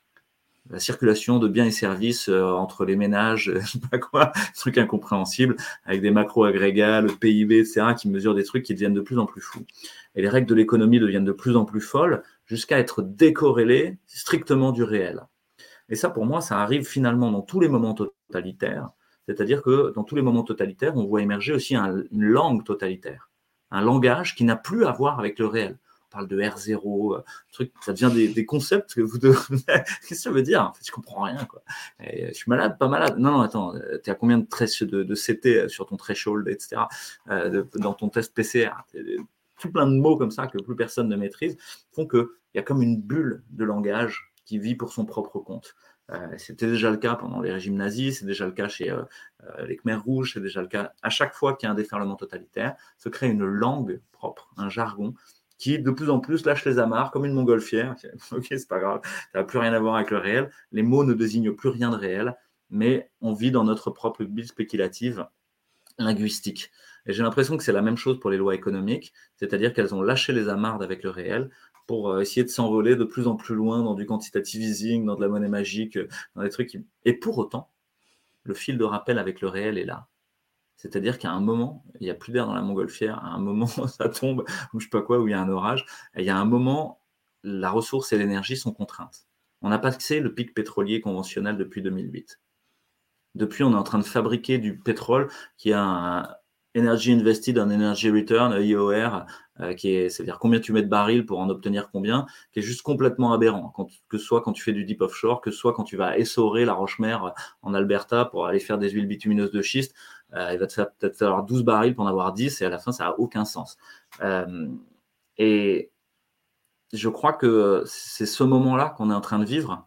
La circulation de biens et services euh, entre les ménages, je sais pas quoi, trucs incompréhensibles, avec des macro-agrégats, le P I B, et cetera, qui mesurent des trucs qui deviennent de plus en plus fous. Et les règles de l'économie deviennent de plus en plus folles, jusqu'à être décorrélées strictement du réel. Et ça, pour moi, ça arrive finalement dans tous les moments totalitaires, c'est-à-dire que dans tous les moments totalitaires, on voit émerger aussi un, une langue totalitaire, un langage qui n'a plus à voir avec le réel. On parle de R zéro, truc, ça devient des, des concepts que vous devez... Qu'est-ce que ça veut dire? En fait, je comprends rien, quoi. Et je suis malade, pas malade. Non, non, attends, tu as combien de, de, de C T sur ton threshold, et cetera, euh, de, dans ton test P C R? Tout plein de mots comme ça que plus personne ne maîtrise font qu'il y a comme une bulle de langage qui vit pour son propre compte. Euh, c'était déjà le cas pendant les régimes nazis, c'est déjà le cas chez euh, les Khmers rouges, c'est déjà le cas à chaque fois qu'il y a un déferlement totalitaire, se crée une langue propre, un jargon qui de plus en plus lâche les amarres comme une montgolfière. Ok, c'est pas grave, ça n'a plus rien à voir avec le réel, les mots ne désignent plus rien de réel, mais on vit dans notre propre bulle spéculative linguistique. Et j'ai l'impression que c'est la même chose pour les lois économiques, c'est-à-dire qu'elles ont lâché les amarres avec le réel pour essayer de s'envoler de plus en plus loin dans du quantitative easing, dans de la monnaie magique, dans des trucs qui... Et pour autant, le fil de rappel avec le réel est là. C'est-à-dire qu'à un moment, il n'y a plus d'air dans la montgolfière, à un moment, ça tombe, ou je sais pas quoi, où il y a un orage, et il y a un moment, la ressource et l'énergie sont contraintes. On n'a pas passé le pic pétrolier conventionnel depuis deux mille huit. Depuis, on est en train de fabriquer du pétrole qui a un Energy Invested on Energy Return, E I O R, euh, qui est, c'est-à-dire combien tu mets de barils pour en obtenir combien, qui est juste complètement aberrant, quand, que ce soit quand tu fais du deep offshore, que ce soit quand tu vas essorer la roche-mère en Alberta pour aller faire des huiles bitumineuses de schiste, euh, il va te faire, peut-être falloir douze barils pour en avoir dix, et à la fin, ça n'a aucun sens. Euh, et je crois que c'est ce moment-là qu'on est en train de vivre,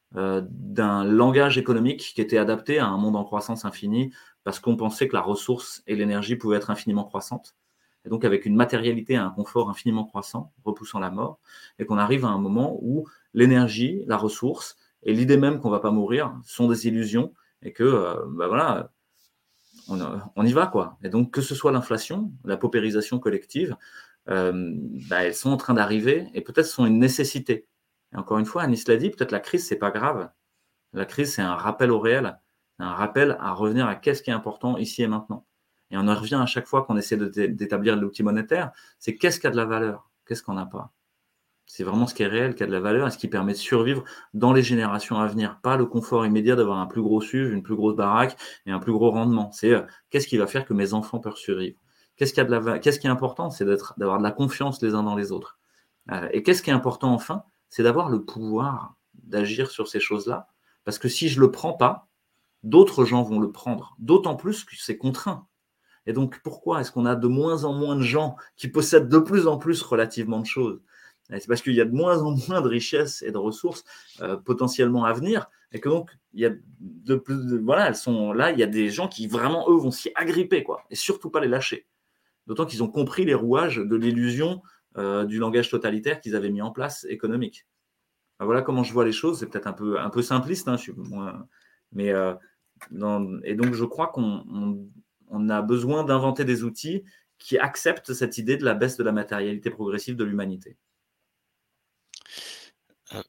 euh, d'un langage économique qui était adapté à un monde en croissance infinie parce qu'on pensait que la ressource et l'énergie pouvaient être infiniment croissantes. Et donc avec une matérialité et un confort infiniment croissant, repoussant la mort, et qu'on arrive à un moment où l'énergie, la ressource et l'idée même qu'on ne va pas mourir sont des illusions et que, euh, bah voilà, on, on y va, quoi. Et donc que ce soit l'inflation, la paupérisation collective, euh, bah, elles sont en train d'arriver et peut-être sont une nécessité. Et encore une fois, Anis l'a dit, peut-être la crise, c'est pas grave. La crise, c'est un rappel au réel, un rappel à revenir à qu'est-ce qui est important ici et maintenant. Et on en revient à chaque fois qu'on essaie de d'établir l'outil monétaire, c'est qu'est-ce qui a de la valeur, qu'est-ce qu'on n'a pas. C'est vraiment ce qui est réel, qui a de la valeur et ce qui permet de survivre dans les générations à venir. Pas le confort immédiat d'avoir un plus gros S U V, une plus grosse baraque et un plus gros rendement. C'est euh, qu'est-ce qui va faire que mes enfants peuvent survivre. Qu'est-ce qui, a de la, qu'est-ce qui est important, c'est d'être, d'avoir de la confiance les uns dans les autres. Euh, et qu'est-ce qui est important enfin, c'est d'avoir le pouvoir d'agir sur ces choses-là. Parce que si je ne le prends pas, d'autres gens vont le prendre. D'autant plus que c'est contraint. Et donc, pourquoi est-ce qu'on a de moins en moins de gens qui possèdent de plus en plus relativement de choses ? C'est parce qu'il y a de moins en moins de richesses et de ressources euh, potentiellement à venir, et que donc il y a de plus, de, voilà, elles sont là. Il y a des gens qui vraiment eux vont s'y agripper, quoi, et surtout pas les lâcher. D'autant qu'ils ont compris les rouages de l'illusion euh, du langage totalitaire qu'ils avaient mis en place économique. Enfin, voilà comment je vois les choses. C'est peut-être un peu un peu simpliste, hein, je suis, moi, mais euh, dans, et donc je crois qu'on on, on a besoin d'inventer des outils qui acceptent cette idée de la baisse de la matérialité progressive de l'humanité. Euh,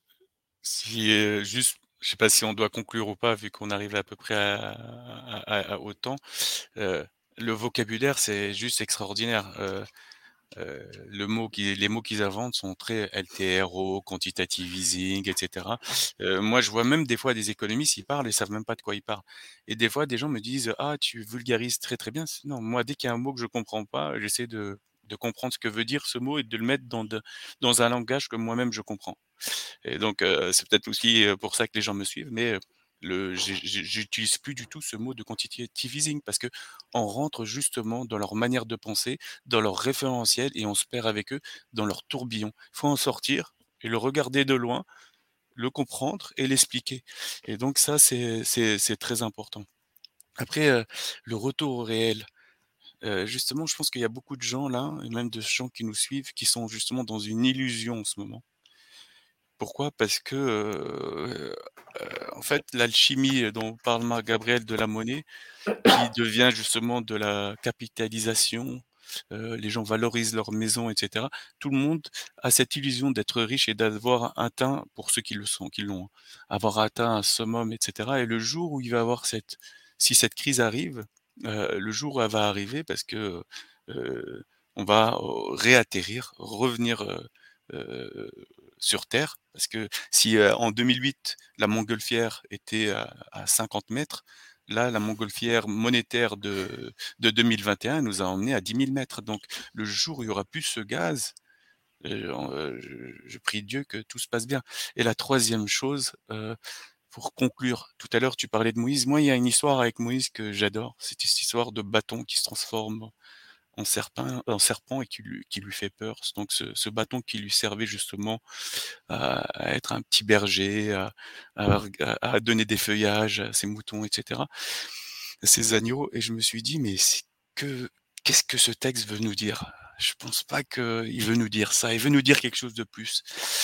si euh, juste, je sais pas si on doit conclure ou pas, vu qu'on arrive à peu près à, à, à, à autant. Euh, le vocabulaire, c'est juste extraordinaire. Euh, euh, le mot qui, les mots qu'ils inventent sont très L T R O, quantitative easing, et cetera. Euh, moi, je vois même des fois des économistes, ils parlent et savent même pas de quoi ils parlent. Et des fois, des gens me disent ah, tu vulgarises très très bien. Non, moi, dès qu'il y a un mot que je comprends pas, j'essaie de de comprendre ce que veut dire ce mot et de le mettre dans de, dans un langage que moi-même je comprends. Et donc, euh, c'est peut-être aussi pour ça que les gens me suivent, mais le, j'utilise plus du tout ce mot de quantitative easing parce que on rentre justement dans leur manière de penser, dans leur référentiel et on se perd avec eux dans leur tourbillon. Il faut en sortir et le regarder de loin, le comprendre et l'expliquer. Et donc ça, c'est, c'est, c'est très important. Après, euh, le retour au réel. Euh, justement, je pense qu'il y a beaucoup de gens là, et même de gens qui nous suivent, qui sont justement dans une illusion en ce moment. Pourquoi? Parce que, heu heu, en fait, l'alchimie dont parle Marc Gabriel de la monnaie, qui devient justement de la capitalisation, heu, les gens valorisent leur maison et cetera. Tout le monde a cette illusion d'être riche et d'avoir atteint, pour ceux qui le sont, qui l'ont, hein, avoir atteint un summum et cetera et le jour où il va avoir cette si cette crise arrive, heu, le jour où elle va arriver parce que, heu, on va, heu, réatterrir, revenir, heu heu, sur terre. Parce que si, heu, en deux mille huit, la montgolfière était à à cinquante mètres, là, la montgolfière monétaire de de deux mille vingt et un nous a emmenés à dix mille mètres. Donc le jour où il y aura plus ce gaz, heu, en heu, je je prie Dieu que tout se passe bien. Et la troisième chose, heu, pour conclure, tout à l'heure tu parlais de Moïse. Moi, il y a une histoire avec Moïse que j'adore. C'est cette histoire de bâton qui se transforme en serpent en serpent et qui lui qui lui fait peur. Donc ce ce bâton qui lui servait justement à à être un petit berger, à à reg à à donner des feuillages à ses moutons et cetera, à ses agneaux et je me suis dit: «Mais c'est que qu'est-ce que ce texte veut nous dire?» Je pense pas qu'il veut nous dire ça, il veut nous dire quelque chose de plus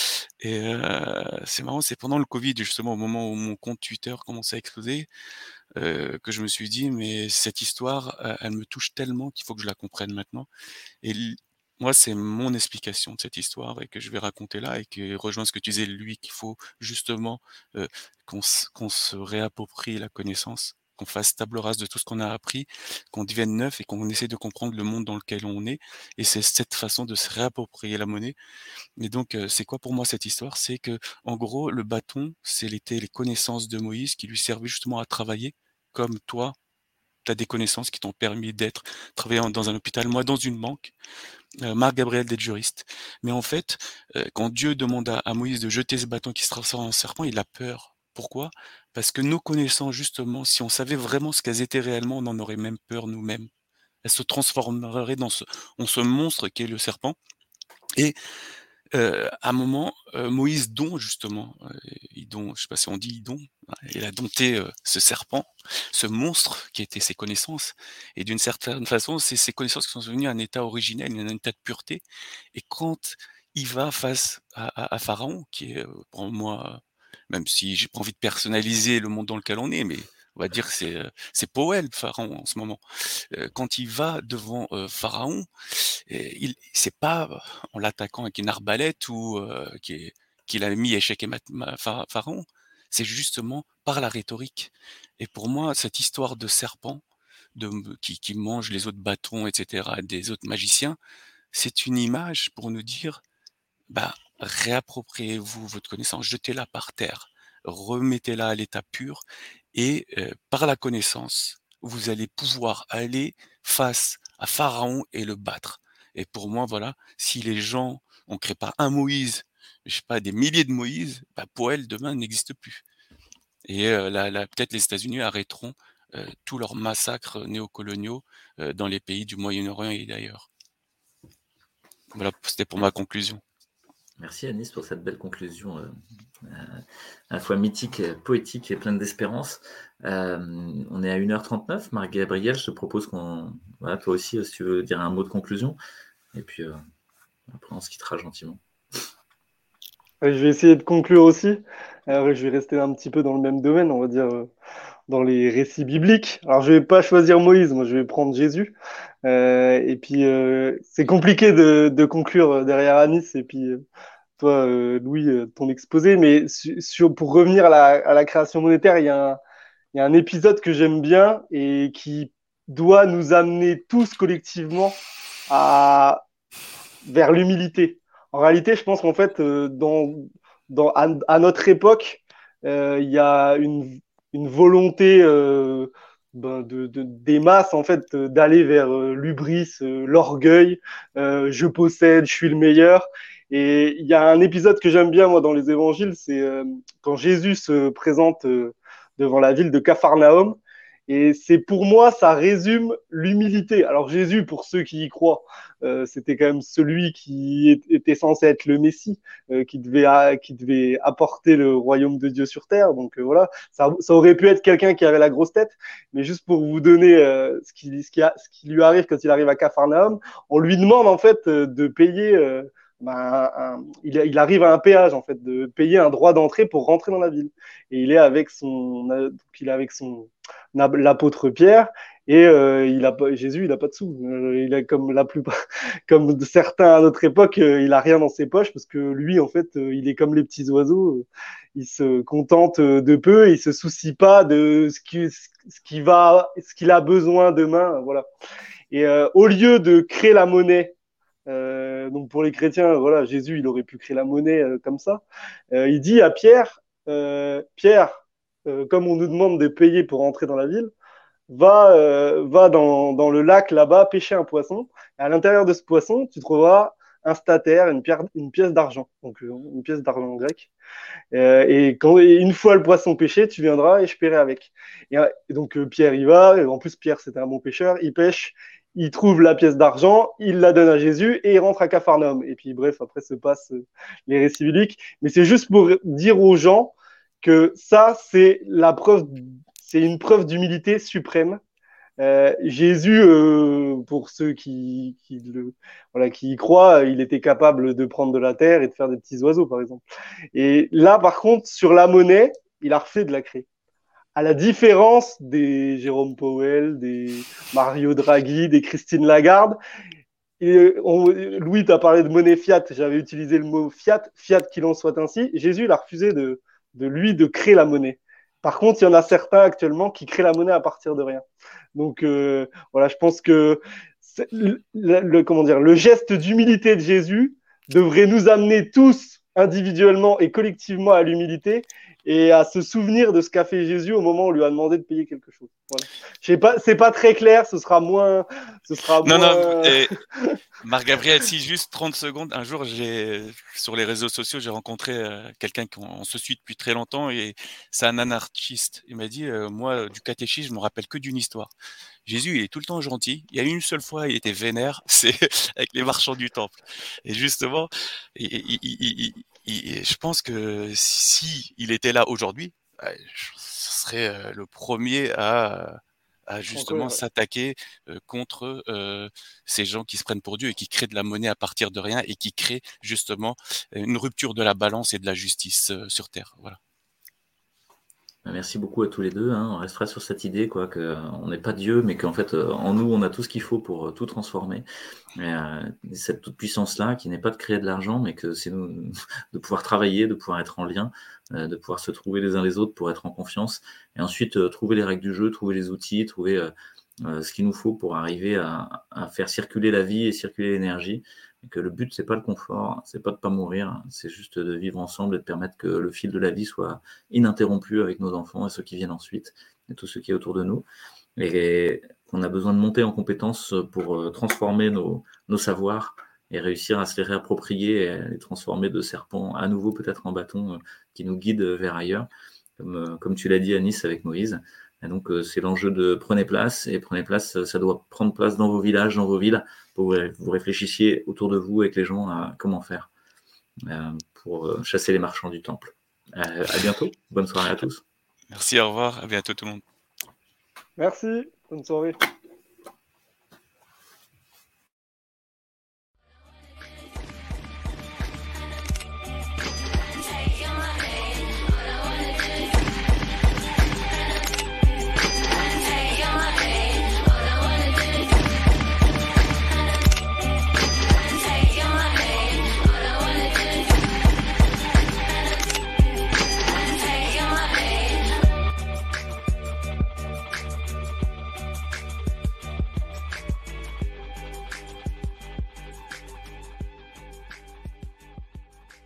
et heu, c'est marrant, c'est pendant le covid justement, au moment où mon compte Twitter commençait à exploser, heu, que je me suis dit: «Mais cette histoire, heu, elle me touche tellement qu'il faut que je la comprenne maintenant» et l moi, c'est mon explication de cette histoire et que je vais raconter là et qui rejoint ce que tu disais, lui, qu'il faut justement, heu, qu'on se qu'on se réapproprie la connaissance, qu'on fasse table rase de tout ce qu'on a appris, qu'on devienne neuf et qu'on essaie de comprendre le monde dans lequel on est et c'est cette façon de se réapproprier la monnaie et donc heu, c'est quoi pour moi cette histoire? C'est que en gros, le bâton, c'était les connaissances de Moïse qui lui servaient justement à travailler comme toi, tu as des connaissances qui t'ont permis d'être travailler en dans un hôpital, moi dans une banque, heu, Marc Gabriel d'être juriste. Mais en fait, heu, quand Dieu demande à à Moïse de jeter ce bâton qui se transforme en serpent, il a peur. Pourquoi? Parce que nos connaissances justement, si on savait vraiment ce qu'elles étaient réellement, on en aurait même peur nous-mêmes. Elles se transformeraient dans ce en ce monstre qui est le serpent et euh, à un moment, euh, Moïse don justement, euh, il don, je sais pas si on dit don, il a dompté euh, ce serpent, ce monstre qui était ses connaissances, et d'une certaine façon, c'est ses connaissances qui sont devenues un état originel, un état de pureté. Et quand il va face à, à, à Pharaon, qui est euh, pour moi, même si j'ai pas envie de personnaliser le monde dans lequel on est, mais on va dire que c'est euh, c'est Powell, Pharaon en ce moment. Euh, quand il va devant euh, Pharaon, et il c'est pas en l'attaquant avec une arbalète ou euh, qui est- qu'il a mis échec et mat, ma- Pha- Pharaon, c'est justement par la rhétorique. Et pour moi, cette histoire de serpent de, qui, qui mange les autres bâtons, et cetera, des autres magiciens, c'est une image pour nous dire, bah, réappropriez-vous votre connaissance, jetez-la par terre, remettez-la à l'état pur, et euh, par la connaissance, vous allez pouvoir aller face à Pharaon et le battre. Et pour moi, voilà, si les gens, on crée pas un Moïse, je sais pas, des milliers de Moïse, bah, Powell demain n'existe plus. Et euh, là, là, peut-être les États-Unis arrêteront euh, tous leurs massacres néocoloniaux euh, dans les pays du Moyen-Orient et d'ailleurs. Voilà, c'était pour ma conclusion. Merci Anis pour cette belle conclusion, euh, euh, à la fois mythique, euh, poétique et pleine d'espérance. Euh, on est à une heure trente-neuf. Marc-Gabriel, je te propose qu'on... Voilà, toi aussi, euh, si tu veux dire un mot de conclusion. Et puis, euh, après, on se quittera gentiment. Ouais, je vais essayer de conclure aussi. Alors, je vais rester un petit peu dans le même domaine, on va dire, euh, dans les récits bibliques. Alors, je vais pas choisir Moïse, moi, je vais prendre Jésus. Euh, et puis, euh, c'est compliqué de, de conclure derrière Anis et puis euh, toi, euh, Louis, euh, ton exposé. Mais su- sur, pour revenir à la, à la création monétaire, il y a un, il y a un épisode que j'aime bien et qui doit nous amener tous collectivement à, vers l'humilité. En réalité, je pense qu'en fait, euh, dans, dans, à, à notre époque, euh, il y a une, une volonté euh, ben, de, de, des masses en fait euh, d'aller vers euh, l'hubris, euh, l'orgueil. Euh, je possède, je suis le meilleur. Et il y a un épisode que j'aime bien moi dans les Évangiles, c'est euh, quand Jésus se présente euh, devant la ville de Capharnaüm. Et c'est pour moi, ça résume l'humilité. Alors Jésus, pour ceux qui y croient, euh, c'était quand même celui qui était censé être le Messie, euh, qui, devait, qui devait apporter le royaume de Dieu sur terre. Donc euh, voilà, ça, ça aurait pu être quelqu'un qui avait la grosse tête, mais juste pour vous donner euh, ce, qui, ce, qui a, ce qui lui arrive quand il arrive à Capharnaüm, on lui demande en fait euh, de payer... Euh, ben, un, un, il, il arrive à un péage en fait, de payer un droit d'entrée pour rentrer dans la ville. Et il est avec son, donc il est avec son l'apôtre Pierre et euh, il a Jésus, il a pas de sous. Euh, il a comme la plupart, comme certains à notre époque, euh, il a rien dans ses poches parce que lui, en fait, euh, il est comme les petits oiseaux. Euh, il se contente de peu, et il se soucie pas de ce qui, ce qui va, ce qu'il a besoin demain. Voilà. Et euh, au lieu de créer la monnaie. Euh, donc pour les chrétiens, voilà, Jésus, il aurait pu créer la monnaie euh, comme ça. Euh, il dit à Pierre, euh, Pierre, euh, comme on nous demande de payer pour entrer dans la ville, va, euh, va dans, dans le lac là-bas pêcher un poisson. Et à l'intérieur de ce poisson, tu trouveras un statère, une, pierre, une pièce d'argent, donc euh, une pièce d'argent grec. Euh, et, quand, et une fois le poisson pêché, tu viendras et je paierai avec. Et, et donc euh, Pierre y va. Et en plus, Pierre, c'était un bon pêcheur. Il pêche. Il trouve la pièce d'argent, il la donne à Jésus et il rentre à Capharnaüm. Et puis bref, après se passent euh, les récits bibliques. Mais c'est juste pour dire aux gens que ça, c'est la preuve, c'est une preuve d'humilité suprême. Euh, Jésus, euh, pour ceux qui, qui, le, voilà, qui y croient, il était capable de prendre de la terre et de faire des petits oiseaux, par exemple. Et là, par contre, sur la monnaie, il a refait de la créer. À la différence des Jérôme Powell, des Mario Draghi, des Christine Lagarde. Et on, Louis, tu as parlé de monnaie fiat, j'avais utilisé le mot fiat, fiat qu'il en soit ainsi. Jésus, il a refusé de, de lui de créer la monnaie. Par contre, il y en a certains actuellement qui créent la monnaie à partir de rien. Donc euh, voilà, je pense que le, le, comment dire, le geste d'humilité de Jésus devrait nous amener tous individuellement et collectivement à l'humilité. et à se souvenir de ce qu'a fait Jésus au moment où on lui a demandé de payer quelque chose. Voilà. Je sais pas, c'est pas très clair, ce sera moins, ce sera Non, moins... non, et Marc Gabriel, si juste trente secondes, un jour, j'ai, sur les réseaux sociaux, j'ai rencontré euh, quelqu'un qu'on on se suit depuis très longtemps et c'est un anarchiste. Il m'a dit, euh, moi, du catéchisme, je me rappelle que d'une histoire. Jésus, il est tout le temps gentil. Il y a une seule fois, il était vénère, c'est avec les marchands du temple. Et justement, il, il, il, il, il, je pense que si il était là aujourd'hui, ce serait le premier à, à justement ouais. s'attaquer euh, contre euh, ces gens qui se prennent pour Dieu et qui créent de la monnaie à partir de rien et qui créent justement une rupture de la balance et de la justice euh, sur Terre. Voilà. Merci beaucoup à tous les deux. Hein. On restera sur cette idée quoi, qu'on n'est pas Dieu, mais qu'en fait, euh, en nous, on a tout ce qu'il faut pour euh, tout transformer. Et, euh, cette toute puissance-là, qui n'est pas de créer de l'argent, mais que c'est nous, de pouvoir travailler, de pouvoir être en lien, euh, de pouvoir se trouver les uns les autres pour être en confiance. Et ensuite, euh, trouver les règles du jeu, trouver les outils, trouver euh, euh, ce qu'il nous faut pour arriver à, à faire circuler la vie et circuler l'énergie. Et que le but, c'est pas le confort, c'est pas de pas mourir, c'est juste de vivre ensemble et de permettre que le fil de la vie soit ininterrompu avec nos enfants et ceux qui viennent ensuite, et tous ceux qui sont autour de nous. Et qu'on a besoin de monter en compétences pour transformer nos, nos savoirs et réussir à se les réapproprier et à les transformer de serpents à nouveau peut-être en bâtons qui nous guident vers ailleurs, comme, comme tu l'as dit à Nice avec Moïse. Et donc, c'est l'enjeu de prenez place, et prenez place, ça doit prendre place dans vos villages, dans vos villes, pour que vous réfléchissiez autour de vous avec les gens à comment faire pour chasser les marchands du temple. À bientôt, bonne soirée à tous. Merci, au revoir, à bientôt tout le monde. Merci, bonne soirée.